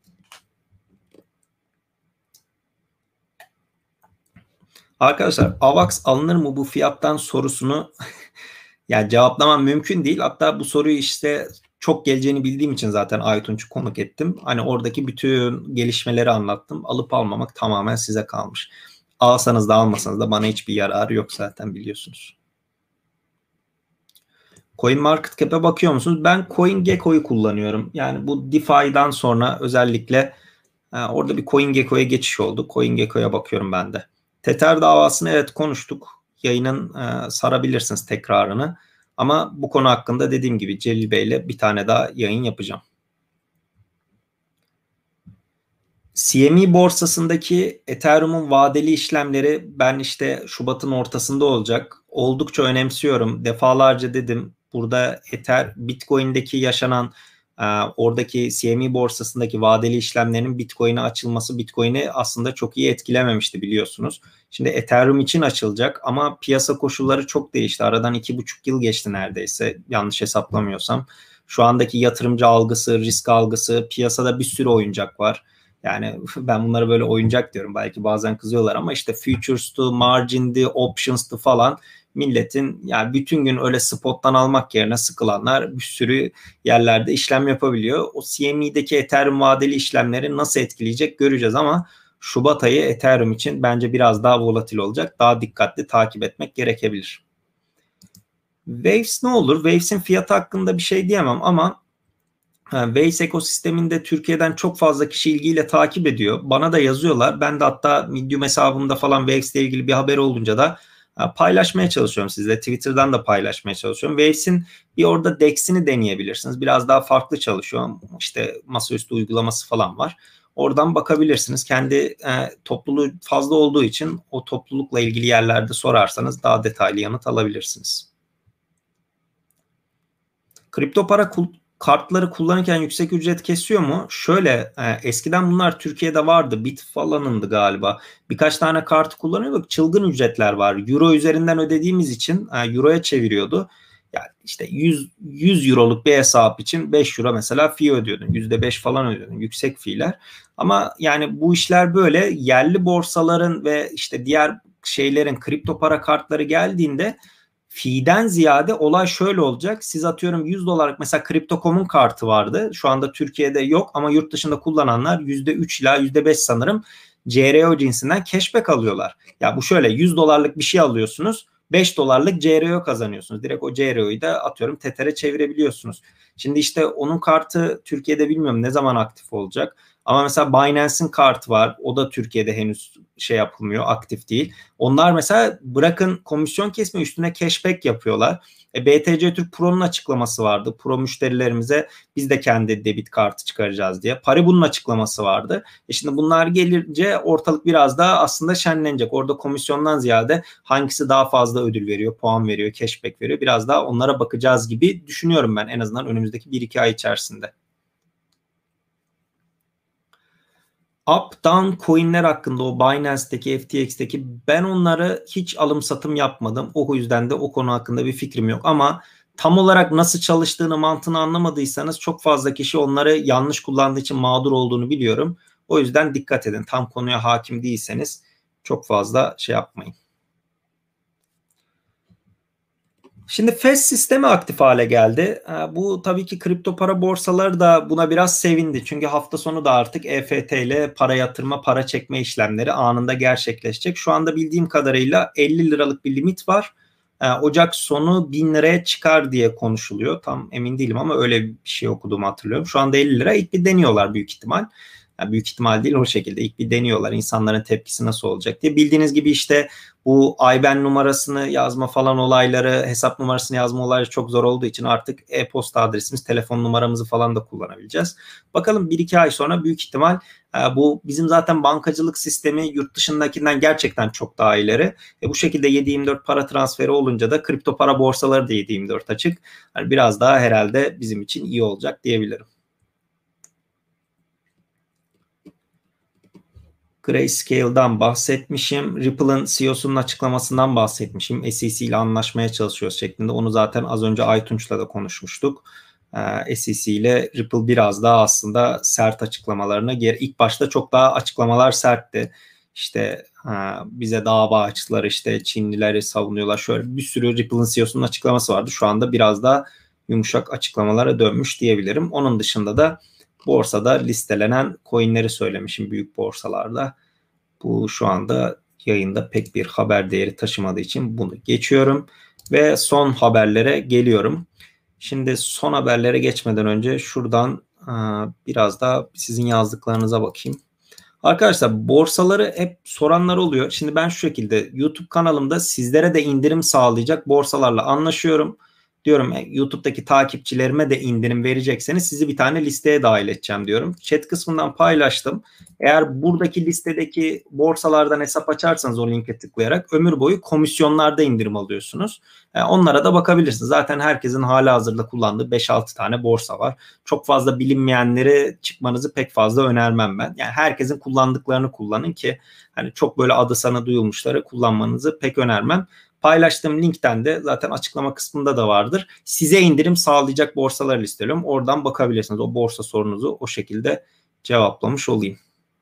Arkadaşlar AVAX alınır mı bu fiyattan sorusunu yani cevaplamam mümkün değil. Hatta bu soruyu işte çok geleceğini bildiğim için zaten Aytunç'u konuk ettim. Hani oradaki bütün gelişmeleri anlattım. Alıp almamak tamamen size kalmış. Alsanız da almasanız da bana hiçbir yararı yok zaten, biliyorsunuz. CoinMarketCap'e bakıyor musunuz? Ben CoinGecko'yu kullanıyorum. Yani bu DeFi'den sonra özellikle orada bir CoinGecko'ya geçiş oldu. CoinGecko'ya bakıyorum ben de. Tether davasını evet konuştuk. Yayının e, sarabilirsiniz tekrarını. Ama bu konu hakkında dediğim gibi Celil Bey'le bir tane daha yayın yapacağım. C M E borsasındaki Ethereum'un vadeli işlemleri ben işte Şubat'ın ortasında olacak. Oldukça önemsiyorum. Defalarca dedim. Burada Ether, Bitcoin'deki yaşanan oradaki C M E borsasındaki vadeli işlemlerin Bitcoin'e açılması Bitcoin'i aslında çok iyi etkilememişti, biliyorsunuz. Şimdi Ethereum için açılacak ama piyasa koşulları çok değişti. Aradan iki buçuk yıl geçti neredeyse, yanlış hesaplamıyorsam. Şu andaki yatırımcı algısı, risk algısı, piyasada bir sürü oyuncak var. Yani ben bunları böyle oyuncak diyorum. Belki bazen kızıyorlar ama işte futures'tu, margin'di, options'tu falan. Milletin yani bütün gün öyle spot'tan almak yerine sıkılanlar bir sürü yerlerde işlem yapabiliyor. O C M E'deki Ethereum vadeli işlemleri nasıl etkileyecek göreceğiz ama Şubat ayı Ethereum için bence biraz daha volatil olacak. Daha dikkatli takip etmek gerekebilir. Waves ne olur? Waves'in fiyatı hakkında bir şey diyemem ama Waves ekosisteminde Türkiye'den çok fazla kişi ilgiyle takip ediyor. Bana da yazıyorlar. Ben de hatta Medium hesabımda falan Waves ile ilgili bir haber olunca da paylaşmaya çalışıyorum sizle. Twitter'dan da paylaşmaya çalışıyorum. Waves'in bir orada D E X'ini deneyebilirsiniz. Biraz daha farklı çalışıyor. İşte masaüstü uygulaması falan var. Oradan bakabilirsiniz. Kendi e, topluluğu fazla olduğu için o toplulukla ilgili yerlerde sorarsanız daha detaylı yanıt alabilirsiniz. Kripto para kul kartları kullanırken yüksek ücret kesiyor mu? Şöyle e, eskiden bunlar Türkiye'de vardı. Bit falanındı galiba. Birkaç tane kartı kullanıyorduk. Çılgın ücretler var. Euro üzerinden ödediğimiz için e, Euro'ya çeviriyordu. Yani işte yüz, yüz euroluk bir hesap için beş euro mesela fee ödüyordun. yüzde beş falan ödüyordun. Yüksek fee'ler. Ama yani bu işler böyle yerli borsaların ve işte diğer şeylerin, kripto para kartları geldiğinde fee'den ziyade olay şöyle olacak. Siz atıyorum yüz dolarlık mesela kripto nokta com'un kartı vardı. Şu anda Türkiye'de yok ama yurt dışında kullananlar yüzde üç ila yüzde beş sanırım C R O cinsinden cashback alıyorlar. Ya bu şöyle, yüz dolarlık bir şey alıyorsunuz, beş dolarlık C R O kazanıyorsunuz. Direkt o C R O'yu da atıyorum Tether'e çevirebiliyorsunuz. Şimdi işte onun kartı Türkiye'de bilmiyorum ne zaman aktif olacak. Ama mesela Binance'in kartı var. O da Türkiye'de henüz şey yapılmıyor, aktif değil. Onlar mesela bırakın komisyon kesme, üstüne cashback yapıyorlar. E, B T C Türk Pro'nun açıklaması vardı. Pro müşterilerimize biz de kendi debit kartı çıkaracağız diye. Paribu'nun açıklaması vardı. E şimdi bunlar gelince ortalık biraz daha aslında şenlenecek. Orada komisyondan ziyade hangisi daha fazla ödül veriyor, puan veriyor, cashback veriyor. Biraz daha onlara bakacağız gibi düşünüyorum ben, en azından önümüzdeki bir iki ay içerisinde. Up down coin'ler hakkında, o Binance'deki, F T X'teki, ben onları hiç alım satım yapmadım. O yüzden de o konu hakkında bir fikrim yok. Ama tam olarak nasıl çalıştığını, mantığını anlamadıysanız çok fazla kişi onları yanlış kullandığı için mağdur olduğunu biliyorum. O yüzden dikkat edin. Tam konuya hakim değilseniz çok fazla şey yapmayın. Şimdi F E S sistemi aktif hale geldi. Bu tabii ki kripto para borsaları da buna biraz sevindi. Çünkü hafta sonu da artık E F T ile para yatırma, para çekme işlemleri anında gerçekleşecek. Şu anda bildiğim kadarıyla elli liralık bir limit var. Ocak sonu bin liraya çıkar diye konuşuluyor. Tam emin değilim ama öyle bir şey okuduğumu hatırlıyorum. Şu anda elli lira, ilk bir deniyorlar büyük ihtimal. Yani büyük ihtimal değil, o şekilde ilk bir deniyorlar, insanların tepkisi nasıl olacak diye. Bildiğiniz gibi işte bu I B A N numarasını yazma falan olayları, hesap numarasını yazma olayları çok zor olduğu için artık e-posta adresimiz, telefon numaramızı falan da kullanabileceğiz. Bakalım bir iki ay sonra büyük ihtimal bu bizim zaten bankacılık sistemi yurt dışındakinden gerçekten çok daha ileri. E bu şekilde yedi yirmi dört para transferi olunca da kripto para borsaları da yedi yirmi dört açık. Yani biraz daha herhalde bizim için iyi olacak diyebilirim. Grayscale'dan bahsetmişim. Ripple'ın C E O'sunun açıklamasından bahsetmişim. S E C ile anlaşmaya çalışıyoruz şeklinde. Onu zaten az önce Aytunç'la da konuşmuştuk. Ee, S E C ile Ripple biraz daha aslında sert açıklamalarına geri. İlk başta çok daha açıklamalar sertti. İşte ha, bize dava açtılar, işte Çinlileri savunuyorlar. Şöyle bir sürü Ripple'ın C E O'sunun açıklaması vardı. Şu anda biraz daha yumuşak açıklamalara dönmüş diyebilirim. Onun dışında da borsada listelenen coinleri söylemişim, büyük borsalarda. Bu şu anda yayında pek bir haber değeri taşımadığı için bunu geçiyorum. Ve son haberlere geliyorum. Şimdi son haberlere geçmeden önce şuradan biraz da sizin yazdıklarınıza bakayım. Arkadaşlar, borsaları hep soranlar oluyor. Şimdi ben şu şekilde YouTube kanalımda sizlere de indirim sağlayacak borsalarla anlaşıyorum. Diyorum YouTube'daki takipçilerime de indirim verecekseniz sizi bir tane listeye dahil edeceğim diyorum. Chat kısmından paylaştım. Eğer buradaki listedeki borsalardan hesap açarsanız o linke tıklayarak ömür boyu komisyonlarda indirim alıyorsunuz. Yani onlara da bakabilirsiniz. Zaten herkesin halihazırda kullandığı beş altı tane borsa var. Çok fazla bilinmeyenleri çıkmanızı pek fazla önermem ben. Yani herkesin kullandıklarını kullanın ki hani çok böyle adı sana duyulmuşları kullanmanızı pek önermem. Paylaştığım linkten de zaten açıklama kısmında da vardır. Size indirim sağlayacak borsaları listeliyorum. Oradan bakabilirsiniz. O borsa sorunuzu o şekilde cevaplamış olayım.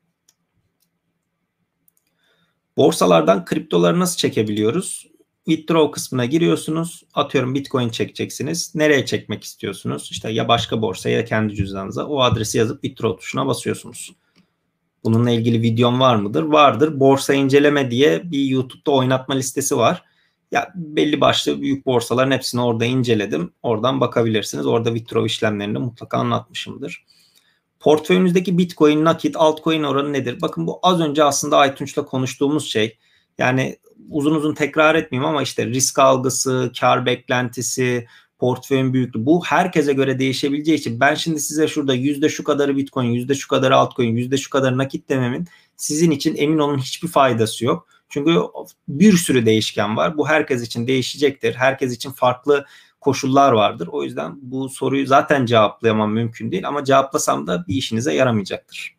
Borsalardan kriptoları nasıl çekebiliyoruz? Withdraw kısmına giriyorsunuz. Atıyorum Bitcoin çekeceksiniz. Nereye çekmek istiyorsunuz? İşte ya başka borsaya ya kendi cüzdanınıza. O adresi yazıp Withdraw tuşuna basıyorsunuz. Bununla ilgili videom var mıdır? Vardır. Borsa inceleme diye bir YouTube'da oynatma listesi var. Ya belli başlı büyük borsaların hepsini orada inceledim. Oradan bakabilirsiniz. Orada withdraw işlemlerini mutlaka anlatmışımdır. Portföyünüzdeki Bitcoin, nakit, altcoin oranı nedir? Bakın bu az önce aslında Aytunç'la konuştuğumuz şey. Yani uzun uzun tekrar etmeyeyim ama işte risk algısı, kar beklentisi, portföyün büyüklüğü, bu herkese göre değişebileceği için ben şimdi size şurada yüzde şu kadarı Bitcoin, yüzde şu kadarı altcoin, yüzde şu kadarı nakit dememin sizin için emin olun hiçbir faydası yok. Çünkü bir sürü değişken var. Bu herkes için değişecektir. Herkes için farklı koşullar vardır. O yüzden bu soruyu zaten cevaplayamam mümkün değil ama cevaplasam da bir işinize yaramayacaktır.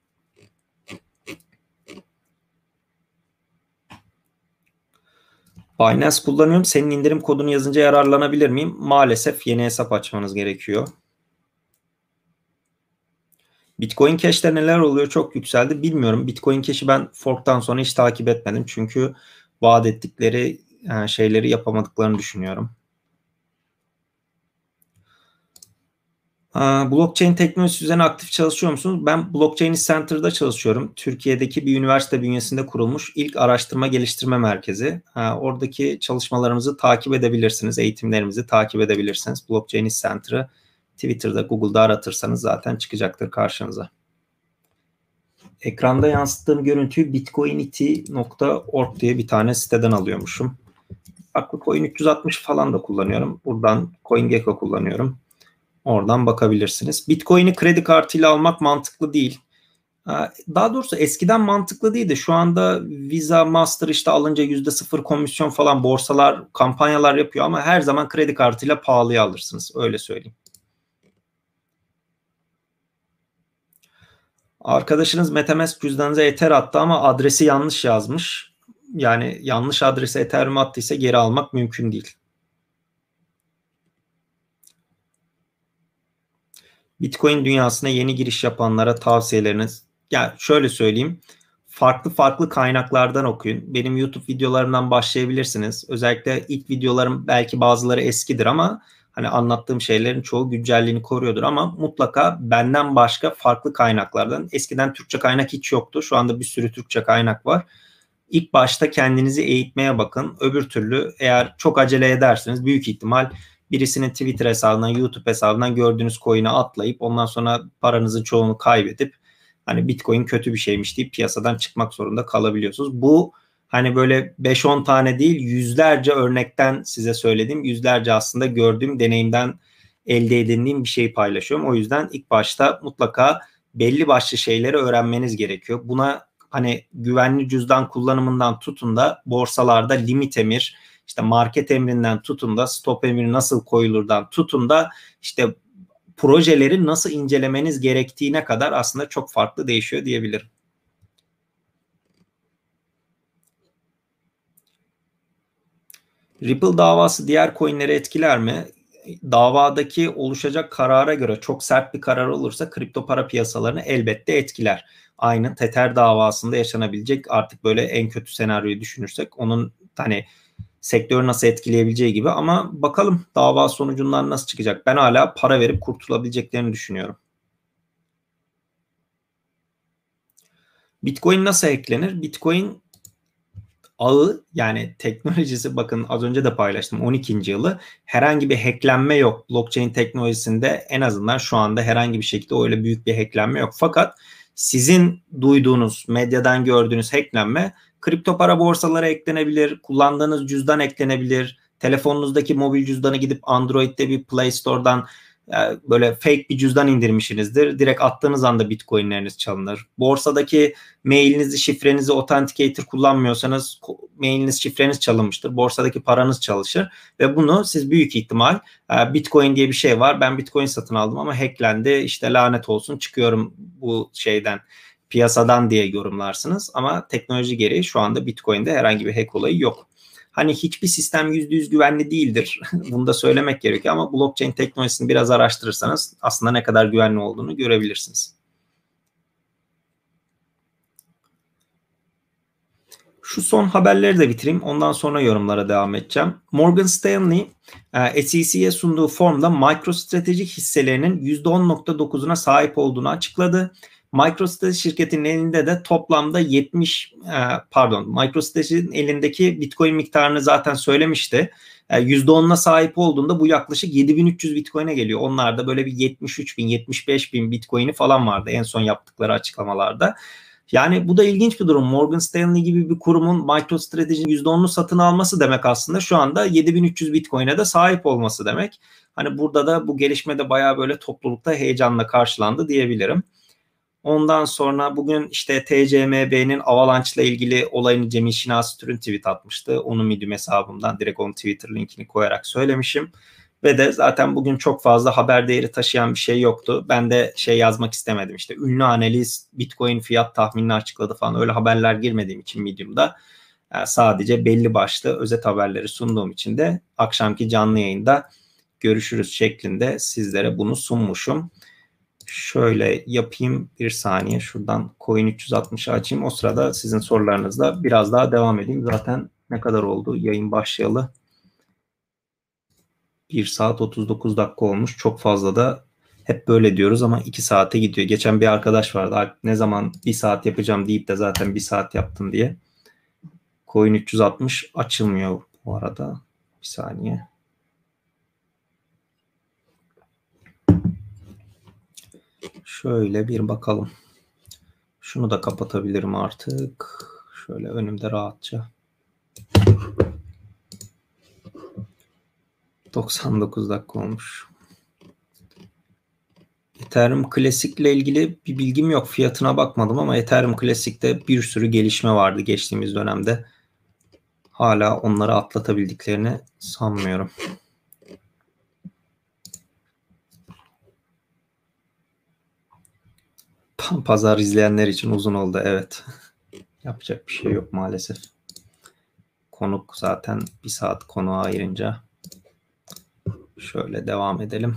Binance kullanıyorum. Senin indirim kodunu yazınca yararlanabilir miyim? Maalesef yeni hesap açmanız gerekiyor. Bitcoin Cash'te neler oluyor? Çok yükseldi. Bilmiyorum. Bitcoin Cash'i ben fork'tan sonra hiç takip etmedim. Çünkü vaat ettikleri e, şeyleri yapamadıklarını düşünüyorum. Blockchain teknolojisi üzerine aktif çalışıyor musunuz? Ben Blockchain Center'da çalışıyorum. Türkiye'deki bir üniversite bünyesinde kurulmuş ilk araştırma geliştirme merkezi. Oradaki çalışmalarımızı takip edebilirsiniz. Eğitimlerimizi takip edebilirsiniz. Blockchain Center'ı Twitter'da, Google'da aratırsanız zaten çıkacaktır karşınıza. Ekranda yansıttığım görüntüyü bitcoinity nokta org diye bir tane siteden alıyormuşum. Farklı Coin üç yüz altmış falan da kullanıyorum. Buradan CoinGecko kullanıyorum. Oradan bakabilirsiniz. Bitcoin'i kredi kartıyla almak mantıklı değil. Daha doğrusu eskiden mantıklı değildi. Şu anda Visa, Master işte alınca yüzde sıfır komisyon falan borsalar, kampanyalar yapıyor ama her zaman kredi kartıyla pahalıya alırsınız. Öyle söyleyeyim. Arkadaşınız MetaMask cüzdanınıza Ether attı ama adresi yanlış yazmış. Yani yanlış adrese Ethereum attıysa geri almak mümkün değil. Bitcoin dünyasına yeni giriş yapanlara tavsiyeleriniz? Ya şöyle söyleyeyim. Farklı farklı kaynaklardan okuyun. Benim YouTube videolarımdan başlayabilirsiniz. Özellikle ilk videolarım belki bazıları eskidir ama hani anlattığım şeylerin çoğu güncelliğini koruyordur ama mutlaka benden başka farklı kaynaklardan. Eskiden Türkçe kaynak hiç yoktu. Şu anda bir sürü Türkçe kaynak var. İlk başta kendinizi eğitmeye bakın. Öbür türlü eğer çok acele ederseniz büyük ihtimal birisinin Twitter hesabından, YouTube hesabından gördüğünüz coin'e atlayıp ondan sonra paranızın çoğunu kaybedip hani Bitcoin kötü bir şeymiş deyip piyasadan çıkmak zorunda kalabiliyorsunuz. Bu hani böyle beş on tane değil yüzlerce örnekten size söylediğim, yüzlerce aslında gördüğüm deneyimden elde edindiğim bir şey paylaşıyorum. O yüzden ilk başta mutlaka belli başlı şeyleri öğrenmeniz gerekiyor. Buna hani güvenli cüzdan kullanımından tutun da borsalarda limit emir, işte market emrinden tutun da stop emri nasıl koyulurdan tutun da işte projeleri nasıl incelemeniz gerektiğine kadar aslında çok farklı değişiyor diyebilirim. Ripple davası diğer coinleri etkiler mi? Davadaki oluşacak karara göre çok sert bir karar olursa kripto para piyasalarını elbette etkiler. Aynı Tether davasında yaşanabilecek artık böyle en kötü senaryoyu düşünürsek onun hani sektörü nasıl etkileyebileceği gibi ama bakalım dava sonucundan nasıl çıkacak. Ben hala para verip kurtulabileceklerini düşünüyorum. Bitcoin nasıl eklenir? Bitcoin ağı yani teknolojisi bakın az önce de paylaştım on ikinci yılı herhangi bir hacklenme yok. Blockchain teknolojisinde en azından şu anda herhangi bir şekilde öyle büyük bir hacklenme yok. Fakat sizin duyduğunuz medyadan gördüğünüz hacklenme kripto para borsalara eklenebilir, kullandığınız cüzdan eklenebilir, telefonunuzdaki mobil cüzdanı gidip Android'de bir Play Store'dan yani böyle fake bir cüzdan indirmişsinizdir. Direkt attığınız anda Bitcoin'leriniz çalınır. Borsadaki mailinizi, şifrenizi Authenticator kullanmıyorsanız mailiniz, şifreniz çalınmıştır. Borsadaki paranız çalışır ve bunu siz büyük ihtimal Bitcoin diye bir şey var. Ben Bitcoin satın aldım ama hacklendi. İşte lanet olsun çıkıyorum bu şeyden piyasadan diye yorumlarsınız. Ama teknoloji gereği şu anda Bitcoin'de herhangi bir hack olayı yok. Hani hiçbir sistem yüzde yüz güvenli değildir. Bunu da söylemek gerekiyor ama blockchain teknolojisini biraz araştırırsanız aslında ne kadar güvenli olduğunu görebilirsiniz. Şu son haberleri de bitireyim. Ondan sonra yorumlara devam edeceğim. Morgan Stanley S E C'ye sunduğu formda MicroStrateji hisselerinin yüzde on nokta dokuzuna sahip olduğunu açıkladı. MicroStrateji şirketinin elinde de toplamda yetmiş pardon MicroStrateji'nin elindeki Bitcoin miktarını zaten söylemişti. yüzde onuna sahip olduğunda bu yaklaşık yedi bin üç yüz Bitcoin'e geliyor. Onlarda böyle bir yetmiş üç bin yetmiş beş bin Bitcoin'i falan vardı en son yaptıkları açıklamalarda. Yani bu da ilginç bir durum. Morgan Stanley gibi bir kurumun MicroStrategy'nin yüzde onunu satın alması demek aslında şu anda yedi bin üç yüz Bitcoin'e de sahip olması demek. Hani burada da bu gelişme de bayağı böyle toplulukta heyecanla karşılandı diyebilirim. Ondan sonra bugün işte T C M B'nin Avalanche ile ilgili olayını Cemil Şinasi Türün tweet atmıştı. Onun Medium hesabımdan direkt onun Twitter linkini koyarak söylemişim. Ve de zaten bugün çok fazla haber değeri taşıyan bir şey yoktu. Ben de şey yazmak istemedim işte ünlü analiz Bitcoin fiyat tahminini açıkladı falan öyle haberler girmediğim için Medium'da yani sadece belli başlı özet haberleri sunduğum için de akşamki canlı yayında görüşürüz şeklinde sizlere bunu sunmuşum. Şöyle yapayım bir saniye şuradan Coin üç yüz altmışı açayım o sırada sizin sorularınızla biraz daha devam edeyim. Zaten Ne kadar oldu yayın başlayalı? bir saat otuz dokuz dakika olmuş. Çok fazla da hep böyle diyoruz ama iki saate gidiyor. Geçen bir arkadaş vardı. Ne zaman bir saat yapacağım deyip de zaten bir saat yaptım diye. Coin üç yüz altmış açılmıyor bu arada. Bir saniye. Şöyle bir bakalım. Şunu da kapatabilirim artık. Şöyle önümde rahatça. doksan dokuz dakika olmuş. Ethereum Classic ile ilgili bir bilgim yok. Fiyatına bakmadım ama Ethereum Classic'te bir sürü gelişme vardı geçtiğimiz dönemde. Hala onları atlatabildiklerini sanmıyorum. Pazar izleyenler için uzun oldu, evet. Yapacak bir şey yok maalesef. Konuk zaten bir saat konuğa ayırınca. Şöyle devam edelim.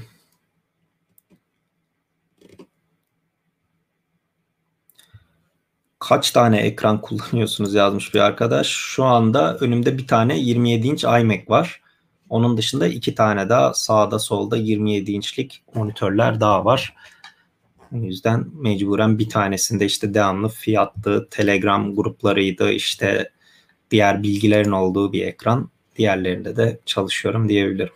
Kaç tane ekran kullanıyorsunuz yazmış bir arkadaş. Şu anda önümde bir tane yirmi yedi inç iMac var. Onun dışında iki tane daha sağda solda yirmi yedi inçlik monitörler daha var. O yüzden mecburen bir tanesinde işte devamlı fiyattı, Telegram gruplarıydı, işte diğer bilgilerin olduğu bir ekran. Diğerlerinde de çalışıyorum diyebilirim.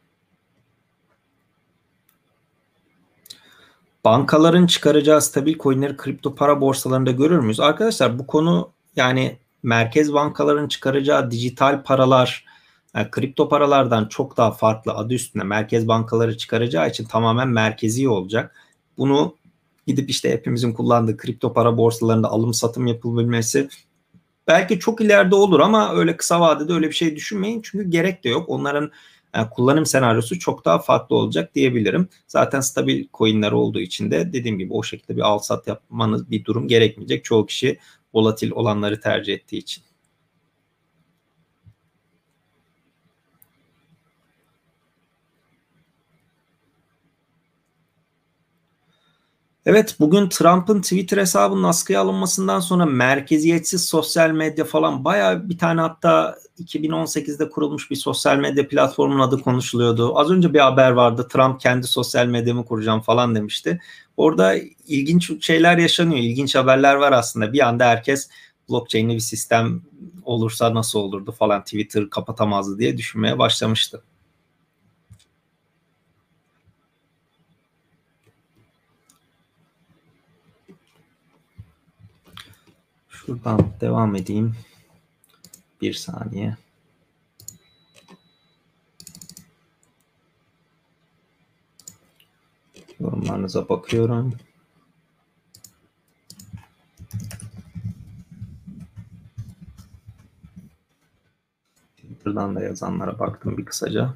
Bankaların çıkaracağı stabil coinleri kripto para borsalarında görür müyüz? Arkadaşlar bu konu, yani merkez bankaların çıkaracağı dijital paralar, yani kripto paralardan çok daha farklı, adı üstünde merkez bankaları çıkaracağı için tamamen merkezi olacak. Bunu gidip işte hepimizin kullandığı kripto para borsalarında alım satım yapılabilmesi belki çok ileride olur ama öyle kısa vadede öyle bir şey düşünmeyin. Çünkü gerek de yok. Onların yani kullanım senaryosu çok daha farklı olacak diyebilirim. Zaten stabil coinler olduğu için de dediğim gibi o şekilde bir al sat yapmanız bir durum gerekmeyecek. Çoğu kişi volatil olanları tercih ettiği için. Evet, bugün Trump'ın Twitter hesabının askıya alınmasından sonra merkeziyetsiz sosyal medya falan bayağı bir tane, hatta iki bin on sekizde kurulmuş bir sosyal medya platformunun adı konuşuluyordu. Az önce bir haber vardı, Trump kendi sosyal medyamı kuracağım falan demişti. Orada ilginç şeyler yaşanıyor, ilginç haberler var aslında. Bir anda herkes blockchain'li bir sistem olursa nasıl olurdu falan, Twitter kapatamazdı diye düşünmeye başlamıştı. Şuradan devam edeyim. Bir saniye. Yorumlarınıza bakıyorum. Twitter'dan da yazanlara baktım bir kısaca.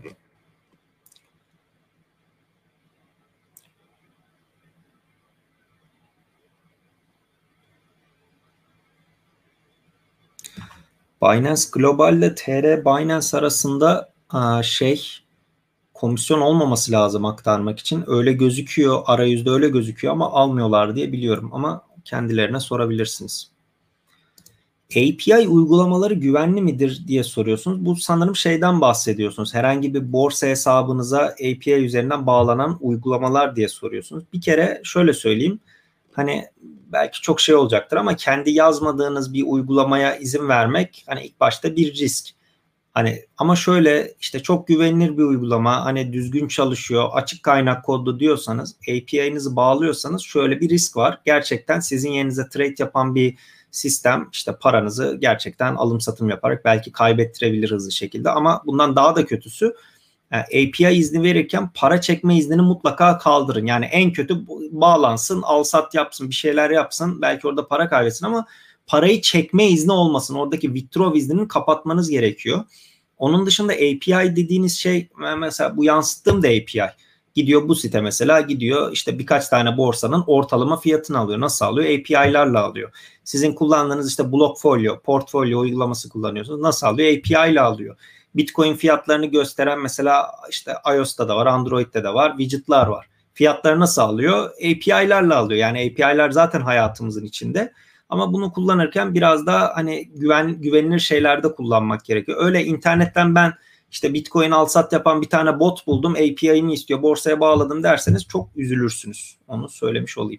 Binance Global ile T R Binance arasında şey komisyon olmaması lazım aktarmak için. Öyle gözüküyor, arayüzde öyle gözüküyor ama almıyorlar diye biliyorum, ama kendilerine sorabilirsiniz. A P I uygulamaları güvenli midir diye soruyorsunuz. Bu sanırım şeyden bahsediyorsunuz. Herhangi bir borsa hesabınıza A P I üzerinden bağlanan uygulamalar diye soruyorsunuz. Bir kere şöyle söyleyeyim. Hani belki çok şey olacaktır ama kendi yazmadığınız bir uygulamaya izin vermek hani ilk başta bir risk. Hani ama şöyle işte çok güvenilir bir uygulama, hani düzgün çalışıyor, açık kaynak kodlu diyorsanız, A P I'nizi bağlıyorsanız şöyle bir risk var. Gerçekten sizin yerinize trade yapan bir sistem işte paranızı gerçekten alım satım yaparak belki kaybettirebilir hızlı şekilde, ama bundan daha da kötüsü, yani A P I izni verirken para çekme iznini mutlaka kaldırın. Yani en kötü bağlansın, al sat yapsın, bir şeyler yapsın, belki orada para kaybetsin ama parayı çekme izni olmasın. Oradaki withdraw iznini kapatmanız gerekiyor. Onun dışında A P I dediğiniz şey, mesela bu yansıttığım da A P I. Gidiyor bu site, mesela gidiyor işte birkaç tane borsanın ortalama fiyatını alıyor. Nasıl alıyor? A P I'larla alıyor. Sizin kullandığınız işte Blockfolio, portfolyo uygulaması kullanıyorsunuz. Nasıl alıyor? A P I ile alıyor. Bitcoin fiyatlarını gösteren mesela işte iOS'ta da var, Android'de de var, widget'lar var. Fiyatları nasıl alıyor? A P I'larla alıyor. Yani A P I'lar zaten hayatımızın içinde. Ama bunu kullanırken biraz daha hani güven güvenilir şeylerde kullanmak gerekiyor. Öyle internetten ben işte Bitcoin al sat yapan bir tane bot buldum, A P I'ni istiyor, borsaya bağladım derseniz çok üzülürsünüz. Onu söylemiş olayım.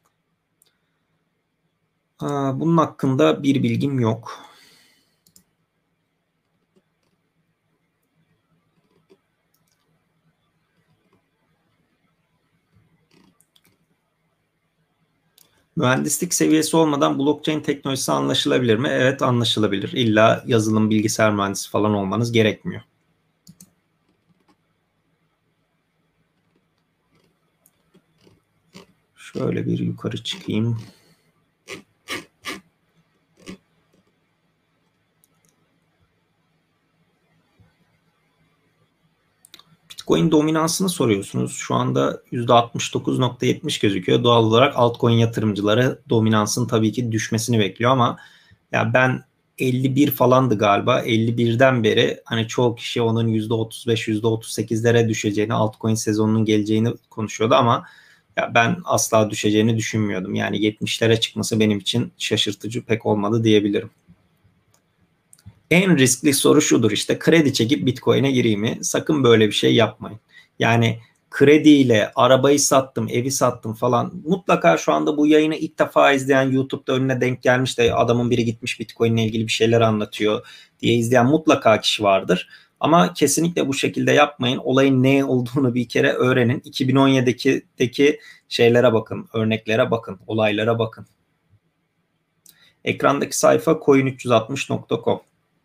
Bunun hakkında bir bilgim yok. Mühendislik seviyesi olmadan blockchain teknolojisi anlaşılabilir mi? Evet, anlaşılabilir. İlla yazılım, bilgisayar mühendisi falan olmanız gerekmiyor. Şöyle bir yukarı çıkayım. Bitcoin dominansını soruyorsunuz. Şu anda yüzde altmış dokuz nokta yetmiş gözüküyor. Doğal olarak altcoin yatırımcıları dominansın tabii ki düşmesini bekliyor ama ya ben elli bir falandı galiba. elli birden beri hani çoğu kişi onun yüzde otuz beş, yüzde otuz sekizlere düşeceğini, altcoin sezonunun geleceğini konuşuyordu ama ya ben asla düşeceğini düşünmüyordum. Yani yetmişlere çıkması benim için şaşırtıcı pek olmadı diyebilirim. En riskli soru şudur işte, kredi çekip Bitcoin'e gireyim mi? Sakın böyle bir şey yapmayın. Yani krediyle arabayı sattım, evi sattım falan. Mutlaka şu anda bu yayını ilk defa izleyen, YouTube'da önüne denk gelmiş de adamın biri gitmiş Bitcoin'le ilgili bir şeyler anlatıyor diye izleyen mutlaka kişi vardır. Ama kesinlikle bu şekilde yapmayın. Olayın ne olduğunu bir kere öğrenin. iki bin on yedideki şeylere bakın, örneklere bakın, olaylara bakın. Ekrandaki sayfa coin üç yüz altmış nokta com.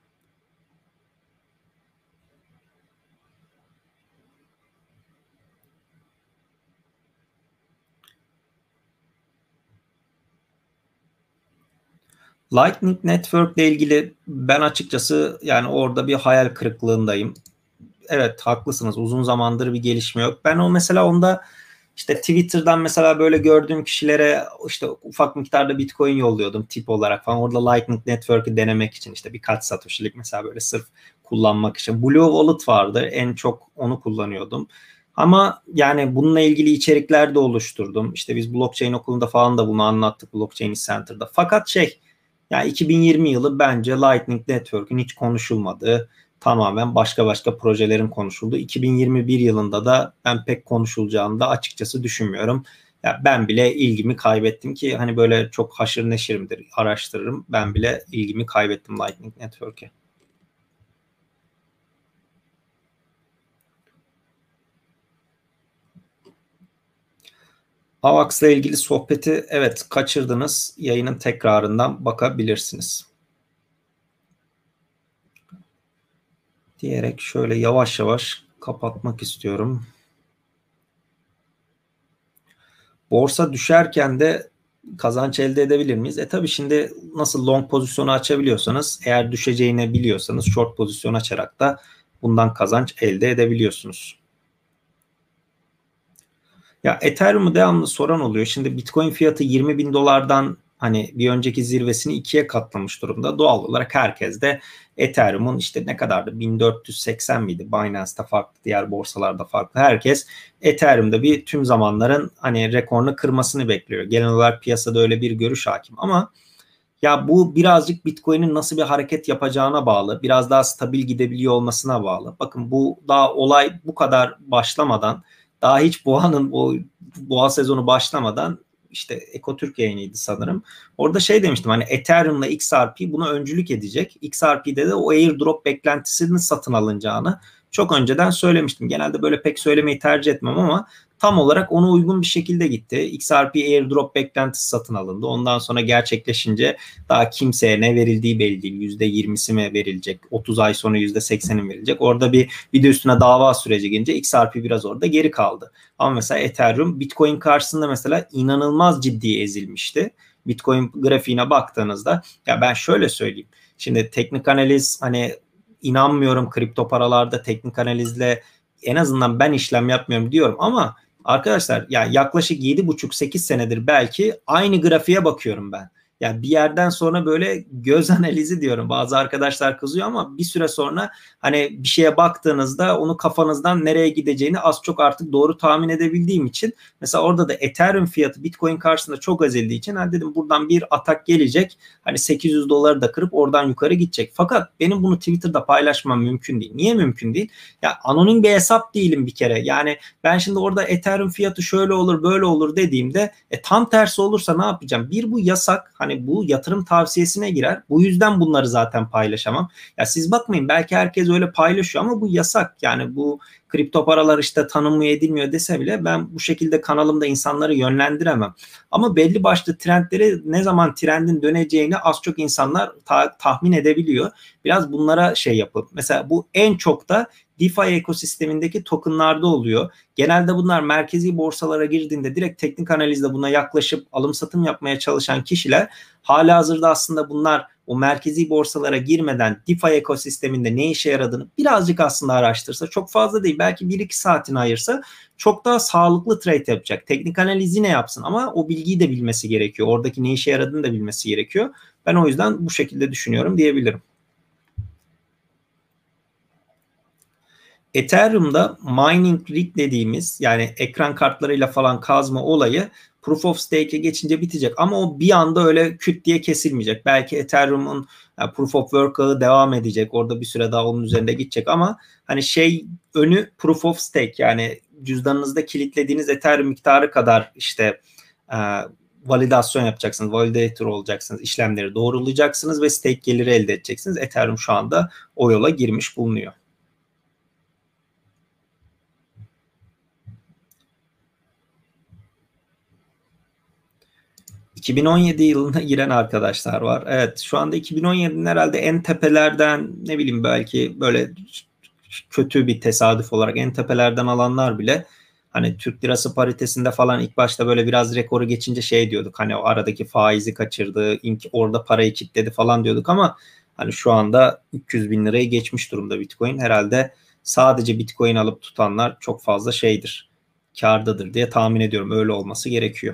Lightning Network ile ilgili ben açıkçası yani orada bir hayal kırıklığındayım. Evet, haklısınız, uzun zamandır bir gelişme yok. Ben o mesela onda işte Twitter'dan mesela böyle gördüğüm kişilere işte ufak miktarda Bitcoin yolluyordum tip olarak falan. Orada Lightning Network'ü denemek için işte birkaç satoshi'lik mesela böyle sırf kullanmak için. Blue Wallet vardı, en çok onu kullanıyordum. Ama yani bununla ilgili içerikler de oluşturdum. İşte biz blockchain okulunda falan da bunu anlattık, Blockchain Center'da. Fakat şey, ya iki bin yirmi yılı bence Lightning Network'ün hiç konuşulmadığı, tamamen başka başka projelerin konuşulduğu. iki bin yirmi bir yılında da ben pek konuşulacağını da açıkçası düşünmüyorum. Ya ben bile ilgimi kaybettim ki hani böyle çok haşır neşirimdir, araştırırım. Ben bile ilgimi kaybettim Lightning Network'e. Avax'la ilgili sohbeti evet kaçırdınız. Yayının tekrarından bakabilirsiniz. Diyerek şöyle yavaş yavaş kapatmak istiyorum. Borsa düşerken de kazanç elde edebilir miyiz? E tabii şimdi nasıl long pozisyonu açabiliyorsanız, eğer düşeceğini biliyorsanız short pozisyon açarak da bundan kazanç elde edebiliyorsunuz. Ya Ethereum'u devamlı soran oluyor. Şimdi Bitcoin fiyatı yirmi bin dolardan hani bir önceki zirvesini ikiye katlamış durumda. Doğal olarak herkes de Ethereum'un işte ne kadardı, bin dört yüz seksen miydi? Binance'da farklı, diğer borsalarda farklı. Herkes Ethereum'da bir tüm zamanların hani rekorunu kırmasını bekliyor. Genel olarak piyasada öyle bir görüş hakim ama ya bu birazcık Bitcoin'in nasıl bir hareket yapacağına bağlı. Biraz daha stabil gidebiliyor olmasına bağlı. Bakın bu daha olay bu kadar başlamadan, daha hiç boğanın o boğa sezonu başlamadan işte Ekotürk yayınıydı sanırım. Orada şey demiştim, hani Ethereum'la X R P buna öncülük edecek. X R P'de de o airdrop beklentisinin satın alınacağını çok önceden söylemiştim. Genelde böyle pek söylemeyi tercih etmem ama tam olarak ona uygun bir şekilde gitti. X R P airdrop beklentisi satın alındı. Ondan sonra gerçekleşince daha kimseye ne verildiği belli değil. yüzde yirmisi mi verilecek? otuz ay sonra yüzde sekseni mi verilecek? Orada bir video üstüne dava süreci gelince X R P biraz orada geri kaldı. Ama mesela Ethereum Bitcoin karşısında mesela inanılmaz ciddi ezilmişti. Bitcoin grafiğine baktığınızda ya ben şöyle söyleyeyim. Şimdi teknik analiz, hani inanmıyorum kripto paralarda teknik analizle, en azından ben işlem yapmıyorum diyorum ama arkadaşlar ya yaklaşık yedi buçuk sekiz senedir belki aynı grafiğe bakıyorum ben. Yani bir yerden sonra böyle göz analizi diyorum. Bazı arkadaşlar kızıyor ama bir süre sonra hani bir şeye baktığınızda onu kafanızdan nereye gideceğini az çok artık doğru tahmin edebildiğim için mesela orada da Ethereum fiyatı Bitcoin karşısında çok ezildiği için hani dedim buradan bir atak gelecek. Hani sekiz yüz doları da kırıp oradan yukarı gidecek. Fakat benim bunu Twitter'da paylaşmam mümkün değil. Niye mümkün değil? Ya anonim bir hesap değilim bir kere. Yani ben şimdi orada Ethereum fiyatı şöyle olur böyle olur dediğimde e, tam tersi olursa ne yapacağım? Bir, bu yasak. Hani bu yatırım tavsiyesine girer. Bu yüzden bunları zaten paylaşamam. Ya siz bakmayın, belki herkes öyle paylaşıyor ama bu yasak. Yani bu kripto paralar işte tanınmıyor edilmiyor dese bile ben bu şekilde kanalımda insanları yönlendiremem. Ama belli başlı trendleri, ne zaman trendin döneceğini az çok insanlar ta- tahmin edebiliyor. Biraz bunlara şey yapıp mesela bu en çok da DeFi ekosistemindeki tokenlarda oluyor. Genelde bunlar merkezi borsalara girdiğinde direkt teknik analizde buna yaklaşıp alım satım yapmaya çalışan kişiler halihazırda aslında bunlar o merkezi borsalara girmeden DeFi ekosisteminde ne işe yaradığını birazcık aslında araştırsa, çok fazla değil belki bir iki saatini ayırsa çok daha sağlıklı trade yapacak. Teknik analiz yine yapsın ama o bilgiyi de bilmesi gerekiyor. Oradaki ne işe yaradığını da bilmesi gerekiyor. Ben o yüzden bu şekilde düşünüyorum diyebilirim. Ethereum'da mining rig dediğimiz, yani ekran kartlarıyla falan kazma olayı Proof of Stake'e geçince bitecek ama o bir anda öyle küt diye kesilmeyecek. Belki Ethereum'un yani Proof of Work ağı devam edecek. Orada bir süre daha onun üzerinde gidecek ama hani şey önü Proof of Stake, yani cüzdanınızda kilitlediğiniz Ethereum miktarı kadar işte e, validasyon yapacaksınız. Validator olacaksınız. İşlemleri doğrulayacaksınız ve stake geliri elde edeceksiniz. Ethereum şu anda o yola girmiş bulunuyor. iki bin on yedi yılına giren arkadaşlar var. Evet, şu anda iki bin on yedinin herhalde en tepelerden, ne bileyim belki böyle kötü bir tesadüf olarak en tepelerden alanlar bile hani Türk lirası paritesinde falan ilk başta böyle biraz rekoru geçince şey diyorduk, hani o aradaki faizi kaçırdı, orada parayı kilitledi falan diyorduk ama hani şu anda üç yüz bin lirayı geçmiş durumda Bitcoin. Herhalde sadece Bitcoin alıp tutanlar çok fazla şeydir, kârdadır diye tahmin ediyorum. Öyle olması gerekiyor.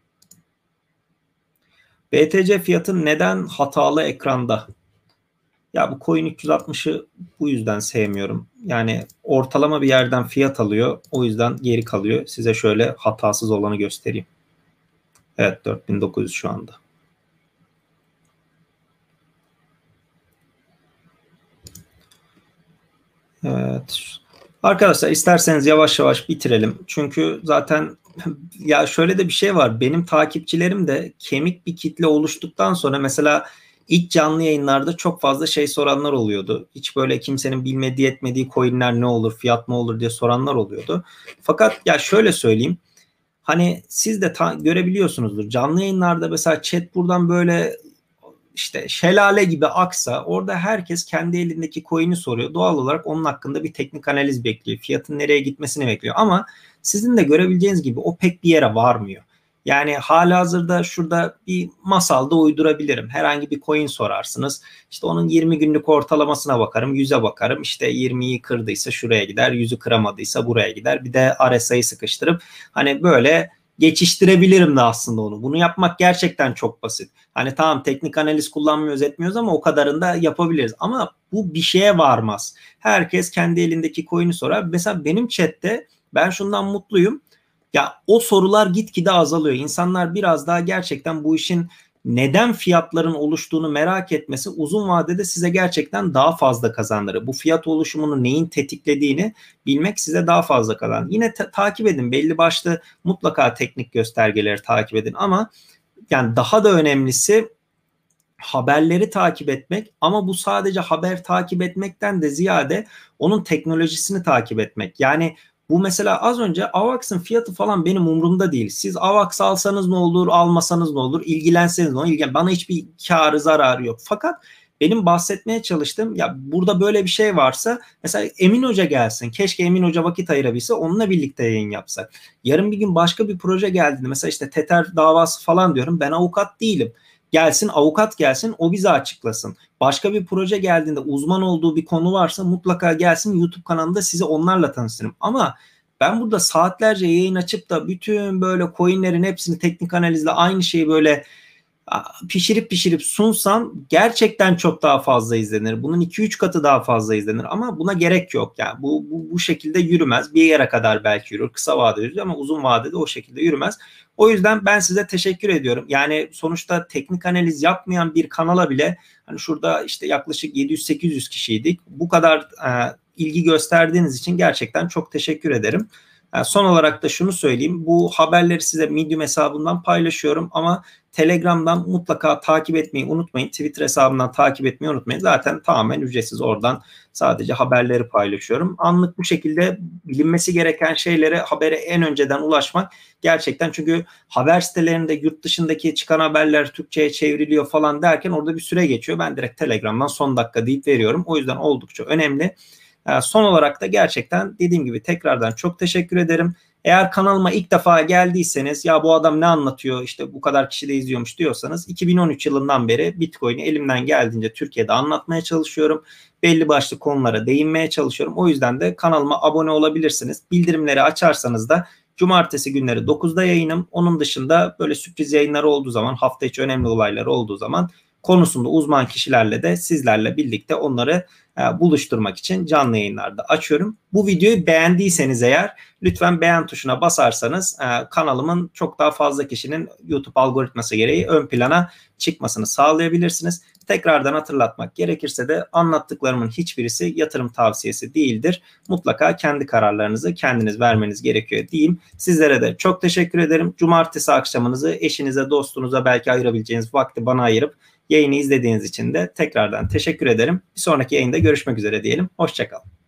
B T C fiyatı neden hatalı ekranda? Ya bu Coin üç yüz altmışı bu yüzden sevmiyorum. Yani ortalama bir yerden fiyat alıyor. O yüzden geri kalıyor. Size şöyle hatasız olanı göstereyim. Evet, dört bin dokuz yüz şu anda. Evet. Arkadaşlar isterseniz yavaş yavaş bitirelim. Çünkü zaten ya şöyle de bir şey var. Benim takipçilerim de kemik bir kitle oluştuktan sonra mesela ilk canlı yayınlarda çok fazla şey soranlar oluyordu. Hiç böyle kimsenin bilmediği etmediği coinler ne olur, fiyat ne olur diye soranlar oluyordu. Fakat ya şöyle söyleyeyim. Hani siz de ta- görebiliyorsunuzdur. Canlı yayınlarda mesela chat buradan böyle işte şelale gibi aksa orada herkes kendi elindeki coin'i soruyor. Doğal olarak onun hakkında bir teknik analiz bekliyor. Fiyatın nereye gitmesini bekliyor. Ama sizin de görebileceğiniz gibi o pek bir yere varmıyor. Yani halihazırda şurada bir masal da uydurabilirim. Herhangi bir coin sorarsınız. İşte onun yirmi günlük ortalamasına bakarım, yüze bakarım. İşte yirmiyi kırdıysa şuraya gider, yüzü kıramadıysa buraya gider. Bir de R S I'yi sıkıştırıp hani böyle geçiştirebilirim de aslında onu. Bunu yapmak gerçekten çok basit. Hani tamam teknik analiz kullanmıyoruz etmiyoruz ama o kadarını da yapabiliriz. Ama bu bir şeye varmaz. Herkes kendi elindeki coin'i sorar. Mesela benim chatte ben şundan mutluyum. Ya o sorular gitgide azalıyor. İnsanlar biraz daha gerçekten bu işin neden fiyatların oluştuğunu merak etmesi uzun vadede size gerçekten daha fazla kazandırır. Bu fiyat oluşumunu neyin tetiklediğini bilmek size daha fazla kazandırır. Yine ta- takip edin. Belli başlı mutlaka teknik göstergeleri takip edin ama yani daha da önemlisi haberleri takip etmek, ama bu sadece haber takip etmekten de ziyade onun teknolojisini takip etmek. Yani bu mesela az önce AVAX'ın fiyatı falan benim umurumda değil. Siz AVAX alsanız ne olur, almasanız ne olur, ilgilenseniz ne olur, ilgilen. Bana hiçbir karı zararı yok. Fakat benim bahsetmeye çalıştığım, ya burada böyle bir şey varsa mesela Emin Hoca gelsin. Keşke Emin Hoca vakit ayırabilse, onunla birlikte yayın yapsak. Yarın bir gün başka bir proje geldiğinde mesela işte Tether davası falan diyorum. Ben avukat değilim. Gelsin avukat gelsin, o bize açıklasın. Başka bir proje geldiğinde uzman olduğu bir konu varsa mutlaka gelsin, YouTube kanalında sizi onlarla tanıştırırım. Ama ben burada saatlerce yayın açıp da bütün böyle coinlerin hepsini teknik analizle aynı şeyi böyle pişirip pişirip sunsam gerçekten çok daha fazla izlenir. Bunun iki üç katı daha fazla izlenir ama buna gerek yok. Yani bu, bu, bu şekilde yürümez. Bir yere kadar belki yürür. Kısa vadede yürür ama uzun vadede o şekilde yürümez. O yüzden ben size teşekkür ediyorum. Yani sonuçta teknik analiz yapmayan bir kanala bile, hani şurada işte yaklaşık yedi yüz sekiz yüz kişiydik. Bu kadar e, ilgi gösterdiğiniz için gerçekten çok teşekkür ederim. Yani son olarak da şunu söyleyeyim. Bu haberleri size Medium hesabından paylaşıyorum ama Telegram'dan mutlaka takip etmeyi unutmayın. Twitter hesabından takip etmeyi unutmayın. Zaten tamamen ücretsiz, oradan sadece haberleri paylaşıyorum. Anlık bu şekilde bilinmesi gereken şeylere, habere en önceden ulaşmak gerçekten, çünkü haber sitelerinde yurt dışındaki çıkan haberler Türkçe'ye çevriliyor falan derken orada bir süre geçiyor. Ben direkt Telegram'dan son dakika deyip veriyorum. O yüzden oldukça önemli. Son olarak da gerçekten dediğim gibi tekrardan çok teşekkür ederim. Eğer kanalıma ilk defa geldiyseniz, ya bu adam ne anlatıyor işte bu kadar kişi de izliyormuş diyorsanız, iki bin on üç yılından beri Bitcoin'i elimden geldiğince Türkiye'de anlatmaya çalışıyorum. Belli başlı konulara değinmeye çalışıyorum. O yüzden de kanalıma abone olabilirsiniz. Bildirimleri açarsanız da cumartesi günleri dokuzda yayınım. Onun dışında böyle sürpriz yayınları olduğu zaman, hafta içi önemli olaylar olduğu zaman konusunda uzman kişilerle de sizlerle birlikte onları e, buluşturmak için canlı yayınlarda açıyorum. Bu videoyu beğendiyseniz eğer lütfen beğen tuşuna basarsanız e, kanalımın çok daha fazla kişinin YouTube algoritması gereği ön plana çıkmasını sağlayabilirsiniz. Tekrardan hatırlatmak gerekirse de anlattıklarımın hiçbirisi yatırım tavsiyesi değildir. Mutlaka kendi kararlarınızı kendiniz vermeniz gerekiyor diyeyim. Sizlere de çok teşekkür ederim. Cumartesi akşamınızı eşinize, dostunuza belki ayırabileceğiniz vakti bana ayırıp yayını izlediğiniz için de tekrardan teşekkür ederim. Bir sonraki yayında görüşmek üzere diyelim. Hoşça kalın.